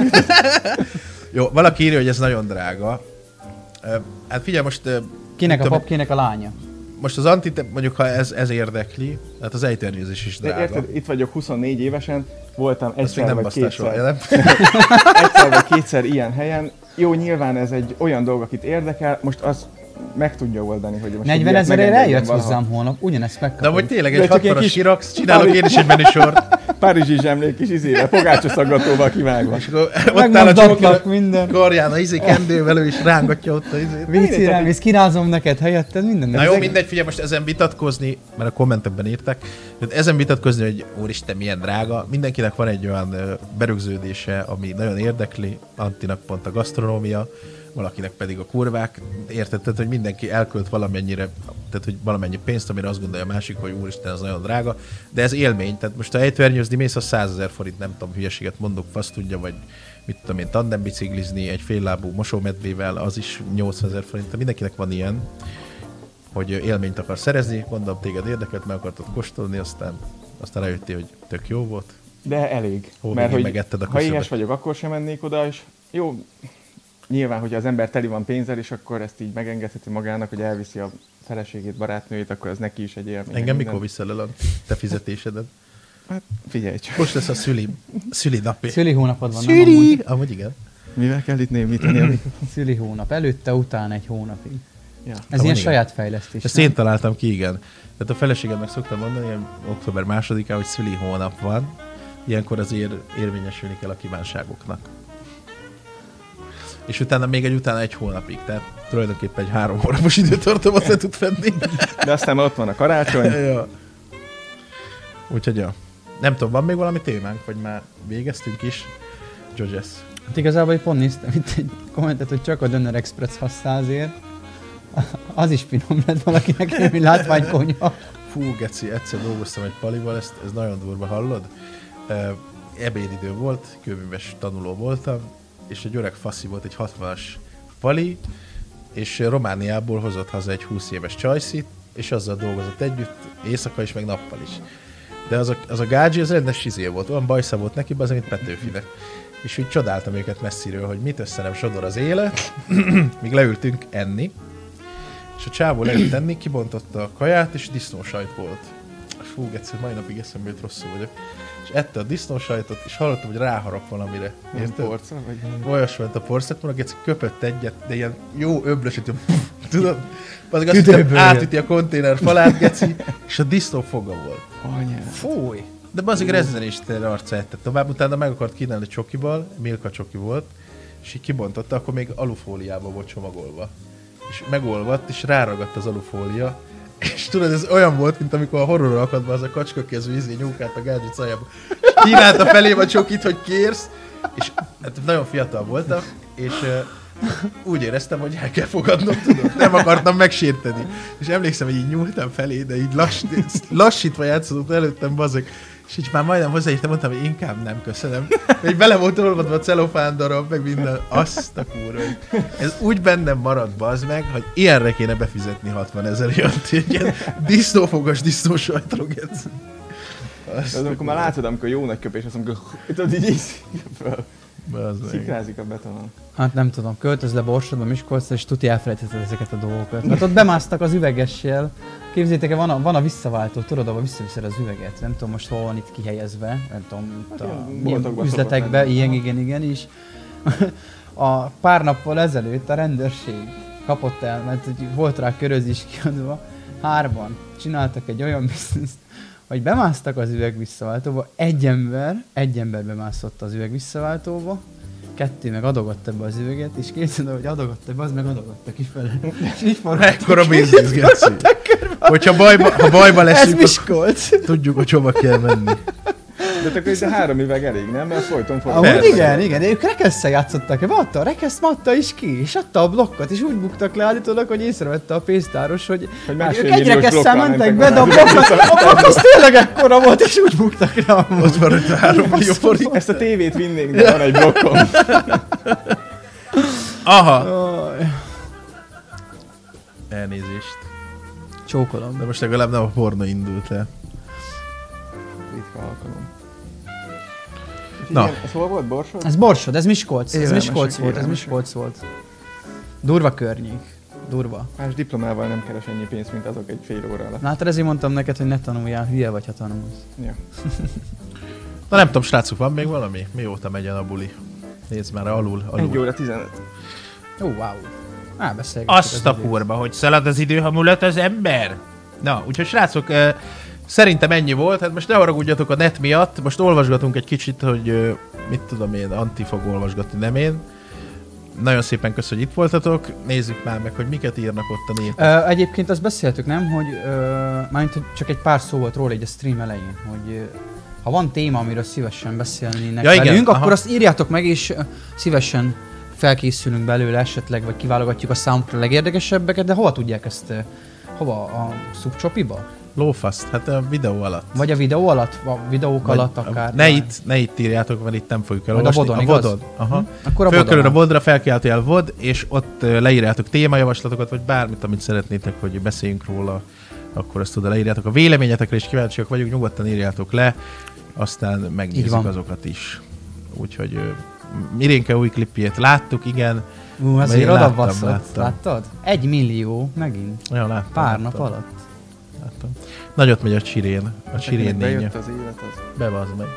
[SPEAKER 1] Jó, valaki írja, hogy ez nagyon drága. Ö, Hát figyelj, most... ö,
[SPEAKER 2] Kinek
[SPEAKER 1] mit
[SPEAKER 2] a
[SPEAKER 1] tudom,
[SPEAKER 2] pap, kinek a lánya?
[SPEAKER 1] Most az anti, mondjuk ha ez, ez érdekli, hát az ejtőernyőzés is
[SPEAKER 3] De
[SPEAKER 1] drága.
[SPEAKER 3] érted, itt vagyok huszonnégy évesen, voltam
[SPEAKER 1] Azt még
[SPEAKER 3] egyszer
[SPEAKER 1] nem
[SPEAKER 3] vagy
[SPEAKER 1] basztál
[SPEAKER 3] kétszer.
[SPEAKER 1] soha, nem?
[SPEAKER 3] egyszer vagy kétszer ilyen helyen. Jó, nyilván ez egy olyan dolog, akit érdekel, most az meg tudja oldani, hogy most
[SPEAKER 2] negyven
[SPEAKER 3] egy ilyet
[SPEAKER 2] ezerért
[SPEAKER 3] megengedjen
[SPEAKER 2] eljössz
[SPEAKER 3] valaha.
[SPEAKER 2] hozzám holnap, ugyanezt
[SPEAKER 1] De
[SPEAKER 2] megkapod.
[SPEAKER 1] hogy tényleg
[SPEAKER 3] De
[SPEAKER 1] egy
[SPEAKER 3] csak ilyen
[SPEAKER 1] hatvanas
[SPEAKER 3] kis-
[SPEAKER 1] kiraksz, csinálok én is egy menüsort.
[SPEAKER 3] Párizsi zsemlék kis izével, pogácsaszaggatóval kivágva.
[SPEAKER 1] És akkor ott áll a
[SPEAKER 2] Megmozdatlak
[SPEAKER 1] csokinak
[SPEAKER 2] minden.
[SPEAKER 1] karján, a izé kendővel, ő is rángatja ott a izét.
[SPEAKER 2] Vízirám, és kirázom neked helyetted, minden.
[SPEAKER 1] Na jó, mindegy, figyelj, most ezen vitatkozni, mert a kommentekben írták, hogy ezen vitatkozni, hogy úristen, milyen drága, mindenkinek van egy olyan ö, berögződése, ami nagyon érdekli, Antinak pont a gasztronómia, valakinek pedig a kurvák, érted, tehát, hogy mindenki elkölt valamennyire, tehát, hogy valamennyi pénzt, amire azt gondolja a másik, hogy úristen, ez nagyon drága, de ez élmény, tehát most ha ejtőernyőzni mész, a százezer forint, nem tudom, hülyeséget mondok, fasz tudja, vagy mit tudom én, tandem biciklizni egy féllábú mosómedvével, az is nyolcvanezer forint, tehát mindenkinek van ilyen, hogy élményt akar szerezni, mondom, téged érdekelt, meg akartad kóstolni, aztán, aztán rájöttél, hogy tök jó volt.
[SPEAKER 3] De elég.
[SPEAKER 1] Hó,
[SPEAKER 3] Mert
[SPEAKER 1] végig
[SPEAKER 3] hogy
[SPEAKER 1] megetted a
[SPEAKER 3] ha
[SPEAKER 1] köszönet.
[SPEAKER 3] éhes vagyok, akkor sem mennék oda, és jó, nyilván, hogyha az ember teli van pénzzel, és akkor ezt így megengedheti magának, hogy elviszi a feleségét, barátnőjét, akkor az neki is egy élmény.
[SPEAKER 1] Engem
[SPEAKER 3] minden.
[SPEAKER 1] mikor viszel el a te fizetéseden?
[SPEAKER 3] Hát figyelj csak.
[SPEAKER 1] Most lesz a szüli, szüli napi.
[SPEAKER 2] Szüli hónapod van, nem
[SPEAKER 1] Szüli!
[SPEAKER 2] amúgy?
[SPEAKER 1] Amúgy igen.
[SPEAKER 3] Mivel kell itt némítani? amikor-
[SPEAKER 2] Szüli hónap. Előtte, utána egy hónapig.
[SPEAKER 3] ja.
[SPEAKER 2] Ez
[SPEAKER 1] van,
[SPEAKER 2] ilyen
[SPEAKER 1] igen.
[SPEAKER 2] saját fejlesztés.
[SPEAKER 1] Ezt
[SPEAKER 2] nem?
[SPEAKER 1] én találtam ki, igen. Tehát a feleségemnek szoktam mondani, ilyen október másodikán, hogy szüli hónap van. Ilyenkor azért érvényesülni kell a kívánságoknak. És utána még egy utána egy hónapig, tehát tulajdonképpen egy három hónapos időtartamot le tud fenni.
[SPEAKER 3] De aztán már ott van a karácsony.
[SPEAKER 1] Ja. Úgyhogy ja. Nem tudom, van még valami témánk, vagy már végeztünk is? Georges.
[SPEAKER 2] Hát igazából én pont néztem itt egy kommentet, hogy csak a Döner Express hatszázért. Az is finom lett valakinek, hogy látványkonyha.
[SPEAKER 1] Fú, geci, egyszer dolgoztam egy palival, ezt, ez nagyon durva, hallod? Uh, ebédidő volt, kőműves tanuló voltam, és egy öreg faszi volt, egy hatvanas pali, és Romániából hozott haza egy húsz éves csajszit, és azzal dolgozott együtt, éjszaka is, meg nappal is. De az a, az a gádzsi, az rendes izé volt, olyan bajsza volt neki, az, mint Petőfinek. És úgy csodáltam őket messziről, hogy mit össze nem sodor az élet, míg leültünk enni, és a csávó leült enni, kibontotta a kaját, és disznósajt volt. Fú, egyszer mai napig eszembe jut, rosszul vagyok. És ette a disznósajtot, és hallottam, hogy ráharap valamire.
[SPEAKER 3] Nem
[SPEAKER 1] Érted?
[SPEAKER 3] porca, vagy
[SPEAKER 1] Olyas ment a porszekmónak, egyszer köpött egyet, de ilyen jó öblös, hogy tudod? Az azt
[SPEAKER 2] Tüdőből
[SPEAKER 1] hiszem, átüti a konténer falát, geci, és a disznó foga volt.
[SPEAKER 3] anyád.
[SPEAKER 1] Fúj! De azért rezzenéstére arca ette. Tovább utána meg akart kínálni csokival, Milka csoki volt, és így kibontotta, akkor még alufóliába volt csomagolva. És megolvadt, és ráragadt az alufólia, És tudod, ez olyan volt, mint amikor a horrorra akadva az a kacskakezű izé nyúkált a Gádzsi cajába. Kínálta felém a csokit, hogy kérsz, és hát nagyon fiatal voltam, és uh, úgy éreztem, hogy el kell fogadnom, tudod. Nem akartam megsérteni. És emlékszem, hogy így nyúltam felé, de így lass, lassítva játszódott előttem, bazeg. És így már majdnem hozzáértem, mondtam, hogy inkább nem, köszönöm. Hogy bele volt olvadva a celofán darab, meg minden. Azt a kurva. Ez úgy bennem maradt, bazd meg, hogy ilyenre kéne befizetni hatvanezer jött. Ilyen disznófogas, disznósajtroget.
[SPEAKER 3] Az amikor már látod, amikor jó nagy köpés, azt amikor tudod, így ízik föl. Szikrázik a betonon.
[SPEAKER 2] Hát nem tudom, költöz le Borsodba, Miskolcra, és tuti elfelejtetted ezeket a dolgokat. Mert ott bemásztak az üvegessel. Képzeljétek el, van a, van a visszaváltó, tudod, ahol visszaviszed az üveget. Nem tudom most hol van itt kihelyezve, nem tudom, itt a milyen üzletekben, ilyen, igen, igen is. A pár nappal ezelőtt a rendőrség kapott el, mert volt rá körözés kiadva. Hárman csináltak egy olyan bizniszt, hogy bemásztak az üveg visszaváltóba, egy ember, egy ember bemászott az üveg visszaváltóba, kettő meg adogott ebbe az üveget, és képzeld, hogy adogott ebbe, az meg adogott a kifele. És így
[SPEAKER 1] ekkora biznisz, Geci. Hogyha bajba, ha bajba leszünk,
[SPEAKER 2] ez Miskolc.
[SPEAKER 1] Tudjuk, hogy hova kell menni.
[SPEAKER 3] De akkor itt a három üveg elég, nem? Mert folyton folyton.
[SPEAKER 2] Amúgy igen, igen, de ők rekesszel játszottak, adta a rekeszt, adta is ki, és adta a blokkot, és úgy buktak le állítólag, hogy észrevette a pénztáros, hogy, hogy, hogy ők egy rekesszel mentek be, de a blokkot, a blokk az tényleg ekkora volt, és úgy buktak le amúgy.
[SPEAKER 1] Ott van, hogy három millió forint.
[SPEAKER 3] Ezt a tévét vinnénk, de van egy blokkom.
[SPEAKER 1] Aha. Elnézést.
[SPEAKER 2] Csókolom.
[SPEAKER 1] De most legalább nem a porno indult el.
[SPEAKER 3] Ritka alkalom.
[SPEAKER 1] Na.
[SPEAKER 3] Igen, ez hol volt? Borsod?
[SPEAKER 2] Ez Borsod, ez Miskolc. Ez
[SPEAKER 3] Élelmesek,
[SPEAKER 2] Miskolc volt, ez
[SPEAKER 3] élelmesek.
[SPEAKER 2] Miskolc volt. Durva környék. Durva.
[SPEAKER 3] Más diplomával nem keres ennyi pénzt, mint azok egy fél óra alatt.
[SPEAKER 2] Na hát ezért mondtam neked, hogy ne tanuljál, hülye vagy, ha tanulsz.
[SPEAKER 3] Ja.
[SPEAKER 1] Na nem tudom, srácok, van még valami? Mióta megy a buli? Nézd már, alul, alul.
[SPEAKER 3] egy óra tizenöt.
[SPEAKER 2] Ó, oh, wow. Á, beszélgetünk.
[SPEAKER 1] Azt a kurva, hogy szalad az idő, ha mulat az ember. Na, úgyhogy srácok, eh, szerintem ennyi volt. Hát most ne haragudjatok a net miatt. Most olvasgatunk egy kicsit, hogy eh, mit tudom én, Anti fog olvasgatni, nem én. Nagyon szépen köszönjük, hogy itt voltatok. Nézzük már meg, hogy miket írnak ott a népek.
[SPEAKER 2] Uh, egyébként azt beszéltük, nem? Hogy uh, mármint, hogy csak egy pár szó volt róla így a stream elején, hogy uh, ha van téma, amiről szívesen beszélnének
[SPEAKER 1] ja,
[SPEAKER 2] velünk,
[SPEAKER 1] igen,
[SPEAKER 2] akkor
[SPEAKER 1] aha.
[SPEAKER 2] azt írjátok meg, és uh, szívesen felkészülünk belőle esetleg, vagy kiválogatjuk a számunkra a legérdekesebbeket, de hova tudják ezt? Uh, hova? A szubcsopiba?
[SPEAKER 1] Lófaszt, hát a videó alatt.
[SPEAKER 2] Vagy a videó alatt? A videók
[SPEAKER 1] Vagy
[SPEAKER 2] alatt akár?
[SPEAKER 1] Ne itt, ne itt írjátok, mert itt nem fogjuk
[SPEAKER 2] Vagy
[SPEAKER 1] elolvasni.
[SPEAKER 2] a vodon,
[SPEAKER 1] a
[SPEAKER 2] igaz?
[SPEAKER 1] vodon. Aha.
[SPEAKER 2] Hm? Akkor a
[SPEAKER 1] Fölkerül a
[SPEAKER 2] vodon.
[SPEAKER 1] vodra, felkiáltójel vod, és ott uh, leírjátok témajavaslatokat, vagy bármit, amit szeretnétek, hogy beszéljünk róla, akkor azt oda leírjátok. A véleményetekre is kíváncsiak vagyunk, nyugodtan írjátok le, aztán megnézzük azokat is. Úgyhogy uh, Mirénke új klipjét láttuk, igen.
[SPEAKER 2] Ú,
[SPEAKER 1] Én
[SPEAKER 2] ezért
[SPEAKER 1] láttam,
[SPEAKER 2] oda baszott.
[SPEAKER 1] láttam.
[SPEAKER 2] Láttad? Egy millió megint.
[SPEAKER 1] Ja, láttam,
[SPEAKER 2] Pár
[SPEAKER 1] láttam,
[SPEAKER 2] nap alatt.
[SPEAKER 1] Láttam. Nagyot megy a csirén, a csirén nénye.
[SPEAKER 3] Bejött az élet, az...
[SPEAKER 1] Bevazd meg.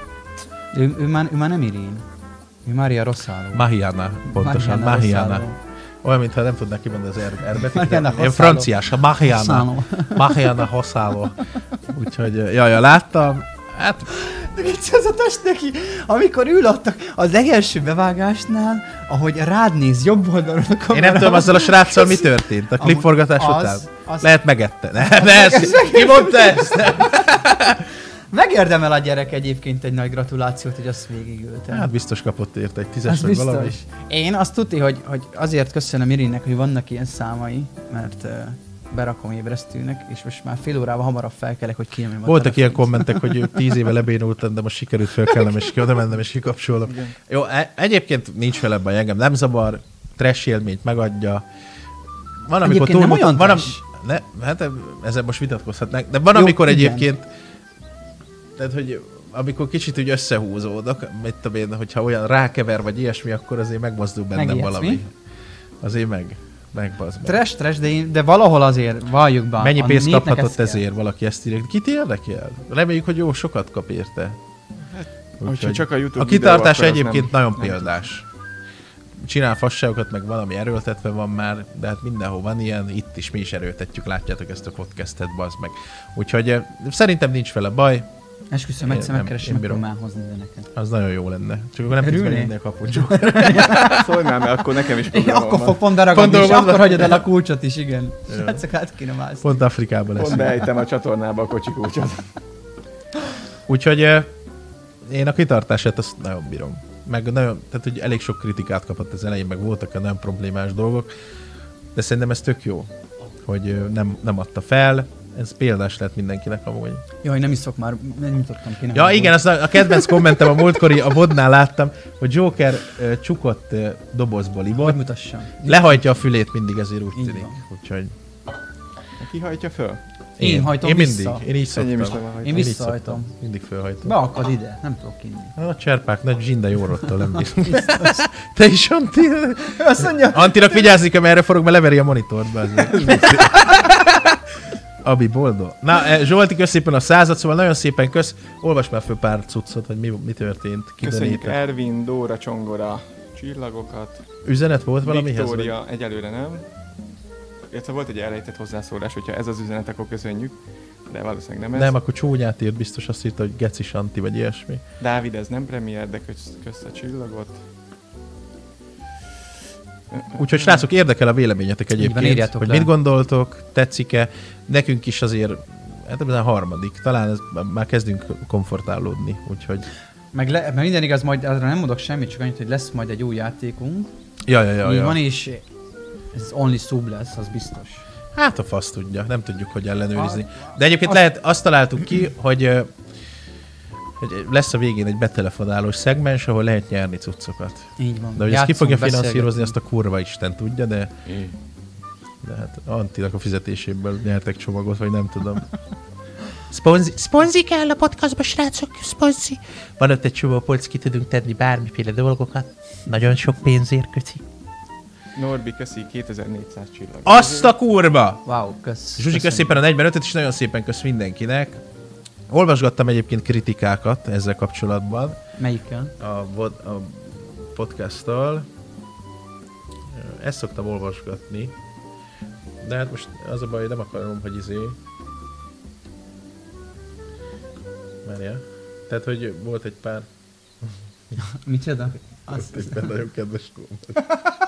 [SPEAKER 2] Ő, ő, már, ő már nem Irén. Ő Mária Rosszáló.
[SPEAKER 1] Mahiana, pontosan, Mahiana. Olyan, mintha nem tudnak kimondani az er, erbetét.
[SPEAKER 2] Mariana
[SPEAKER 1] Ilyen
[SPEAKER 2] Hosszáló.
[SPEAKER 1] franciás, a Mahiana. Mahiana Hosszáló. Úgyhogy, jaj, ja, láttam. Hát,
[SPEAKER 2] De viccezetes neki, amikor ül ott a- a legelső bevágásnál, ahogy rád néz jobb oldalon a kamera.
[SPEAKER 1] én nem tudom, azzal a sráccal mi történt a
[SPEAKER 2] Amúgy
[SPEAKER 1] klipforgatás
[SPEAKER 2] az-
[SPEAKER 1] után.
[SPEAKER 2] az-
[SPEAKER 1] Lehet megette. Ne, ne, ezt, ki mondta ezt? Nem.
[SPEAKER 2] Megérdemel a gyerek egyébként egy nagy gratulációt, hogy azt végigülte.
[SPEAKER 1] Hát biztos kapott érte egy tízes
[SPEAKER 2] Az
[SPEAKER 1] vagy
[SPEAKER 2] biztos.
[SPEAKER 1] valami.
[SPEAKER 2] Én azt tudti, hogy, hogy azért köszönöm Irinnek, hogy vannak ilyen számai, mert uh, berakom ébresztőnek, és most már fél órával hamarabb felkelek, hogy kiemlem a
[SPEAKER 1] Voltak ilyen
[SPEAKER 2] telefont.
[SPEAKER 1] kommentek, hogy tíz éve lebénultam, de most sikerült felkelnem, és ki oda mennem, és kikapcsolom.
[SPEAKER 3] Igen.
[SPEAKER 1] Jó, e- egyébként nincs vele baj, engem nem zavar, trash élményt megadja. Van, amikor
[SPEAKER 2] Egyébként nem
[SPEAKER 1] túlmutat,
[SPEAKER 2] olyan
[SPEAKER 1] van, am-
[SPEAKER 2] trash.
[SPEAKER 1] ne, hát ezzel most vitatkozhatnánk, de van,
[SPEAKER 2] Jó,
[SPEAKER 1] amikor
[SPEAKER 2] igen.
[SPEAKER 1] egyébként, tehát, hogy amikor kicsit úgy összehúzódok, mit tudom én, hogyha olyan rákever, vagy ilyesmi, akkor azért megmozdul bennem
[SPEAKER 2] Megijedsz,
[SPEAKER 1] valami.
[SPEAKER 2] mi?
[SPEAKER 1] Azért meg, meg bazd meg.
[SPEAKER 2] Trash, trash, de, én, de valahol azért valljuk be.
[SPEAKER 1] Mennyi
[SPEAKER 2] a
[SPEAKER 1] pénzt
[SPEAKER 2] népnek
[SPEAKER 1] kaphatott
[SPEAKER 2] ez kell.
[SPEAKER 1] ezért, valaki ezt írja. Kit érdekel? Reméljük, hogy jó sokat kap érte.
[SPEAKER 3] Hogyha csak a YouTube
[SPEAKER 1] a kitartás
[SPEAKER 3] videó, akkor az
[SPEAKER 1] egyébként
[SPEAKER 3] nem-
[SPEAKER 1] nagyon
[SPEAKER 3] nem
[SPEAKER 1] példás. Csinál fasságokat, meg valami erőltetve van már, de hát mindenhol van ilyen, itt is mi is erőltetjük, látjátok ezt a podcastet, bazd meg. Úgyhogy eh, szerintem nincs vele baj,
[SPEAKER 2] Esküszöm,
[SPEAKER 1] Én
[SPEAKER 2] egyszer
[SPEAKER 1] nem,
[SPEAKER 2] megkeresem,
[SPEAKER 1] én
[SPEAKER 2] meg tudom
[SPEAKER 1] bírom.
[SPEAKER 2] már hozni zeneket.
[SPEAKER 1] Az nagyon jó lenne. Csak akkor nem tudsz
[SPEAKER 2] Örülnék?
[SPEAKER 1] bevinni a kapucsok.
[SPEAKER 3] Szólj már, mert akkor nekem is
[SPEAKER 2] Én
[SPEAKER 3] programom
[SPEAKER 2] akkor
[SPEAKER 3] van.
[SPEAKER 2] fog pont beragadni, és
[SPEAKER 1] dolgozva.
[SPEAKER 2] akkor hagyod el a kulcsot is, igen.
[SPEAKER 1] Jó.
[SPEAKER 2] Srácok, át kéne mászni.
[SPEAKER 1] Pont Afrikában lesz.
[SPEAKER 3] Pont beejtem a csatornába a kocsikúcsot.
[SPEAKER 1] Úgyhogy eh, én a kitartását azt nagyon bírom. Meg nagyon, tehát hogy elég sok kritikát kapott az elején, meg voltak nagyon problémás dolgok, de szerintem ez tök jó, hogy eh, nem, nem adta fel. Ez példás lett mindenkinek amúgy.
[SPEAKER 2] Jaj, nem iszok már, nem nyitottam ki. nem
[SPEAKER 1] Ja
[SPEAKER 2] tudom.
[SPEAKER 1] igen, azt a, a kedvenc kommentem a múltkori, a vodnál láttam, hogy Joker uh, csukott uh, dobozból
[SPEAKER 2] Hogy
[SPEAKER 1] ivott,
[SPEAKER 2] mutassam.
[SPEAKER 1] lehajtja a fülét mindig, ezért úgy
[SPEAKER 2] Így
[SPEAKER 1] tűnik.
[SPEAKER 2] van.
[SPEAKER 1] Úgyhogy
[SPEAKER 3] Ki hajtja föl?
[SPEAKER 2] Én hajtom
[SPEAKER 1] én
[SPEAKER 2] vissza.
[SPEAKER 1] mindig, én így
[SPEAKER 3] Enyém is
[SPEAKER 1] szoktam.
[SPEAKER 3] le van
[SPEAKER 2] Én
[SPEAKER 3] hajtva.
[SPEAKER 1] így
[SPEAKER 2] visszahajtom.
[SPEAKER 1] szoktam. Mindig fölhajtom.
[SPEAKER 2] Beakad ide, nem tudok kinni.
[SPEAKER 1] A cserpák nagy zsinda jó rottól nem bírom. Te is, Antti?
[SPEAKER 2] Azt mondja,
[SPEAKER 1] Antinak vigyázni kell, mert erre forog, mert leveri a monitort. Be Abi boldog. Na, eh, Zsolti, kösz szépen a százat, szóval nagyon szépen kösz. Olvasd már föl pár cuccot, hogy mi, mi történt. Ki
[SPEAKER 3] Köszönjük
[SPEAKER 1] donate-et.
[SPEAKER 3] Ervin, Dóra, Csongora, csillagokat.
[SPEAKER 1] Üzenet volt valamihez? vagy?
[SPEAKER 3] Viktória, egyelőre nem. Illetve volt egy elejtett hozzászólás, hogyha ez az üzenet, akkor köszönjük. De valószínűleg nem ez.
[SPEAKER 1] Nem, akkor csúnyát írt, biztos azt írta, hogy Geci Santi, vagy ilyesmi.
[SPEAKER 3] Dávid, ez nem premier, de kösz, kösz a csillagot.
[SPEAKER 1] Úgyhogy srácok, érdekel a véleményetek
[SPEAKER 2] van,
[SPEAKER 1] egyébként,
[SPEAKER 2] írjátok
[SPEAKER 1] hogy
[SPEAKER 2] le.
[SPEAKER 1] mit gondoltok, tetszik-e. Nekünk is azért, hát ez a harmadik, talán ez, már kezdünk komfortálódni, úgyhogy...
[SPEAKER 2] meg, le, meg minden igaz, majd arra nem mondok semmit, csak annyit, hogy lesz majd egy új játékunk.
[SPEAKER 1] Ja, ja, ja,
[SPEAKER 2] Így
[SPEAKER 1] ja.
[SPEAKER 2] van, és ez only sub lesz, az biztos.
[SPEAKER 1] Hát a fasz tudja, nem tudjuk, hogy ellenőrizni.
[SPEAKER 2] A-
[SPEAKER 1] De egyébként
[SPEAKER 2] azt-
[SPEAKER 1] lehet, azt találtuk ki, hogy, ö, hogy lesz a végén egy betelefonálós szegmens, ahol lehet nyerni cuccokat.
[SPEAKER 2] Így van.
[SPEAKER 1] De hogy ezt ki
[SPEAKER 2] Játszunk,
[SPEAKER 1] fogja finanszírozni,
[SPEAKER 2] beszélgetünk.
[SPEAKER 1] azt a kurva Isten tudja, de, de hát Antinak a fizetéséből nyertek csomagot, vagy nem tudom. Szponzi, szponzi kell a podcastba, srácok, szponzi. Van ott egy csomó polc, ki tudunk tenni bármiféle dolgokat. Nagyon sok pénzért, köci.
[SPEAKER 3] Norbi, köszi, kétezer-négyszáz csillag.
[SPEAKER 1] Azt a kurva!
[SPEAKER 2] Wow, kösz.
[SPEAKER 1] Zsuzsi, kösz szépen a negyvenötöt, és nagyon szépen kösz mindenkinek. Olvasgattam egyébként kritikákat ezzel kapcsolatban
[SPEAKER 2] Melyikkel?
[SPEAKER 1] a, vod, a podcasttal. Ezt szoktam olvasgatni. De hát most az a baj, nem akarom, hogy izé... Várjál. Tehát, hogy volt egy pár...
[SPEAKER 2] Micsoda?
[SPEAKER 1] Volt
[SPEAKER 2] Azt
[SPEAKER 1] egy pár nagyon kedves komment.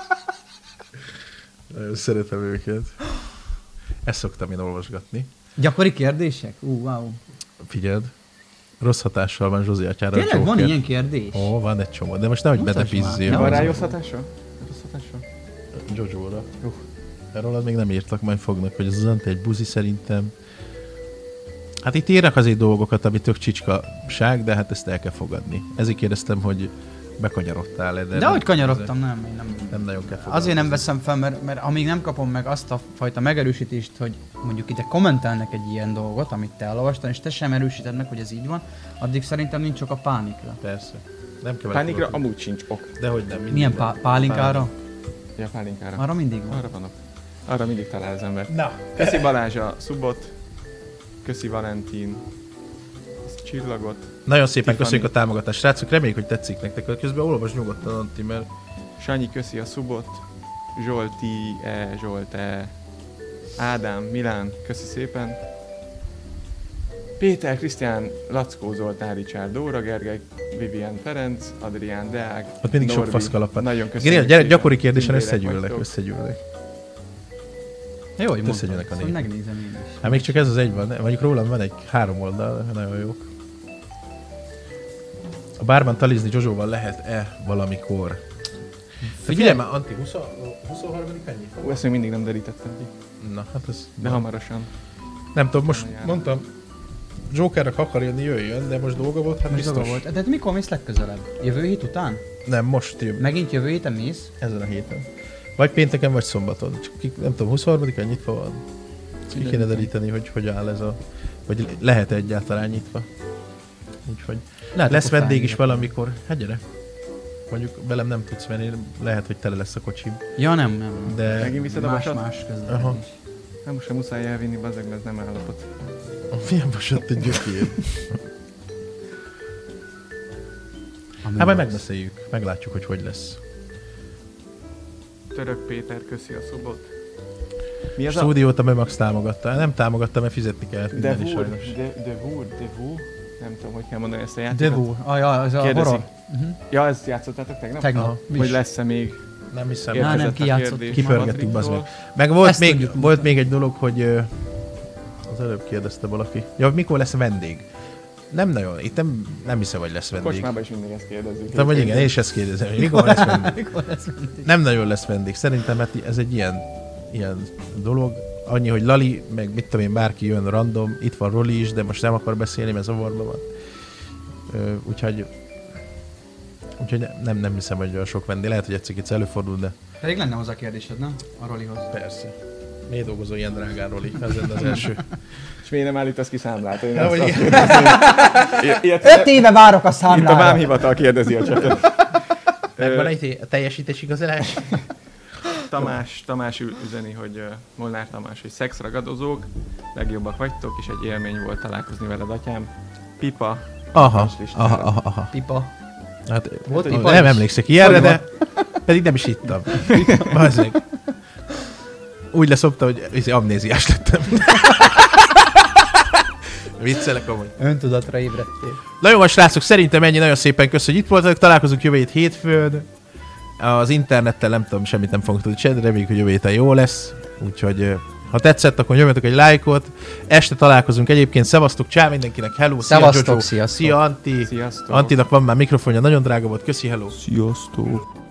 [SPEAKER 1] Nagyon szeretem őket. Ezt szoktam én olvasgatni.
[SPEAKER 2] Gyakori kérdések? Ú, uh, wow.
[SPEAKER 1] Figyeld, rossz hatással van Zsozi atyára. a
[SPEAKER 2] Tényleg van
[SPEAKER 1] Joker.
[SPEAKER 2] ilyen kérdés?
[SPEAKER 1] Ó, van egy csomó, de most nehogy
[SPEAKER 2] Mutasd
[SPEAKER 1] betepizzél.
[SPEAKER 2] már.
[SPEAKER 3] Van
[SPEAKER 2] Ja,
[SPEAKER 3] rá
[SPEAKER 2] az-
[SPEAKER 3] rossz hatása? Rossz hatása?
[SPEAKER 1] Jojo-ra. Uh. Erről még nem írtak, majd fognak, hogy ez az Antti egy buzi szerintem. Hát itt írnak azért dolgokat, ami tök csicskaság, de hát ezt el kell fogadni. Ezért kérdeztem, hogy bekanyarodtál-e, de...
[SPEAKER 2] De
[SPEAKER 1] nem-
[SPEAKER 2] hogy kanyarodtam, nem, én nem.
[SPEAKER 1] Nem nagyon kell fogadni.
[SPEAKER 2] Azért nem veszem fel, mert, mert amíg nem kapom meg azt a fajta megerősítést, hogy mondjuk ide kommentelnek egy ilyen dolgot, amit te elolvastál, és te sem erősíted meg, hogy ez így van, addig szerintem nincs ok a pánikra.
[SPEAKER 1] Persze. Nem kell
[SPEAKER 3] Pánikra
[SPEAKER 1] fogadni.
[SPEAKER 3] amúgy sincs ok.
[SPEAKER 1] Dehogy nem. mindig
[SPEAKER 2] Milyen
[SPEAKER 1] van.
[SPEAKER 2] pá- pálinkára?
[SPEAKER 3] Ja, pálinkára.
[SPEAKER 2] Arra mindig van.
[SPEAKER 3] Arra vanok. Arra mindig talál az ember.
[SPEAKER 1] Na.
[SPEAKER 3] Köszi Balázs a szubot. Köszi Valentin. Ezt csillagot.
[SPEAKER 1] Nagyon szépen
[SPEAKER 3] Tiffany.
[SPEAKER 1] köszönjük a támogatást, srácok. Reméljük, hogy tetszik nektek. Közben olvas nyugodtan, Antti, mert
[SPEAKER 3] Sanyi, köszi a szubot. Zsolti, E, Zsolte. Ádám, Milán, köszi szépen. Péter, Krisztián, Lackó, Zoltán, Richard, Dóra, Gergely, Vivian, Ferenc, Adrián, Deák,
[SPEAKER 1] ott mindig sok
[SPEAKER 3] Norbi.
[SPEAKER 1] faszkalap van.
[SPEAKER 3] Nagyon
[SPEAKER 1] Igen,
[SPEAKER 3] köszönjük
[SPEAKER 1] gyere,
[SPEAKER 3] szépen.
[SPEAKER 1] gyakori kérdésen
[SPEAKER 3] Mindérek
[SPEAKER 1] összegyűlnek,
[SPEAKER 3] vagytok.
[SPEAKER 1] összegyűlnek.
[SPEAKER 2] Jó, hogy mondtad,
[SPEAKER 1] Összegyűlnek a
[SPEAKER 2] szóval
[SPEAKER 1] nép.
[SPEAKER 2] megnézem én is.
[SPEAKER 1] Hát még csak ez az egy van, mondjuk rólam van egy három oldal, nagyon jók. A bárban talizni Zsozsóval lehet-e valamikor? De figyelj már, Antti, huszonharmadik ennyi?
[SPEAKER 3] Ó, ezt még mindig nem derítettem ki.
[SPEAKER 1] Na, hát ez...
[SPEAKER 3] De hamarosan.
[SPEAKER 1] Nem tudom, most
[SPEAKER 3] Jár.
[SPEAKER 1] mondtam, Jokernek ha akar jönni, jöjjön, de most dolga volt, hát
[SPEAKER 2] Most
[SPEAKER 1] biztos.
[SPEAKER 2] dolga volt. De hát mikor mész legközelebb? Jövő hét után?
[SPEAKER 1] Nem, most jön.
[SPEAKER 2] Megint jövő héten mész?
[SPEAKER 1] Ezen a héten. Vagy pénteken, vagy szombaton. Csak ki, nem tudom, huszonharmadikán nyitva van. Ki kéne deríteni, hogy hogy áll ez a... Vagy lehet egyáltalán nyitva. Úgyhogy
[SPEAKER 2] Lehet,
[SPEAKER 1] lesz
[SPEAKER 2] akkor
[SPEAKER 1] vendég is
[SPEAKER 2] felhívok.
[SPEAKER 1] valamikor. Hát gyere. Mondjuk velem nem tudsz menni, lehet, hogy tele lesz a kocsim.
[SPEAKER 2] Ja, nem, nem. nem.
[SPEAKER 1] De
[SPEAKER 3] Megint viszed a
[SPEAKER 2] Más,
[SPEAKER 3] vasat?
[SPEAKER 2] más
[SPEAKER 1] Aha.
[SPEAKER 2] közlekedés.
[SPEAKER 3] Nem, most sem muszáj elvinni, bazzeg, mert ez nem állapot.
[SPEAKER 1] milyen vasat tudjuk ki?
[SPEAKER 2] Ami
[SPEAKER 1] Hát majd
[SPEAKER 2] lesz.
[SPEAKER 1] megbeszéljük, meglátjuk, hogy hogy lesz.
[SPEAKER 3] Török Péter, köszi a szubot. Mi az a...
[SPEAKER 1] Stúdiót a Memax támogatta. Nem támogatta, mert fizetni kellett
[SPEAKER 3] De
[SPEAKER 1] minden is
[SPEAKER 3] Vúr,
[SPEAKER 1] sajnos.
[SPEAKER 3] de, de Vúr, de Vúr. nem tudom, hogy kell mondani ezt a játékot.
[SPEAKER 2] Devil. Ah, ja, ez a
[SPEAKER 3] Kérdezi.
[SPEAKER 2] horror. Uh-huh.
[SPEAKER 3] Ja, ezt játszottátok tegnap?
[SPEAKER 2] Tegnap.
[SPEAKER 3] Hogy lesz-e még
[SPEAKER 1] Nem hiszem.
[SPEAKER 2] Á, nem,
[SPEAKER 3] érkezett a
[SPEAKER 2] kijátszottuk.
[SPEAKER 3] kérdés
[SPEAKER 1] Kipörgettük, bazd meg.
[SPEAKER 3] Matrixról.
[SPEAKER 1] Meg volt
[SPEAKER 2] Ezt
[SPEAKER 1] még,
[SPEAKER 2] tudjuk
[SPEAKER 1] volt
[SPEAKER 2] mutatni.
[SPEAKER 1] még egy dolog, hogy ö, az előbb kérdezte valaki. Ja, hogy mikor lesz vendég? Nem nagyon, itt nem, nem hiszem, hogy lesz vendég.
[SPEAKER 3] Kocsmában is mindig ezt kérdezzük.
[SPEAKER 1] De vagy igen, én is ezt kérdezem, hogy mikor lesz vendég.
[SPEAKER 2] Mikor lesz vendég?
[SPEAKER 1] Nem nagyon lesz vendég. Szerintem hát ez egy ilyen, ilyen dolog. Annyi, hogy Lali, meg mit tudom én, bárki jön random, itt van Roli is, de most nem akar beszélni, mert zavarban van. Ö, úgyhogy úgyhogy nem, nem hiszem, hogy olyan sok vendég. Lehet, hogy egyszer-kétszer előfordul, de
[SPEAKER 2] Pedig lenne hozzá kérdésed, nem? A Rolihoz.
[SPEAKER 1] persze. Miért dolgozol ilyen drágán, Roli? Ez lenne az első.
[SPEAKER 3] És miért nem állítasz ki számlát? Én
[SPEAKER 1] Ja,
[SPEAKER 3] azt
[SPEAKER 1] vagy
[SPEAKER 3] azt
[SPEAKER 1] igen.
[SPEAKER 3] kérdezem. Ilyet-
[SPEAKER 2] Öt éve várok a
[SPEAKER 3] Itt a
[SPEAKER 2] számlára.
[SPEAKER 3] vámhivatal kérdezi a csatot.
[SPEAKER 1] Megvan egy teljesítés igazolás?
[SPEAKER 3] Tamás, Tamás ü- üzeni, hogy uh, Molnár Tamás, hogy szexragadozók, legjobbak vagytok, és egy élmény volt találkozni veled, atyám. Pipa.
[SPEAKER 1] Aha,
[SPEAKER 3] nincs listára.
[SPEAKER 1] aha, aha, aha.
[SPEAKER 2] Pipa.
[SPEAKER 1] Hát,
[SPEAKER 2] Volt
[SPEAKER 3] Hát,
[SPEAKER 2] pipa
[SPEAKER 1] nem
[SPEAKER 2] is?
[SPEAKER 1] emlékszek ilyenre,
[SPEAKER 2] Hogy
[SPEAKER 1] de pedig nem is hittam. Bazd meg. Úgy leszopta, hogy izé, amnéziás lettem. Viccelek amúgy.
[SPEAKER 2] Öntudatra ébredtél.
[SPEAKER 1] Na jó, van, srácok, szerintem ennyi. Nagyon szépen köszönjük, hogy itt voltatok. Találkozunk jövő hét hétfőn. Az internettel nem tudom, semmit nem fogunk tudni csinálni, reméljük, hogy jövő héten jó lesz. Úgyhogy ö, ha tetszett, akkor nyomjatok egy lájkot. Este találkozunk egyébként. Szevasztok, csá mindenkinek, hello, szia
[SPEAKER 2] Szevasztok,
[SPEAKER 1] Jojo,
[SPEAKER 2] sziasztok.
[SPEAKER 1] szia Anti.
[SPEAKER 3] Sziasztok.
[SPEAKER 1] Antinak van már mikrofonja, nagyon drága volt, köszi, hello.
[SPEAKER 3] Sziasztok.